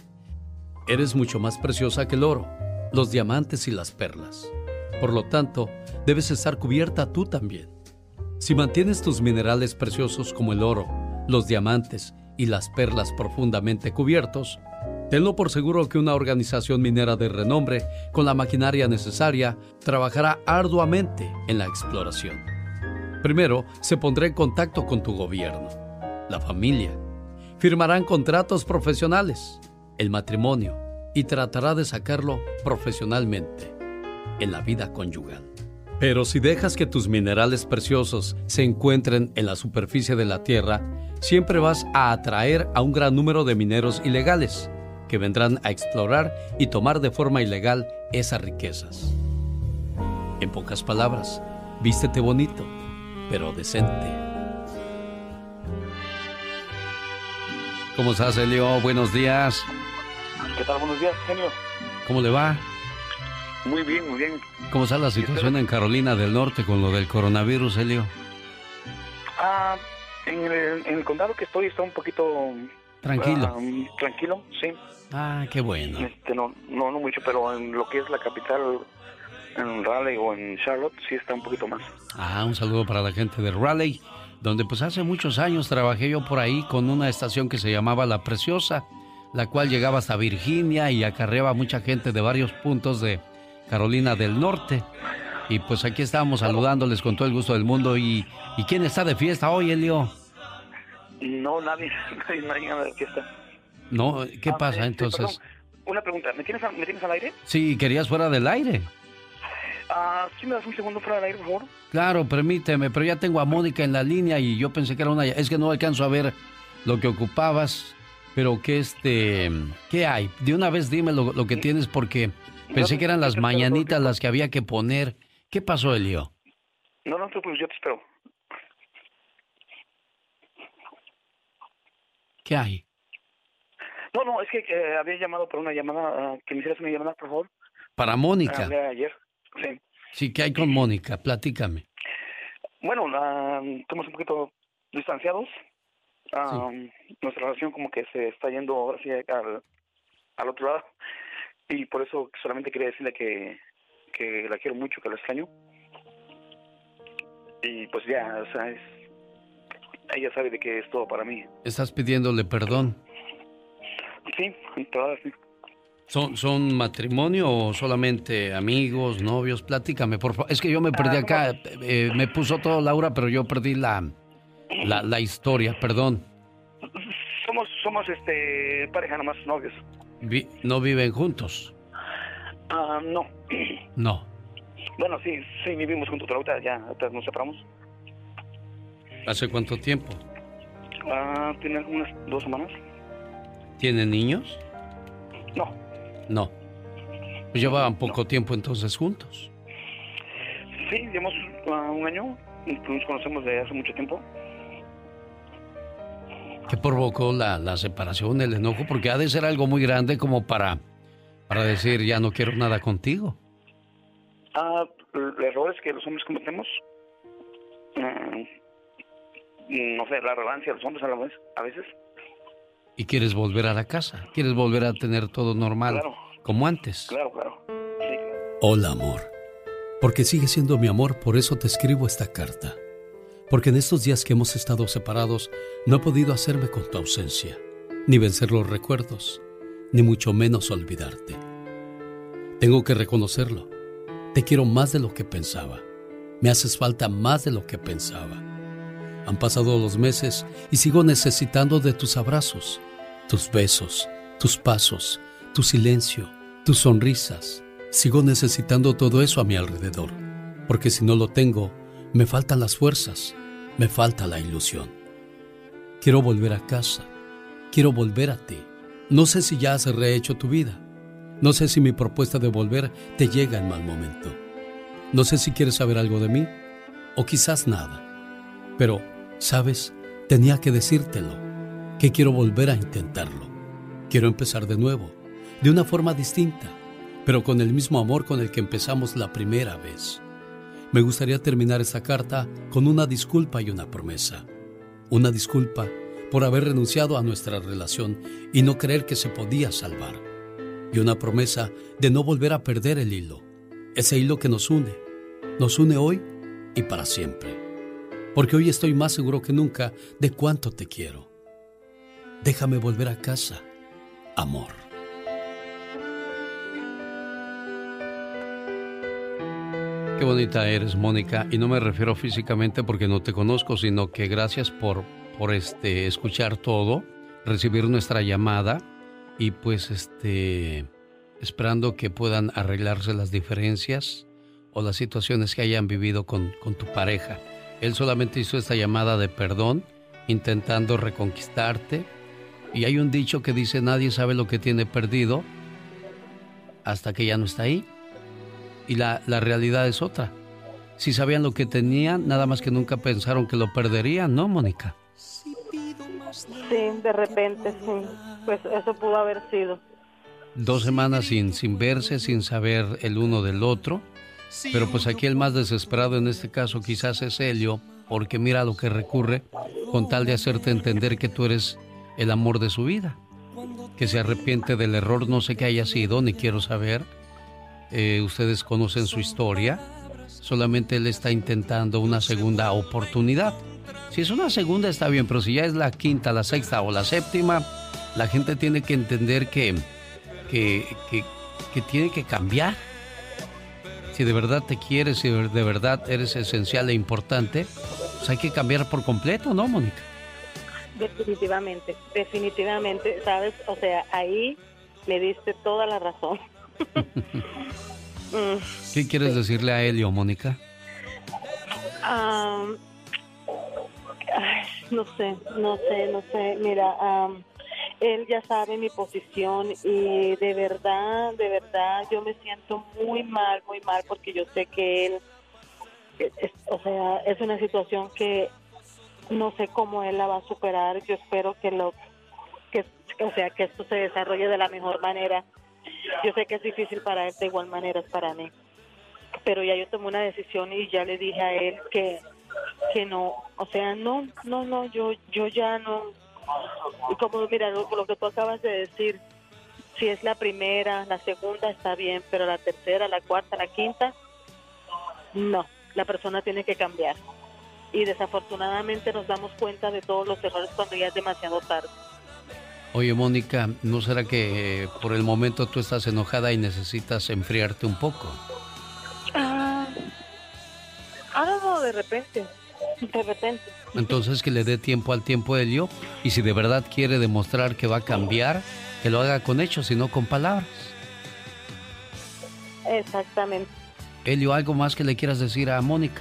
Eres mucho más preciosa que el oro, los diamantes y las perlas. Por lo tanto, debes estar cubierta tú también. Si mantienes tus minerales preciosos como el oro, los diamantes y las perlas profundamente cubiertos, tenlo por seguro que una organización minera de renombre, con la maquinaria necesaria, trabajará arduamente en la exploración. Primero, se pondrá en contacto con tu gobierno, la familia. Firmarán contratos profesionales, el matrimonio, y tratará de sacarlo profesionalmente en la vida conyugal. Pero si dejas que tus minerales preciosos se encuentren en la superficie de la tierra, siempre vas a atraer a un gran número de mineros ilegales que vendrán a explorar y tomar de forma ilegal esas riquezas. En pocas palabras, vístete bonito, pero decente. ¿Cómo estás, Elio? Buenos días. ¿Qué tal? Buenos días, genio. ¿Cómo le va? Muy bien, muy bien. ¿Cómo está la situación en Carolina del Norte con lo del coronavirus, Elio? en el, en el condado que estoy está un poquito... Tranquilo. Uh, tranquilo, sí. Ah, qué bueno. Este, no, no, no mucho, pero en lo que es la capital, en Raleigh o en Charlotte, sí está un poquito más. Ah, un saludo para la gente de Raleigh, donde pues hace muchos años trabajé yo por ahí con una estación que se llamaba La Preciosa, la cual llegaba hasta Virginia y acarreaba a mucha gente de varios puntos de Carolina del Norte. Y pues aquí estábamos saludándoles con todo el gusto del mundo. ¿Y, ¿y quién está de fiesta hoy, Elio? No, nadie, nadie, nadie anda de fiesta. No, ¿qué Ah, pasa este, entonces? perdón, una pregunta, ¿me tienes, a- ¿me tienes al aire? Sí, ¿querías fuera del aire? Ah, ¿sí me das un segundo fuera del aire, por favor? Claro, permíteme, pero ya tengo a Mónica en la línea y yo pensé que era una... Es que no alcanzo a ver lo que ocupabas, pero que este... ¿Qué hay? De una vez dime lo, lo que tienes porque pensé que eran las mañanitas las que había que poner. ¿Qué pasó, Elio? No, no te preocupes, yo te espero. ¿Qué hay? No, no, es que eh, había llamado por una llamada, ah, que me hicieras una llamada, por favor. Para Mónica. Hablé ayer, sí. Sí, ¿qué hay con Mónica? Platícame. Bueno, ah, estamos un poquito distanciados. Ah, Nuestra relación como que se está yendo ahora sí al, al otro lado. Y por eso solamente quería decirle que, que la quiero mucho, que la extraño. Y pues ya, o sea, es, ella sabe de que es todo para mí. ¿Estás pidiéndole perdón? Sí, todas sí. ¿Son, ¿Son matrimonio o solamente amigos, novios? Platícame, por favor. Es que yo me perdí Ah, acá. Eh, me puso todo Laura, pero yo perdí la, la, la historia, perdón. Somos, somos este pareja nomás, novios. Vi- ¿No viven juntos? Ah, no. No. Bueno, sí, sí vivimos juntos, pero ahorita ya, ahorita nos separamos. ¿Hace cuánto tiempo? Ah, tiene unas dos semanas. ¿Tienen niños? No. No. Pues llevaban poco tiempo entonces juntos. Sí, llevamos ah, un año, nos conocemos de hace mucho tiempo. ¿Qué provocó la, la separación, el enojo? Porque ha de ser algo muy grande como para, para decir ya no quiero nada contigo. Ah, los errores que los hombres cometemos, ah, no sé, la arrogancia de los hombres a la vez, a veces. Y quieres volver a la casa, quieres volver a tener todo normal, Claro. como antes. Claro, claro. Hola, amor. Porque sigues siendo mi amor, por eso te escribo esta carta. Porque en estos días que hemos estado separados, no he podido hacerme con tu ausencia, ni vencer los recuerdos, ni mucho menos olvidarte. Tengo que reconocerlo. Te quiero más de lo que pensaba. Me haces falta más de lo que pensaba. Han pasado los meses y sigo necesitando de tus abrazos, tus besos, tus pasos, tu silencio, tus sonrisas. Sigo necesitando todo eso a mi alrededor, porque si no lo tengo, me faltan las fuerzas, me falta la ilusión. Quiero volver a casa, quiero volver a ti. No sé si ya has rehecho tu vida, no sé si mi propuesta de volver te llega en mal momento. No sé si quieres saber algo de mí, o quizás nada. Pero, ¿sabes? Tenía que decírtelo, que quiero volver a intentarlo. Quiero empezar de nuevo, de una forma distinta, pero con el mismo amor con el que empezamos la primera vez. Me gustaría terminar esta carta con una disculpa y una promesa. Una disculpa por haber renunciado a nuestra relación y no creer que se podía salvar. Y una promesa de no volver a perder el hilo, ese hilo que nos une, nos une hoy y para siempre. Porque hoy estoy más seguro que nunca de cuánto te quiero. Déjame volver a casa, amor. Qué bonita eres, Mónica, y no me refiero físicamente porque no te conozco, sino que gracias por, por este, escuchar todo, recibir nuestra llamada y pues este, esperando que puedan arreglarse las diferencias o las situaciones que hayan vivido con, con tu pareja. Él solamente hizo esta llamada de perdón, intentando reconquistarte, y hay un dicho que dice: nadie sabe lo que tiene perdido hasta que ya no está ahí. Y la, la realidad es otra. Si sabían lo que tenían, nada más que nunca pensaron que lo perderían, ¿no, Mónica? Sí, de repente, sí. Pues eso pudo haber sido. Dos semanas sin, sin verse, sin saber el uno del otro. Pero pues aquí el más desesperado en este caso quizás es Helio, porque mira lo que recurre con tal de hacerte entender que tú eres el amor de su vida, que se arrepiente del error, no sé qué haya sido, ni quiero saber. Eh, ustedes conocen su historia, solamente él está intentando una segunda oportunidad. Si es una segunda está bien, pero si ya es la quinta, la sexta o la séptima, la gente tiene que entender que, que, que, que tiene que cambiar. Si de verdad te quieres, si de verdad eres esencial e importante, pues hay que cambiar por completo, ¿no, Mónica? Definitivamente, definitivamente, ¿sabes? O sea, ahí me diste toda la razón. ¿Qué quieres sí. decirle a Elio, Mónica? Um, ay, no sé, no sé, no sé. Mira, um, él ya sabe mi posición y de verdad, de verdad, yo me siento muy mal, muy mal, porque yo sé que él, es, o sea, es una situación que no sé cómo él la va a superar. Yo espero que lo, que, o sea, que esto se desarrolle de la mejor manera. Yo sé que es difícil para él, de igual manera es para mí. Pero ya yo tomé una decisión y ya le dije a él que, que no, o sea, no, no, no, yo, yo ya no. Y como, mira, lo, lo que tú acabas de decir, si es la primera, la segunda está bien, pero la tercera, la cuarta, la quinta, no, la persona tiene que cambiar. Y desafortunadamente nos damos cuenta de todos los errores cuando ya es demasiado tarde. Oye, Mónica, ¿no será que eh, por el momento tú estás enojada y necesitas enfriarte un poco? Ah, ah no, de repente, de repente. Entonces que le dé tiempo al tiempo, Elio, y si de verdad quiere demostrar que va a cambiar, que lo haga con hechos y no con palabras. Exactamente. Elio, ¿algo más que le quieras decir a Mónica?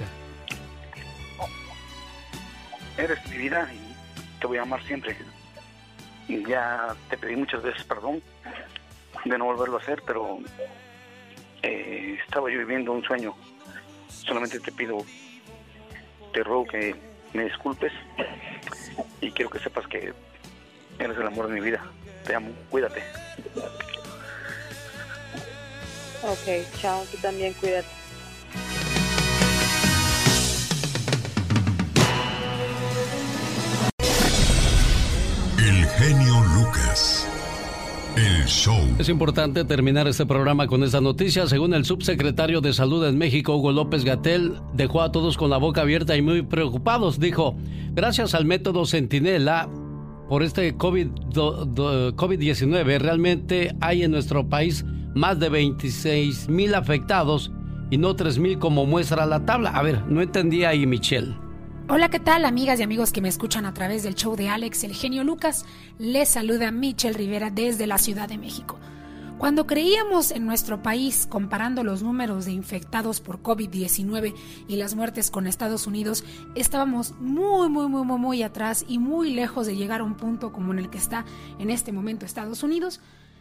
Eres mi vida y te voy a amar siempre. Ya te pedí muchas veces perdón de no volverlo a hacer, pero eh, estaba yo viviendo un sueño. Solamente te pido, te ruego que me disculpes y quiero que sepas que eres el amor de mi vida. Te amo, cuídate. Ok, chao, tú también cuídate. El genio Lucas. El show. Es importante terminar este programa con esta noticia. Según el subsecretario de Salud en México, Hugo López-Gatell, dejó a todos con la boca abierta y muy preocupados. Dijo, gracias al método Centinela, por este COVID diecinueve, realmente hay en nuestro país más de veintiséis mil afectados y no tres mil como muestra la tabla. A ver, no entendí ahí, Michelle. Hola, ¿qué tal, amigas y amigos que me escuchan a través del show de Alex, el genio Lucas? Les saluda Michelle Rivera desde la Ciudad de México. Cuando creíamos en nuestro país, comparando los números de infectados por COVID diecinueve y las muertes con Estados Unidos, estábamos muy, muy, muy, muy, muy atrás y muy lejos de llegar a un punto como en el que está en este momento Estados Unidos.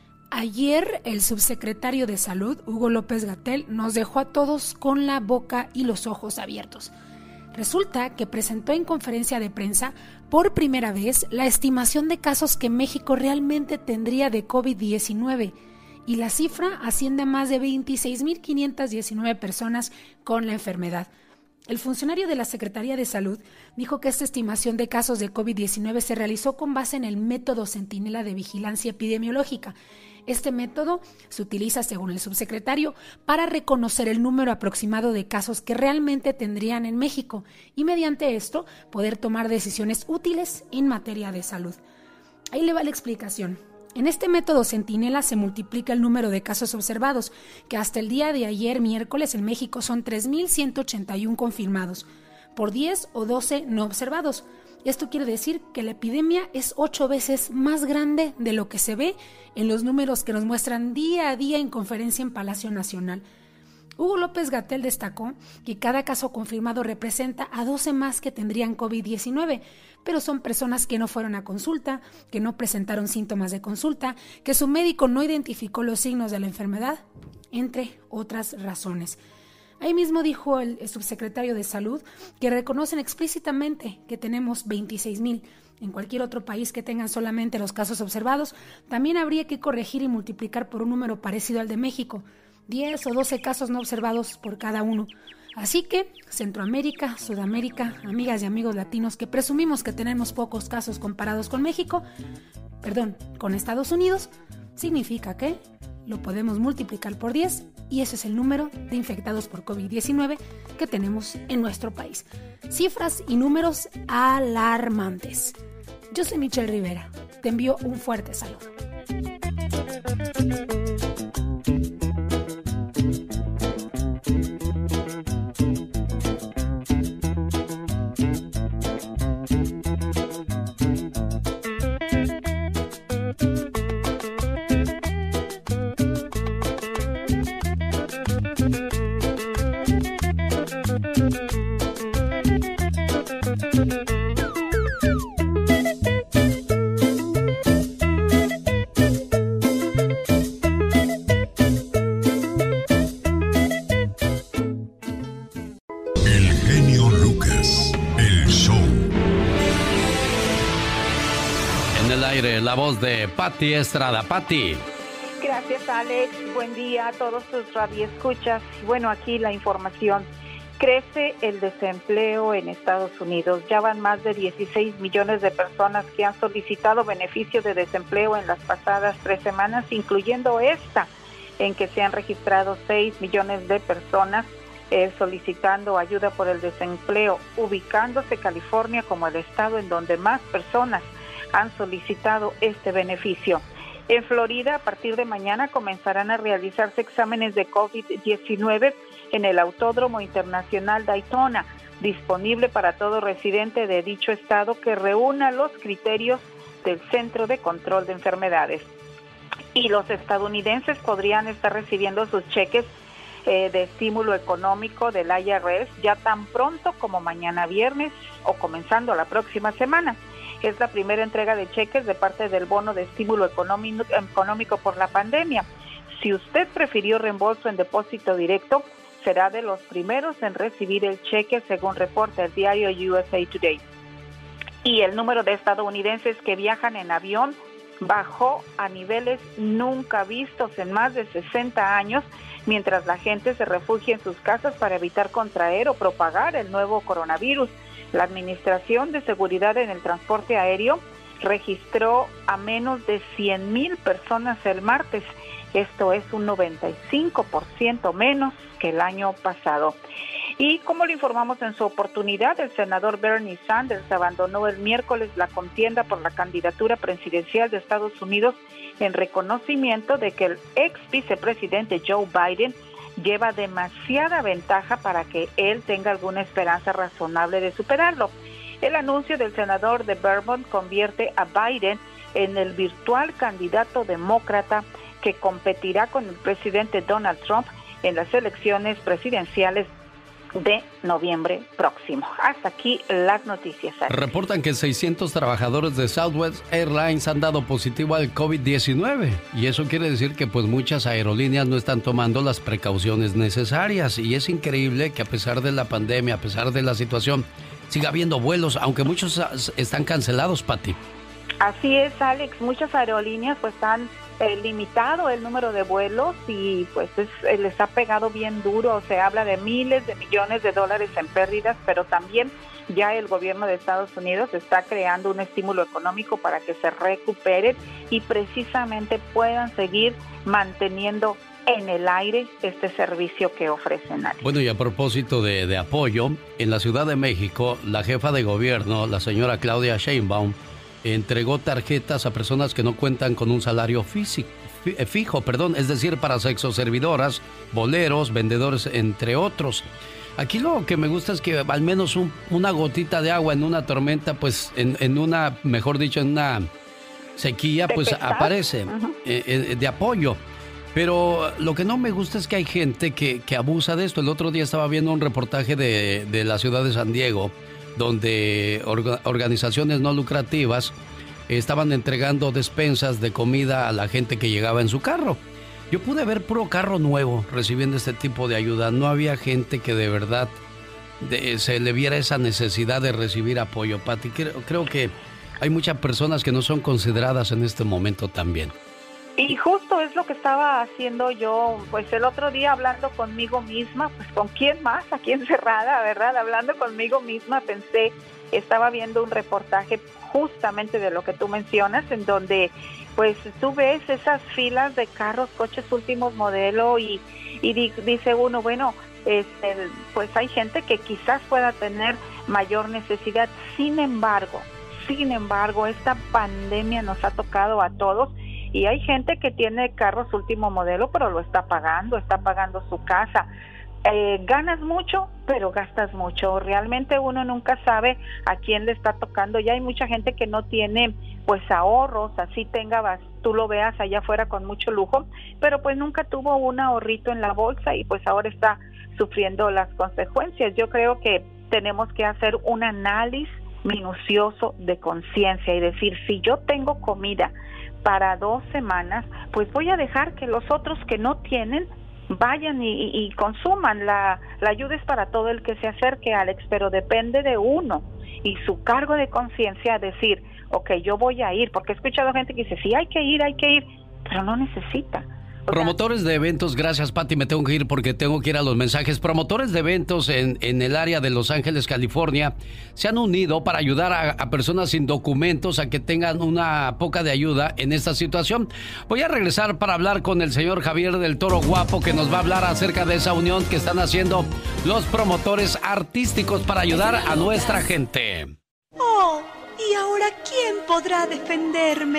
Ayer, el subsecretario de Salud, Hugo López-Gatell, nos dejó a todos con la boca y los ojos abiertos. Resulta que presentó en conferencia de prensa por primera vez la estimación de casos que México realmente tendría de COVID diecinueve y la cifra asciende a más de veintiséis mil quinientas diecinueve personas con la enfermedad. El funcionario de la Secretaría de Salud dijo que esta estimación de casos de COVID diecinueve se realizó con base en el método Centinela de vigilancia epidemiológica. Este método se utiliza, según el subsecretario, para reconocer el número aproximado de casos que realmente tendrían en México y mediante esto poder tomar decisiones útiles en materia de salud. Ahí le va la explicación. En este método Centinela se multiplica el número de casos observados, que hasta el día de ayer, miércoles, en México son tres mil ciento ochenta y uno confirmados, por diez o doce no observados. Esto quiere decir que la epidemia es ocho veces más grande de lo que se ve en los números que nos muestran día a día en conferencia en Palacio Nacional. Hugo López-Gatell destacó que cada caso confirmado representa a doce más que tendrían COVID diecinueve, pero son personas que no fueron a consulta, que no presentaron síntomas de consulta, que su médico no identificó los signos de la enfermedad, entre otras razones. Ahí mismo dijo el, el subsecretario de Salud que reconocen explícitamente que tenemos veintiséis mil. En cualquier otro país que tengan solamente los casos observados, también habría que corregir y multiplicar por un número parecido al de México, diez o doce casos no observados por cada uno. Así que, Centroamérica, Sudamérica, amigas y amigos latinos que presumimos que tenemos pocos casos comparados con México, perdón, con Estados Unidos, significa que lo podemos multiplicar por diez y ese es el número de infectados por covid diecinueve que tenemos en nuestro país. Cifras y números alarmantes. Yo soy Michelle Rivera. Te envío un fuerte saludo. La voz de Patti Estrada. Patti. Gracias, Alex. Buen día a todos tus radioescuchas. Bueno, aquí la información. Crece el desempleo en Estados Unidos. Ya van más de dieciséis millones de personas que han solicitado beneficio de desempleo en las pasadas tres semanas, incluyendo esta, en que se han registrado seis millones de personas eh, solicitando ayuda por el desempleo, ubicándose California como el estado en donde más personas han solicitado este beneficio. En Florida, a partir de mañana comenzarán a realizarse exámenes de covid diecinueve en el Autódromo Internacional Daytona, disponible para todo residente de dicho estado que reúna los criterios del Centro de Control de Enfermedades. Y los estadounidenses podrían estar recibiendo sus cheques eh, de estímulo económico del I R S ya tan pronto como mañana viernes o comenzando la próxima semana. Es la primera entrega de cheques de parte del bono de estímulo económico, económico por la pandemia. Si usted prefirió reembolso en depósito directo, será de los primeros en recibir el cheque, según reporta el diario U S A Today. Y el número de estadounidenses que viajan en avión bajó a niveles nunca vistos en más de sesenta años, mientras la gente se refugia en sus casas para evitar contraer o propagar el nuevo coronavirus. La Administración de Seguridad en el Transporte Aéreo registró a menos de cien mil personas el martes. Esto es un noventa y cinco por ciento menos que el año pasado. Y como lo informamos en su oportunidad, el senador Bernie Sanders abandonó el miércoles la contienda por la candidatura presidencial de Estados Unidos en reconocimiento de que el ex vicepresidente Joe Biden lleva demasiada ventaja para que él tenga alguna esperanza razonable de superarlo. El anuncio del senador de Vermont convierte a Biden en el virtual candidato demócrata que competirá con el presidente Donald Trump en las elecciones presidenciales de noviembre próximo. Hasta aquí las noticias. Reportan que seiscientos trabajadores de Southwest Airlines han dado positivo al covid diecinueve y eso quiere decir que pues muchas aerolíneas no están tomando las precauciones necesarias y es increíble que a pesar de la pandemia, a pesar de la situación, siga habiendo vuelos, aunque muchos están cancelados, Patti. Así es, Alex, muchas aerolíneas pues han eh, limitado el número de vuelos y pues es, eh, les ha pegado bien duro. Se habla de miles de millones de dólares en pérdidas, pero también ya el gobierno de Estados Unidos está creando un estímulo económico para que se recuperen y precisamente puedan seguir manteniendo en el aire este servicio que ofrecen. Bueno, y a propósito de, de apoyo, en la Ciudad de México, la jefa de gobierno, la señora Claudia Sheinbaum, entregó tarjetas a personas que no cuentan con un salario físico, fijo, perdón, es decir, para sexoservidoras, boleros, vendedores, entre otros. Aquí lo que me gusta es que al menos un, una gotita de agua en una tormenta, pues en, en una, mejor dicho, en una sequía, pues aparece uh-huh. eh, eh, de apoyo. Pero lo que no me gusta es que hay gente que, que abusa de esto. El otro día estaba viendo un reportaje de, de la ciudad de San Diego, donde orga, organizaciones no lucrativas estaban entregando despensas de comida a la gente que llegaba en su carro. Yo pude ver puro carro nuevo recibiendo este tipo de ayuda. No había gente que de verdad de, se le viera esa necesidad de recibir apoyo, Pati. Creo, creo que hay muchas personas que no son consideradas en este momento también. Y justo es lo que estaba haciendo yo, pues el otro día hablando conmigo misma, pues con quién más, aquí encerrada, ¿verdad? Hablando conmigo misma, pensé, estaba viendo un reportaje justamente de lo que tú mencionas, en donde pues tú ves esas filas de carros, coches últimos modelo y, y di, dice uno, bueno, este, pues hay gente que quizás pueda tener mayor necesidad, sin embargo, sin embargo, esta pandemia nos ha tocado a todos. Y hay gente que tiene carros último modelo, pero lo está pagando, está pagando su casa. Eh, ganas mucho, pero gastas mucho. Realmente uno nunca sabe a quién le está tocando. Ya hay mucha gente que no tiene pues ahorros, así tenga, tú lo veas allá afuera con mucho lujo, pero pues nunca tuvo un ahorrito en la bolsa y pues ahora está sufriendo las consecuencias. Yo creo que tenemos que hacer un análisis minucioso de conciencia y decir, si yo tengo comida para dos semanas, pues voy a dejar que los otros que no tienen vayan y, y, y consuman. La, la ayuda es para todo el que se acerque, Alex, pero depende de uno y su cargo de conciencia, decir, ok, yo voy a ir, porque he escuchado gente que dice, sí, hay que ir, hay que ir, pero no necesita. Promotores de eventos, gracias Pati, me tengo que ir porque tengo que ir a los mensajes. Promotores de eventos en, en el área de Los Ángeles, California, se han unido para ayudar a, a personas sin documentos a que tengan una poca de ayuda en esta situación. Voy a regresar para hablar con el señor Javier del Toro Guapo, que nos va a hablar acerca de esa unión que están haciendo los promotores artísticos para ayudar a nuestra gente. Oh, ¿y ahora quién podrá defenderme?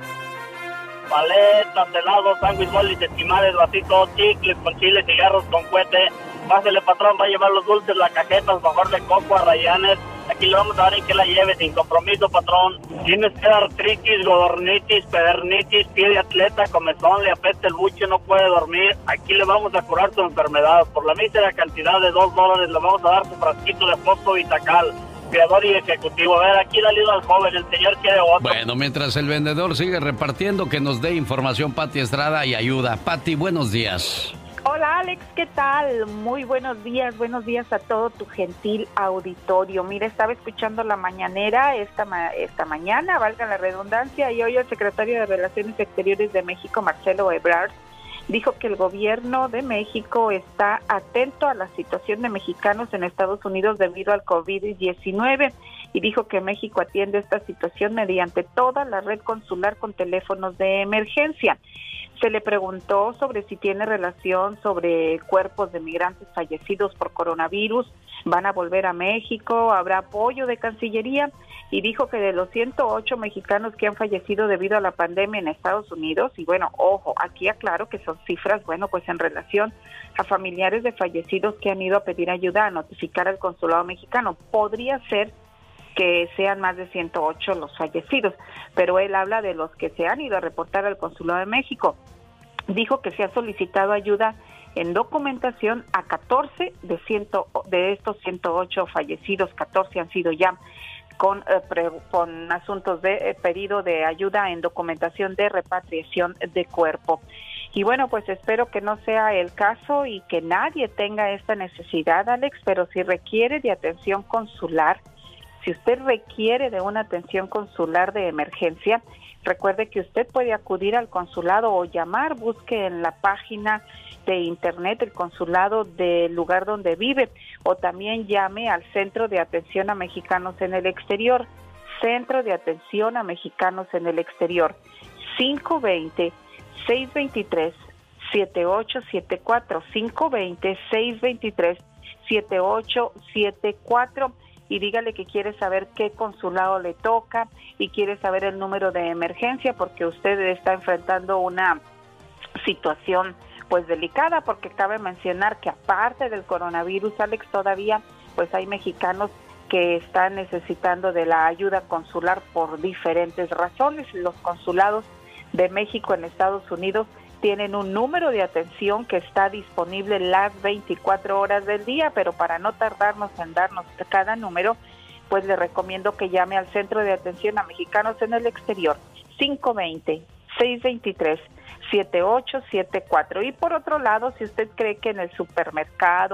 Paletas, helados, sándwich, bolis, esquimales, vasitos, chicles con chile, cigarros con cohete. Pásele, patrón, va a llevar los dulces, las cajetas, mejor de coco, a rayanes. Aquí le vamos a dar en que la lleve, sin compromiso, patrón. Tienes que dar artritis, godornitis, pedernitis, pie de atleta, comezón, le apesta el buche, no puede dormir. Aquí le vamos a curar su enfermedad. Por la mísera cantidad de dos dólares le vamos a dar su frasquito de fosfo Vitacal. Creador y ejecutivo. A ver, aquí dale al joven, el señor quiere otro. Bueno, mientras el vendedor sigue repartiendo, que nos dé información Pati Estrada y ayuda. Pati, buenos días. Hola Alex, ¿qué tal? Muy buenos días, buenos días a todo tu gentil auditorio. Mira, estaba escuchando la mañanera esta, ma- esta mañana, valga la redundancia, y hoy el secretario de Relaciones Exteriores de México, Marcelo Ebrard, dijo que el gobierno de México está atento a la situación de mexicanos en Estados Unidos debido al COVID diecinueve y dijo que México atiende esta situación mediante toda la red consular con teléfonos de emergencia. Se le preguntó sobre si tiene relación sobre cuerpos de migrantes fallecidos por coronavirus, van a volver a México, habrá apoyo de Cancillería, y dijo que de los ciento ocho mexicanos que han fallecido debido a la pandemia en Estados Unidos, y bueno, ojo, aquí aclaro que son cifras, bueno, pues en relación a familiares de fallecidos que han ido a pedir ayuda, a notificar al consulado mexicano, podría ser que sean más de ciento ocho los fallecidos, pero él habla de los que se han ido a reportar al Consulado de México. Dijo que se ha solicitado ayuda en documentación a catorce de, ciento, de estos ciento ocho fallecidos, catorce han sido ya con, eh, pre, con asuntos de eh, pedido de ayuda en documentación de repatriación de cuerpo. Y bueno, pues espero que no sea el caso y que nadie tenga esta necesidad, Alex, pero si requiere de atención consular, si usted requiere de una atención consular de emergencia, recuerde que usted puede acudir al consulado o llamar, busque en la página de internet el consulado del lugar donde vive, o también llame al Centro de Atención a Mexicanos en el Exterior, Centro de Atención a Mexicanos en el Exterior, cinco dos cero, seis dos tres, siete ocho siete cuatro, cinco dos cero, seis dos tres, siete ocho siete cuatro, y dígale que quiere saber qué consulado le toca y quiere saber el número de emergencia porque usted está enfrentando una situación pues delicada, porque cabe mencionar que aparte del coronavirus, Alex, todavía pues hay mexicanos que están necesitando de la ayuda consular por diferentes razones. Los consulados de México en Estados Unidos tienen un número de atención que está disponible las veinticuatro horas del día, pero para no tardarnos en darnos cada número, pues le recomiendo que llame al Centro de Atención a Mexicanos en el Exterior, cinco dos cero, seis dos tres, siete ocho siete cuatro. Y por otro lado, si usted cree que en el supermercado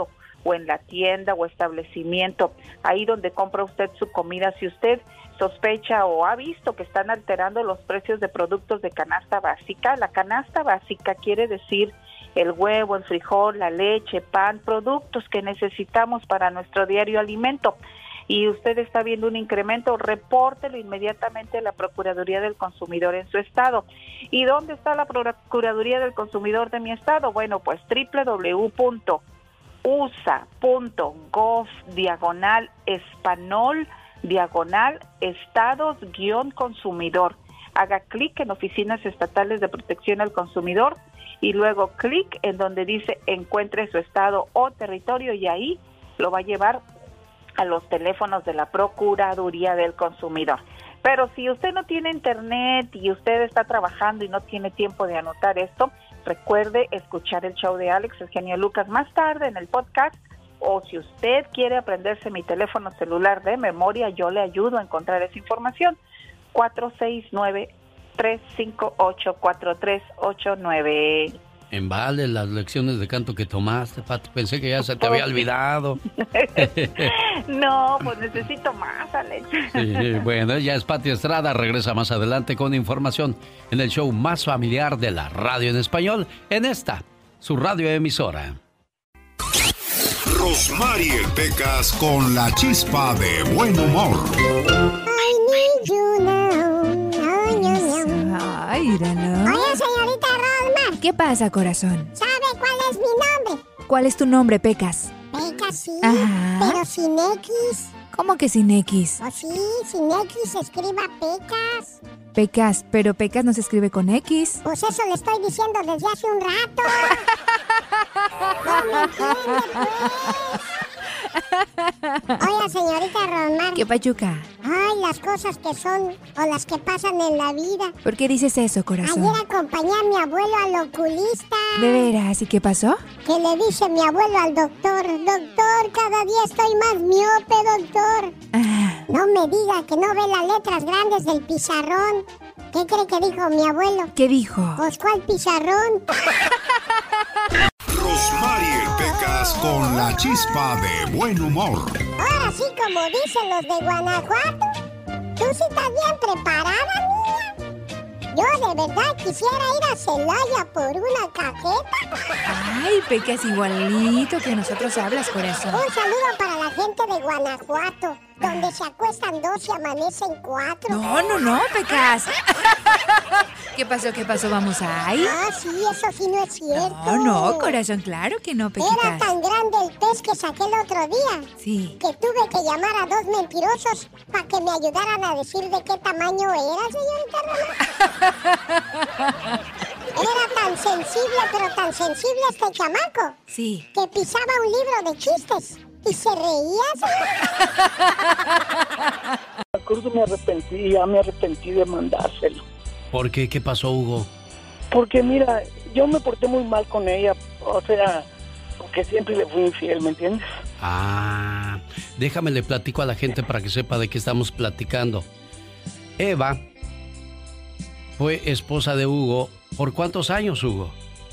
o en la tienda o establecimiento, ahí donde compra usted su comida. Si usted sospecha o ha visto que están alterando los precios de productos de canasta básica, la canasta básica quiere decir el huevo, el frijol, la leche, pan, productos que necesitamos para nuestro diario alimento, y usted está viendo un incremento, repórtelo inmediatamente a la Procuraduría del Consumidor en su estado. ¿Y dónde está la Procuraduría del Consumidor de mi estado? Bueno, pues doble u doble u doble u punto u s a punto gov diagonal español diagonal estados guión consumidor. Haga clic en Oficinas Estatales de Protección al Consumidor y luego clic en donde dice encuentre su estado o territorio, y ahí lo va a llevar a los teléfonos de la Procuraduría del Consumidor. Pero si usted no tiene internet y usted está trabajando y no tiene tiempo de anotar esto, recuerde escuchar el show de Alex, el genio Lucas, más tarde en el podcast, o si usted quiere aprenderse mi teléfono celular de memoria, yo le ayudo a encontrar esa información. cuatro seis nueve, tres cinco ocho, cuatro tres ocho nueve. En vale las lecciones de canto que tomaste, Pati. Pensé que ya se te había olvidado. No, pues necesito más, Alex. Sí, bueno, ya es Pati Estrada. Regresa más adelante con información en el show más familiar de la radio en español, en esta, su radio emisora. Rosmarie Pecas con la chispa de buen humor. Ay, míralo. Oye, señorita Rosmar. ¿Qué pasa, corazón? ¿Sabe cuál es mi nombre? ¿Cuál es tu nombre, Pecas? Pecas, sí. Ajá. Pero sin X. ¿Cómo que sin X? Oh, sí, sin X se escriba Pecas. Pecas, pero Pecas no se escribe con X. Pues eso le estoy diciendo desde hace un rato. No me entiende, pues. Oiga, señorita Rosmar. ¿Qué pachuca? Ay, las cosas que son o las que pasan en la vida. ¿Por qué dices eso, corazón? Ayer acompañé a mi abuelo al oculista. ¿De veras? ¿Y qué pasó? Que le dice mi abuelo al doctor: doctor, cada día estoy más miope, doctor. Ah. No me diga que no ve las letras grandes del pizarrón. ¿Qué cree que dijo mi abuelo? ¿Qué dijo? Pues, ¿cuál pizarrón? Rosmarie Pecas con la chispa de buen humor. Ahora sí, como dicen los de Guanajuato, tú sí estás bien preparada, niña. Yo de verdad quisiera ir a Celaya por una cajeta. Ay, Pecas, igualito que nosotros hablas, corazón. Un saludo para la gente de Guanajuato, donde se acuestan dos y amanecen cuatro. No, no, no, Pecas. ¿Qué pasó? ¿Qué pasó? ¿Vamos ahí? Ah, sí, eso sí no es cierto. No, no, corazón, claro que no, Pequitas. Era tan grande el pez que saqué el otro día. Sí. Que tuve que llamar a dos mentirosos para que me ayudaran a decir de qué tamaño era, señorita Roma. Era tan sensible, pero tan sensible este chamaco. Sí. Que pisaba un libro de chistes y se reía, señorita. Creo me arrepentí, ya me arrepentí de mandárselo. ¿Por qué? ¿Qué pasó, Hugo? Porque mira, yo me porté muy mal con ella, o sea, porque siempre le fui infiel, ¿me entiendes? Ah, déjame le platico a la gente para que sepa de qué estamos platicando. Eva fue esposa de Hugo. ¿Por cuántos años, Hugo?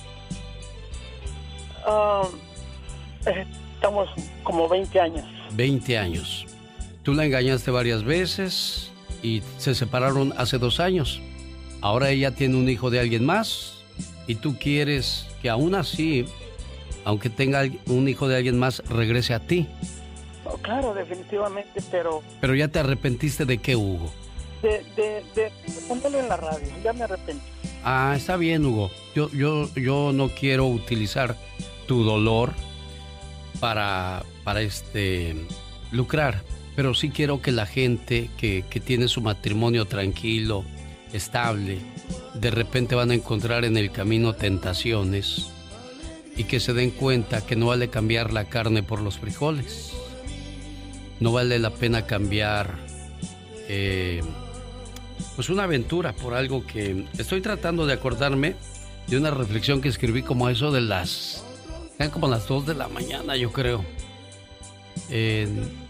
Uh, estamos como veinte años. veinte años. Tú la engañaste varias veces y se separaron hace dos años. Ahora ella tiene un hijo de alguien más y tú quieres que aún así, aunque tenga un hijo de alguien más, regrese a ti. Oh, claro, definitivamente, pero... Pero ya te arrepentiste de qué, Hugo? De, de, de, de ponerlo en la radio, ya me arrepentí. Ah, está bien, Hugo. Yo, yo, yo no quiero utilizar tu dolor para, para este, lucrar, pero sí quiero que la gente que, que tiene su matrimonio tranquilo, estable, de repente van a encontrar en el camino tentaciones y que se den cuenta que no vale cambiar la carne por los frijoles. No vale la pena cambiar eh, pues una aventura por algo que... Estoy tratando de acordarme de una reflexión que escribí como eso de las... Eran como las dos de la mañana, yo creo. Eh,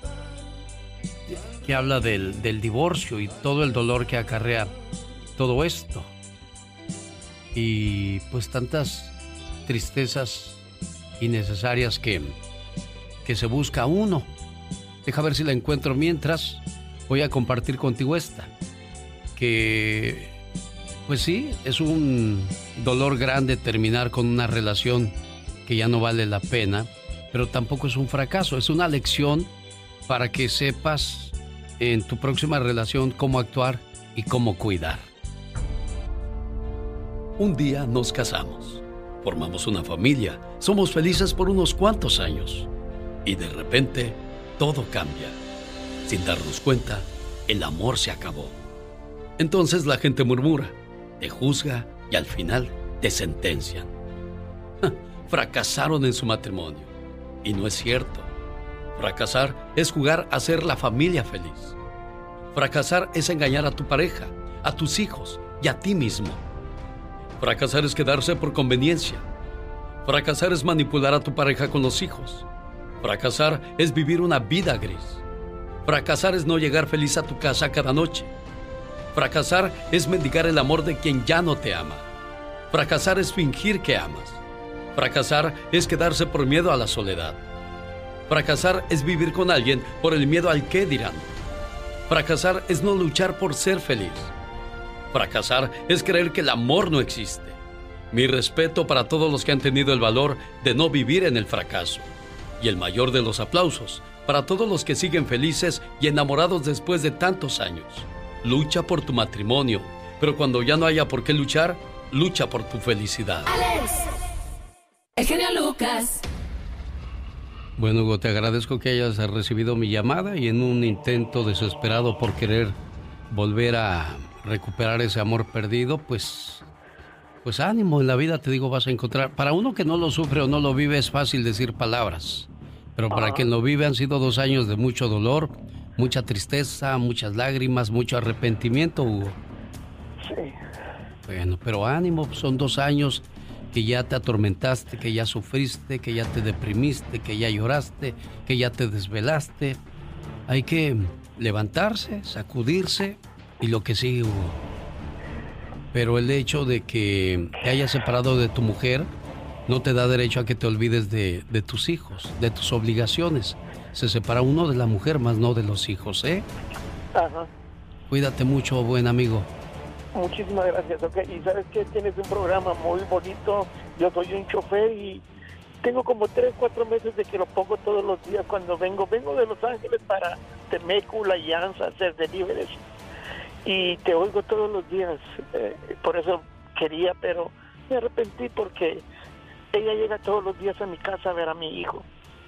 que habla del, del divorcio y todo el dolor que acarrea todo esto. Y pues tantas tristezas innecesarias que, que se busca uno. Deja ver si la encuentro mientras. Voy a compartir contigo esta. Que, pues sí, es un dolor grande terminar con una relación que ya no vale la pena, pero tampoco es un fracaso, es una lección para que sepas en tu próxima relación cómo actuar y cómo cuidar. Un día nos casamos, formamos una familia, somos felices por unos cuantos años y de repente todo cambia. Sin darnos cuenta, el amor se acabó. Entonces la gente murmura, te juzga y al final te sentencian. Fracasaron en su matrimonio. Y no es cierto. Fracasar es jugar a ser la familia feliz. Fracasar es engañar a tu pareja, a tus hijos y a ti mismo. Fracasar es quedarse por conveniencia. Fracasar es manipular a tu pareja con los hijos. Fracasar es vivir una vida gris. Fracasar es no llegar feliz a tu casa cada noche. Fracasar es mendigar el amor de quien ya no te ama. Fracasar es fingir que amas. Fracasar es quedarse por miedo a la soledad. Fracasar es vivir con alguien por el miedo al qué dirán. Fracasar es no luchar por ser feliz. Fracasar es creer que el amor no existe. Mi respeto para todos los que han tenido el valor de no vivir en el fracaso. Y el mayor de los aplausos para todos los que siguen felices y enamorados después de tantos años. Lucha por tu matrimonio, pero cuando ya no haya por qué luchar, lucha por tu felicidad. Alex, el genio Lucas. Bueno, Hugo, te agradezco que hayas recibido mi llamada y en un intento desesperado por querer volver a recuperar ese amor perdido, pues, pues ánimo, en la vida te digo vas a encontrar. Para uno que no lo sufre o no lo vive es fácil decir palabras, pero para uh-huh. quien lo vive han sido dos años de mucho dolor, mucha tristeza, muchas lágrimas, mucho arrepentimiento, Hugo. Sí. Bueno, pero ánimo, son dos años que ya te atormentaste, que ya sufriste, que ya te deprimiste, que ya lloraste, que ya te desvelaste. Hay que levantarse, sacudirse y lo que sigue, Hugo. Pero el hecho de que te hayas separado de tu mujer no te da derecho a que te olvides de, de tus hijos, de tus obligaciones. Se separa uno de la mujer, más no de los hijos, ¿eh? Ajá. Cuídate mucho, buen amigo. Muchísimas gracias, ok. Y sabes que tienes un programa muy bonito. Yo soy un chofer y tengo como tres, cuatro meses de que lo pongo todos los días cuando vengo. Vengo de Los Ángeles para Temecula y Anza a hacer deliveries. Y te oigo todos los días. Eh, por eso quería, pero me arrepentí porque ella llega todos los días a mi casa a ver a mi hijo.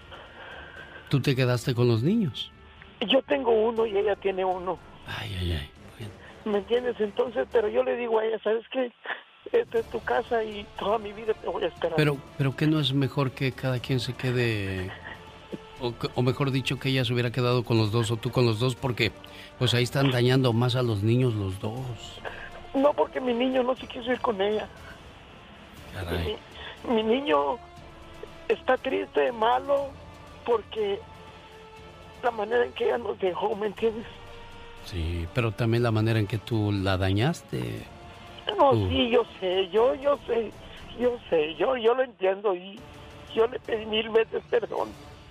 ¿Tú te quedaste con los niños? Yo tengo uno y ella tiene uno. Ay, ay, ay. ¿Me entiendes? Entonces, pero yo le digo a ella, ¿sabes qué? Esta es tu casa y toda mi vida te voy a esperar. Pero, pero ¿qué no es mejor que cada quien se quede, o, o mejor dicho, que ella se hubiera quedado con los dos o tú con los dos? Porque pues ahí están dañando más a los niños los dos. No, porque mi niño no se quiso ir con ella. Caray. Mi, mi niño está triste, malo, porque la manera en que ella nos dejó, ¿me entiendes? Sí, pero también la manera en que tú la dañaste. No, tú. Sí, yo sé, yo, yo sé, yo sé, yo, yo lo entiendo y yo le pedí mil veces perdón.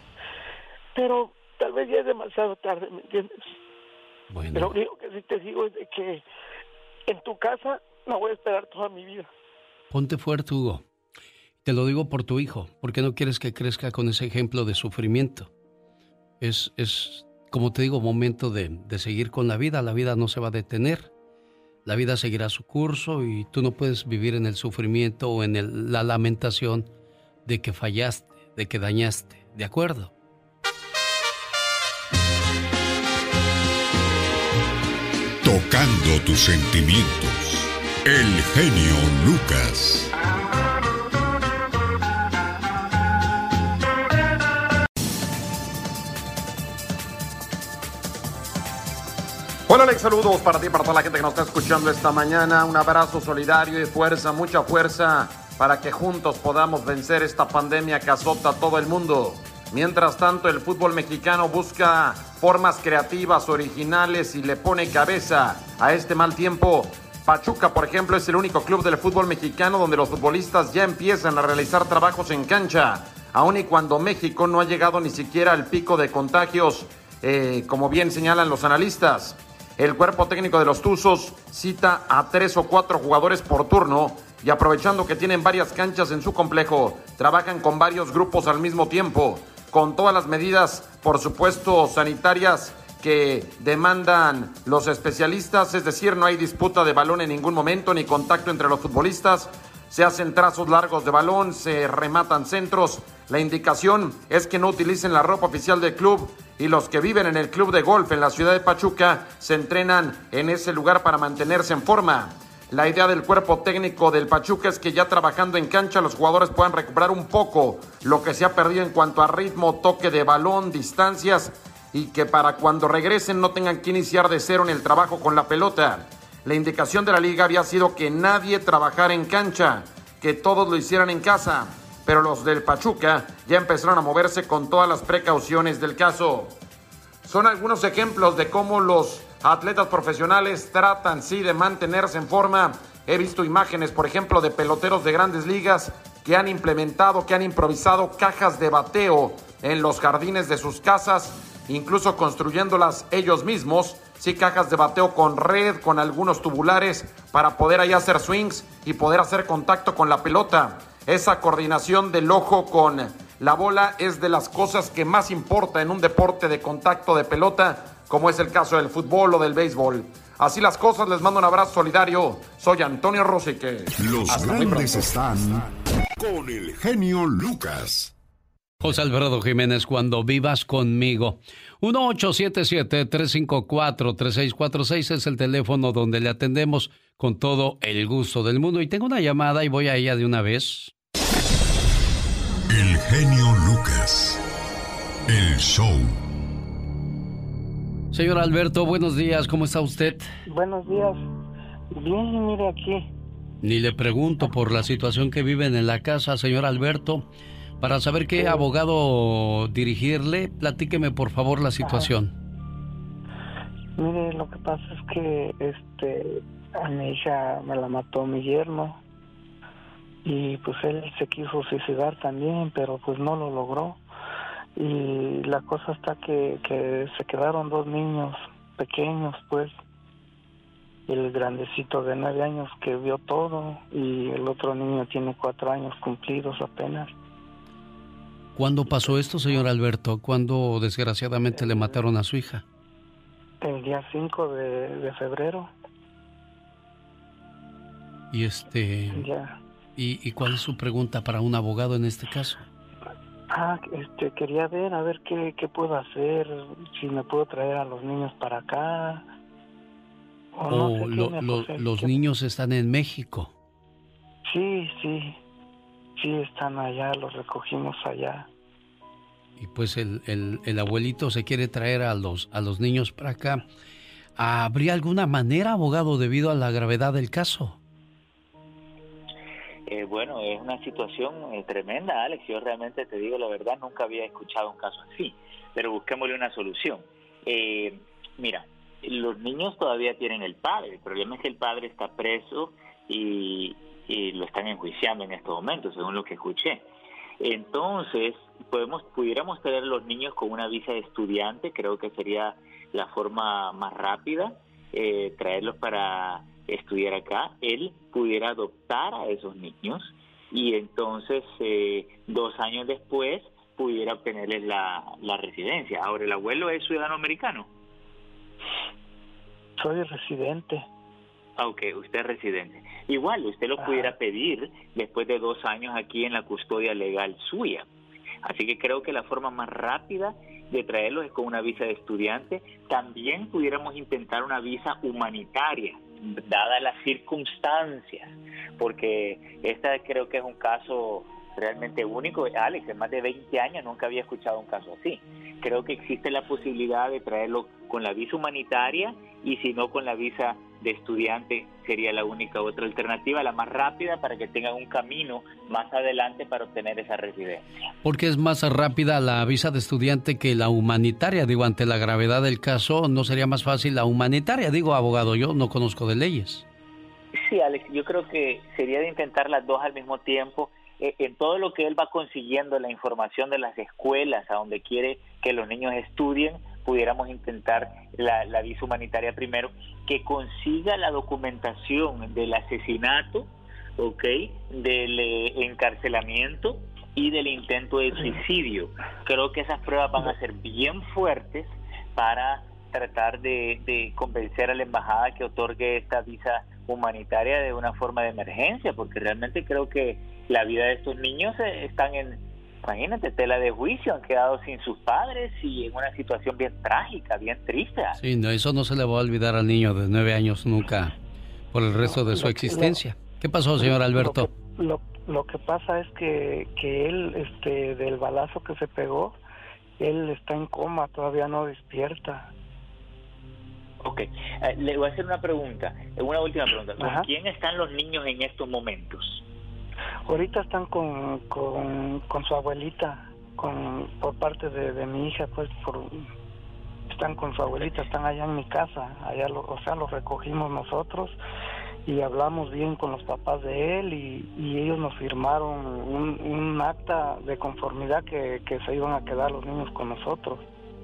Pero tal vez ya es demasiado tarde, ¿me entiendes? Bueno. Pero lo único que sí te digo es de que en tu casa la voy a esperar toda mi vida. Ponte fuerte, Hugo. Te lo digo por tu hijo, porque no quieres que crezca con ese ejemplo de sufrimiento. Es, es como te digo, momento de, de seguir con la vida. La vida no se va a detener. La vida seguirá su curso y tú no puedes vivir en el sufrimiento o en el, la lamentación de que fallaste, de que dañaste. ¿De acuerdo? Tocando tus sentimientos. El genio Lucas. Hola Alex, saludos para ti, para toda la gente que nos está escuchando esta mañana. Un abrazo solidario y fuerza, mucha fuerza para que juntos podamos vencer esta pandemia que azota a todo el mundo. Mientras tanto, el fútbol mexicano busca formas creativas, originales y le pone cabeza a este mal tiempo. Pachuca, por ejemplo, es el único club del fútbol mexicano donde los futbolistas ya empiezan a realizar trabajos en cancha. aun y cuando México no ha llegado ni siquiera al pico de contagios, eh, como bien señalan los analistas. El cuerpo técnico de los Tuzos cita a tres o cuatro jugadores por turno y aprovechando que tienen varias canchas en su complejo, trabajan con varios grupos al mismo tiempo, con todas las medidas, por supuesto, sanitarias que demandan los especialistas, es decir, no hay disputa de balón en ningún momento, ni contacto entre los futbolistas, se hacen trazos largos de balón, se rematan centros. La indicación es que no utilicen la ropa oficial del club y los que viven en el club de golf en la ciudad de Pachuca se entrenan en ese lugar para mantenerse en forma. La idea del cuerpo técnico del Pachuca es que ya trabajando en cancha los jugadores puedan recuperar un poco lo que se ha perdido en cuanto a ritmo, toque de balón, distancias, y que para cuando regresen no tengan que iniciar de cero en el trabajo con la pelota. La indicación de la liga había sido que nadie trabajara en cancha, que todos lo hicieran en casa, pero los del Pachuca ya empezaron a moverse con todas las precauciones del caso. Son algunos ejemplos de cómo los atletas profesionales tratan, sí, de mantenerse en forma. He visto imágenes, por ejemplo, de peloteros de grandes ligas que han implementado, que han improvisado cajas de bateo en los jardines de sus casas, incluso construyéndolas ellos mismos, sí, cajas de bateo con red, con algunos tubulares, para poder ahí hacer swings y poder hacer contacto con la pelota. Esa coordinación del ojo con la bola es de las cosas que más importa en un deporte de contacto de pelota, como es el caso del fútbol o del béisbol. Así las cosas, les mando un abrazo solidario. Soy Antonio Rosique. Los Hasta grandes están con el genio Lucas. José Alfredo Jiménez, cuando vivas conmigo. uno ocho siete siete, tres cinco cuatro, tres seis cuatro seis es el teléfono donde le atendemos con todo el gusto del mundo. Y tengo una llamada y voy a ella de una vez. El genio Lucas. El show. Señor Alberto, buenos días, ¿cómo está usted? Buenos días. Bien, mire aquí. Ni le pregunto por la situación que viven en la casa, señor Alberto. Para saber qué abogado dirigirle, platíqueme por favor la situación. Ajá. Mire, lo que pasa es que este a mi hija me la mató mi yerno y pues él se quiso suicidar también, pero pues no lo logró. Y la cosa está que, que se quedaron dos niños pequeños, pues. El grandecito de nueve años que vio todo y el otro niño tiene cuatro años cumplidos apenas. ¿Cuándo pasó esto, señor Alberto? ¿Cuándo desgraciadamente le mataron a su hija? El día cinco de, de febrero. Y este... Ya. ¿Y, ¿Y cuál es su pregunta para un abogado en este caso? Ah, este, quería ver, a ver qué, qué puedo hacer, si me puedo traer a los niños para acá. O no oh, sé lo, qué lo, me los qué... niños están en México. Sí, sí. Sí, están allá, los recogimos allá. Y pues el, el, el abuelito se quiere traer a los, a los niños para acá. ¿Habría alguna manera, abogado, debido a la gravedad del caso? Eh, bueno, es una situación eh, tremenda, Alex. Yo realmente te digo la verdad, nunca había escuchado un caso así. Pero busquémosle una solución. Eh, mira, los niños todavía tienen el padre. El problema es que el padre está preso y... y lo están enjuiciando en estos momentos, según lo que escuché. Entonces, podemos pudiéramos tener los niños con una visa de estudiante, creo que sería la forma más rápida, eh, traerlos para estudiar acá. Él pudiera adoptar a esos niños y entonces, eh, dos años después, pudiera obtenerles la, la residencia. Ahora, ¿el abuelo es ciudadano americano? Soy residente. Ah, ok, usted es residente. Igual, usted lo pudiera pedir después de dos años aquí en la custodia legal suya. Así que creo que la forma más rápida de traerlos es con una visa de estudiante. También pudiéramos intentar una visa humanitaria, dadas las circunstancias, porque esta creo que es un caso realmente único. Alex, en más de veinte años nunca había escuchado un caso así. Creo que existe la posibilidad de traerlo con la visa humanitaria y si no con la visa de estudiante sería la única otra alternativa, la más rápida para que tengan un camino más adelante para obtener esa residencia. ¿Por qué es más rápida la visa de estudiante que la humanitaria? Digo, ante la gravedad del caso, ¿no sería más fácil la humanitaria? Digo, abogado, yo no conozco de leyes. Sí, Alex, yo creo que sería de intentar las dos al mismo tiempo. eh, en todo lo que él va consiguiendo, la información de las escuelas a donde quiere que los niños estudien, pudiéramos intentar la, la visa humanitaria primero, que consiga la documentación del asesinato, ¿ok?, del eh, encarcelamiento y del intento de suicidio. Creo que esas pruebas van a ser bien fuertes para tratar de, de convencer a la embajada que otorgue esta visa humanitaria de una forma de emergencia, porque realmente creo que la vida de estos niños eh, están en, imagínate, tela de juicio, han quedado sin sus padres y en una situación bien trágica, bien triste. Sí, no, eso no se le va a olvidar al niño de nueve años nunca por el resto de su Lo- existencia. ¿Qué pasó, señor Alberto? Lo que, lo, lo que pasa es que, que él, este, del balazo que se pegó, él está en coma, todavía no despierta. Ok, eh, le voy a hacer una pregunta, una última pregunta. ¿Con Ajá. quién están los niños en estos momentos? Ahorita están con, con, con su abuelita, con por parte de, de mi hija, pues por están con su abuelita, están allá en mi casa, allá lo, o sea, los recogimos nosotros y hablamos bien con los papás de él y, y ellos nos firmaron un, un acta de conformidad que, que se iban a quedar los niños con nosotros.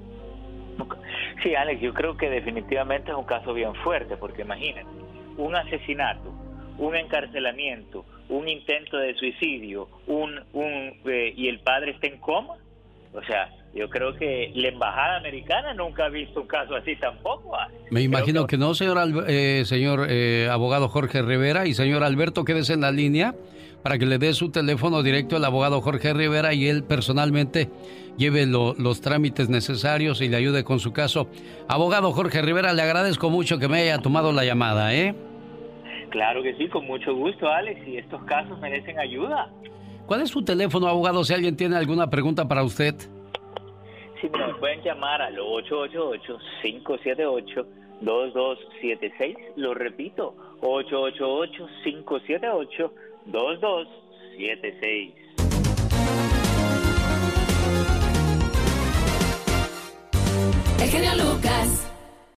Sí, Alex, yo creo que definitivamente es un caso bien fuerte, porque imagínate, un asesinato, un encarcelamiento, un intento de suicidio, un, un eh, y el padre está en coma. O sea, yo creo que la embajada americana nunca ha visto un caso así tampoco, Alex. Me imagino que... que no, señor, Albe- eh, señor eh, abogado Jorge Rivera. Y señor Alberto, quédese en la línea para que le dé su teléfono directo al abogado Jorge Rivera y él personalmente lleve lo, los trámites necesarios y le ayude con su caso. Abogado Jorge Rivera, le agradezco mucho que me haya tomado la llamada, ¿eh? Claro que sí, con mucho gusto, Alex, y estos casos merecen ayuda. ¿Cuál es su teléfono, abogado, si alguien tiene alguna pregunta para usted? Sí, me pueden llamar al ocho ocho ocho, cinco siete ocho, dos dos siete seis. Lo repito, ocho ocho ocho, cinco siete ocho, dos dos siete seis. El genio Lucas.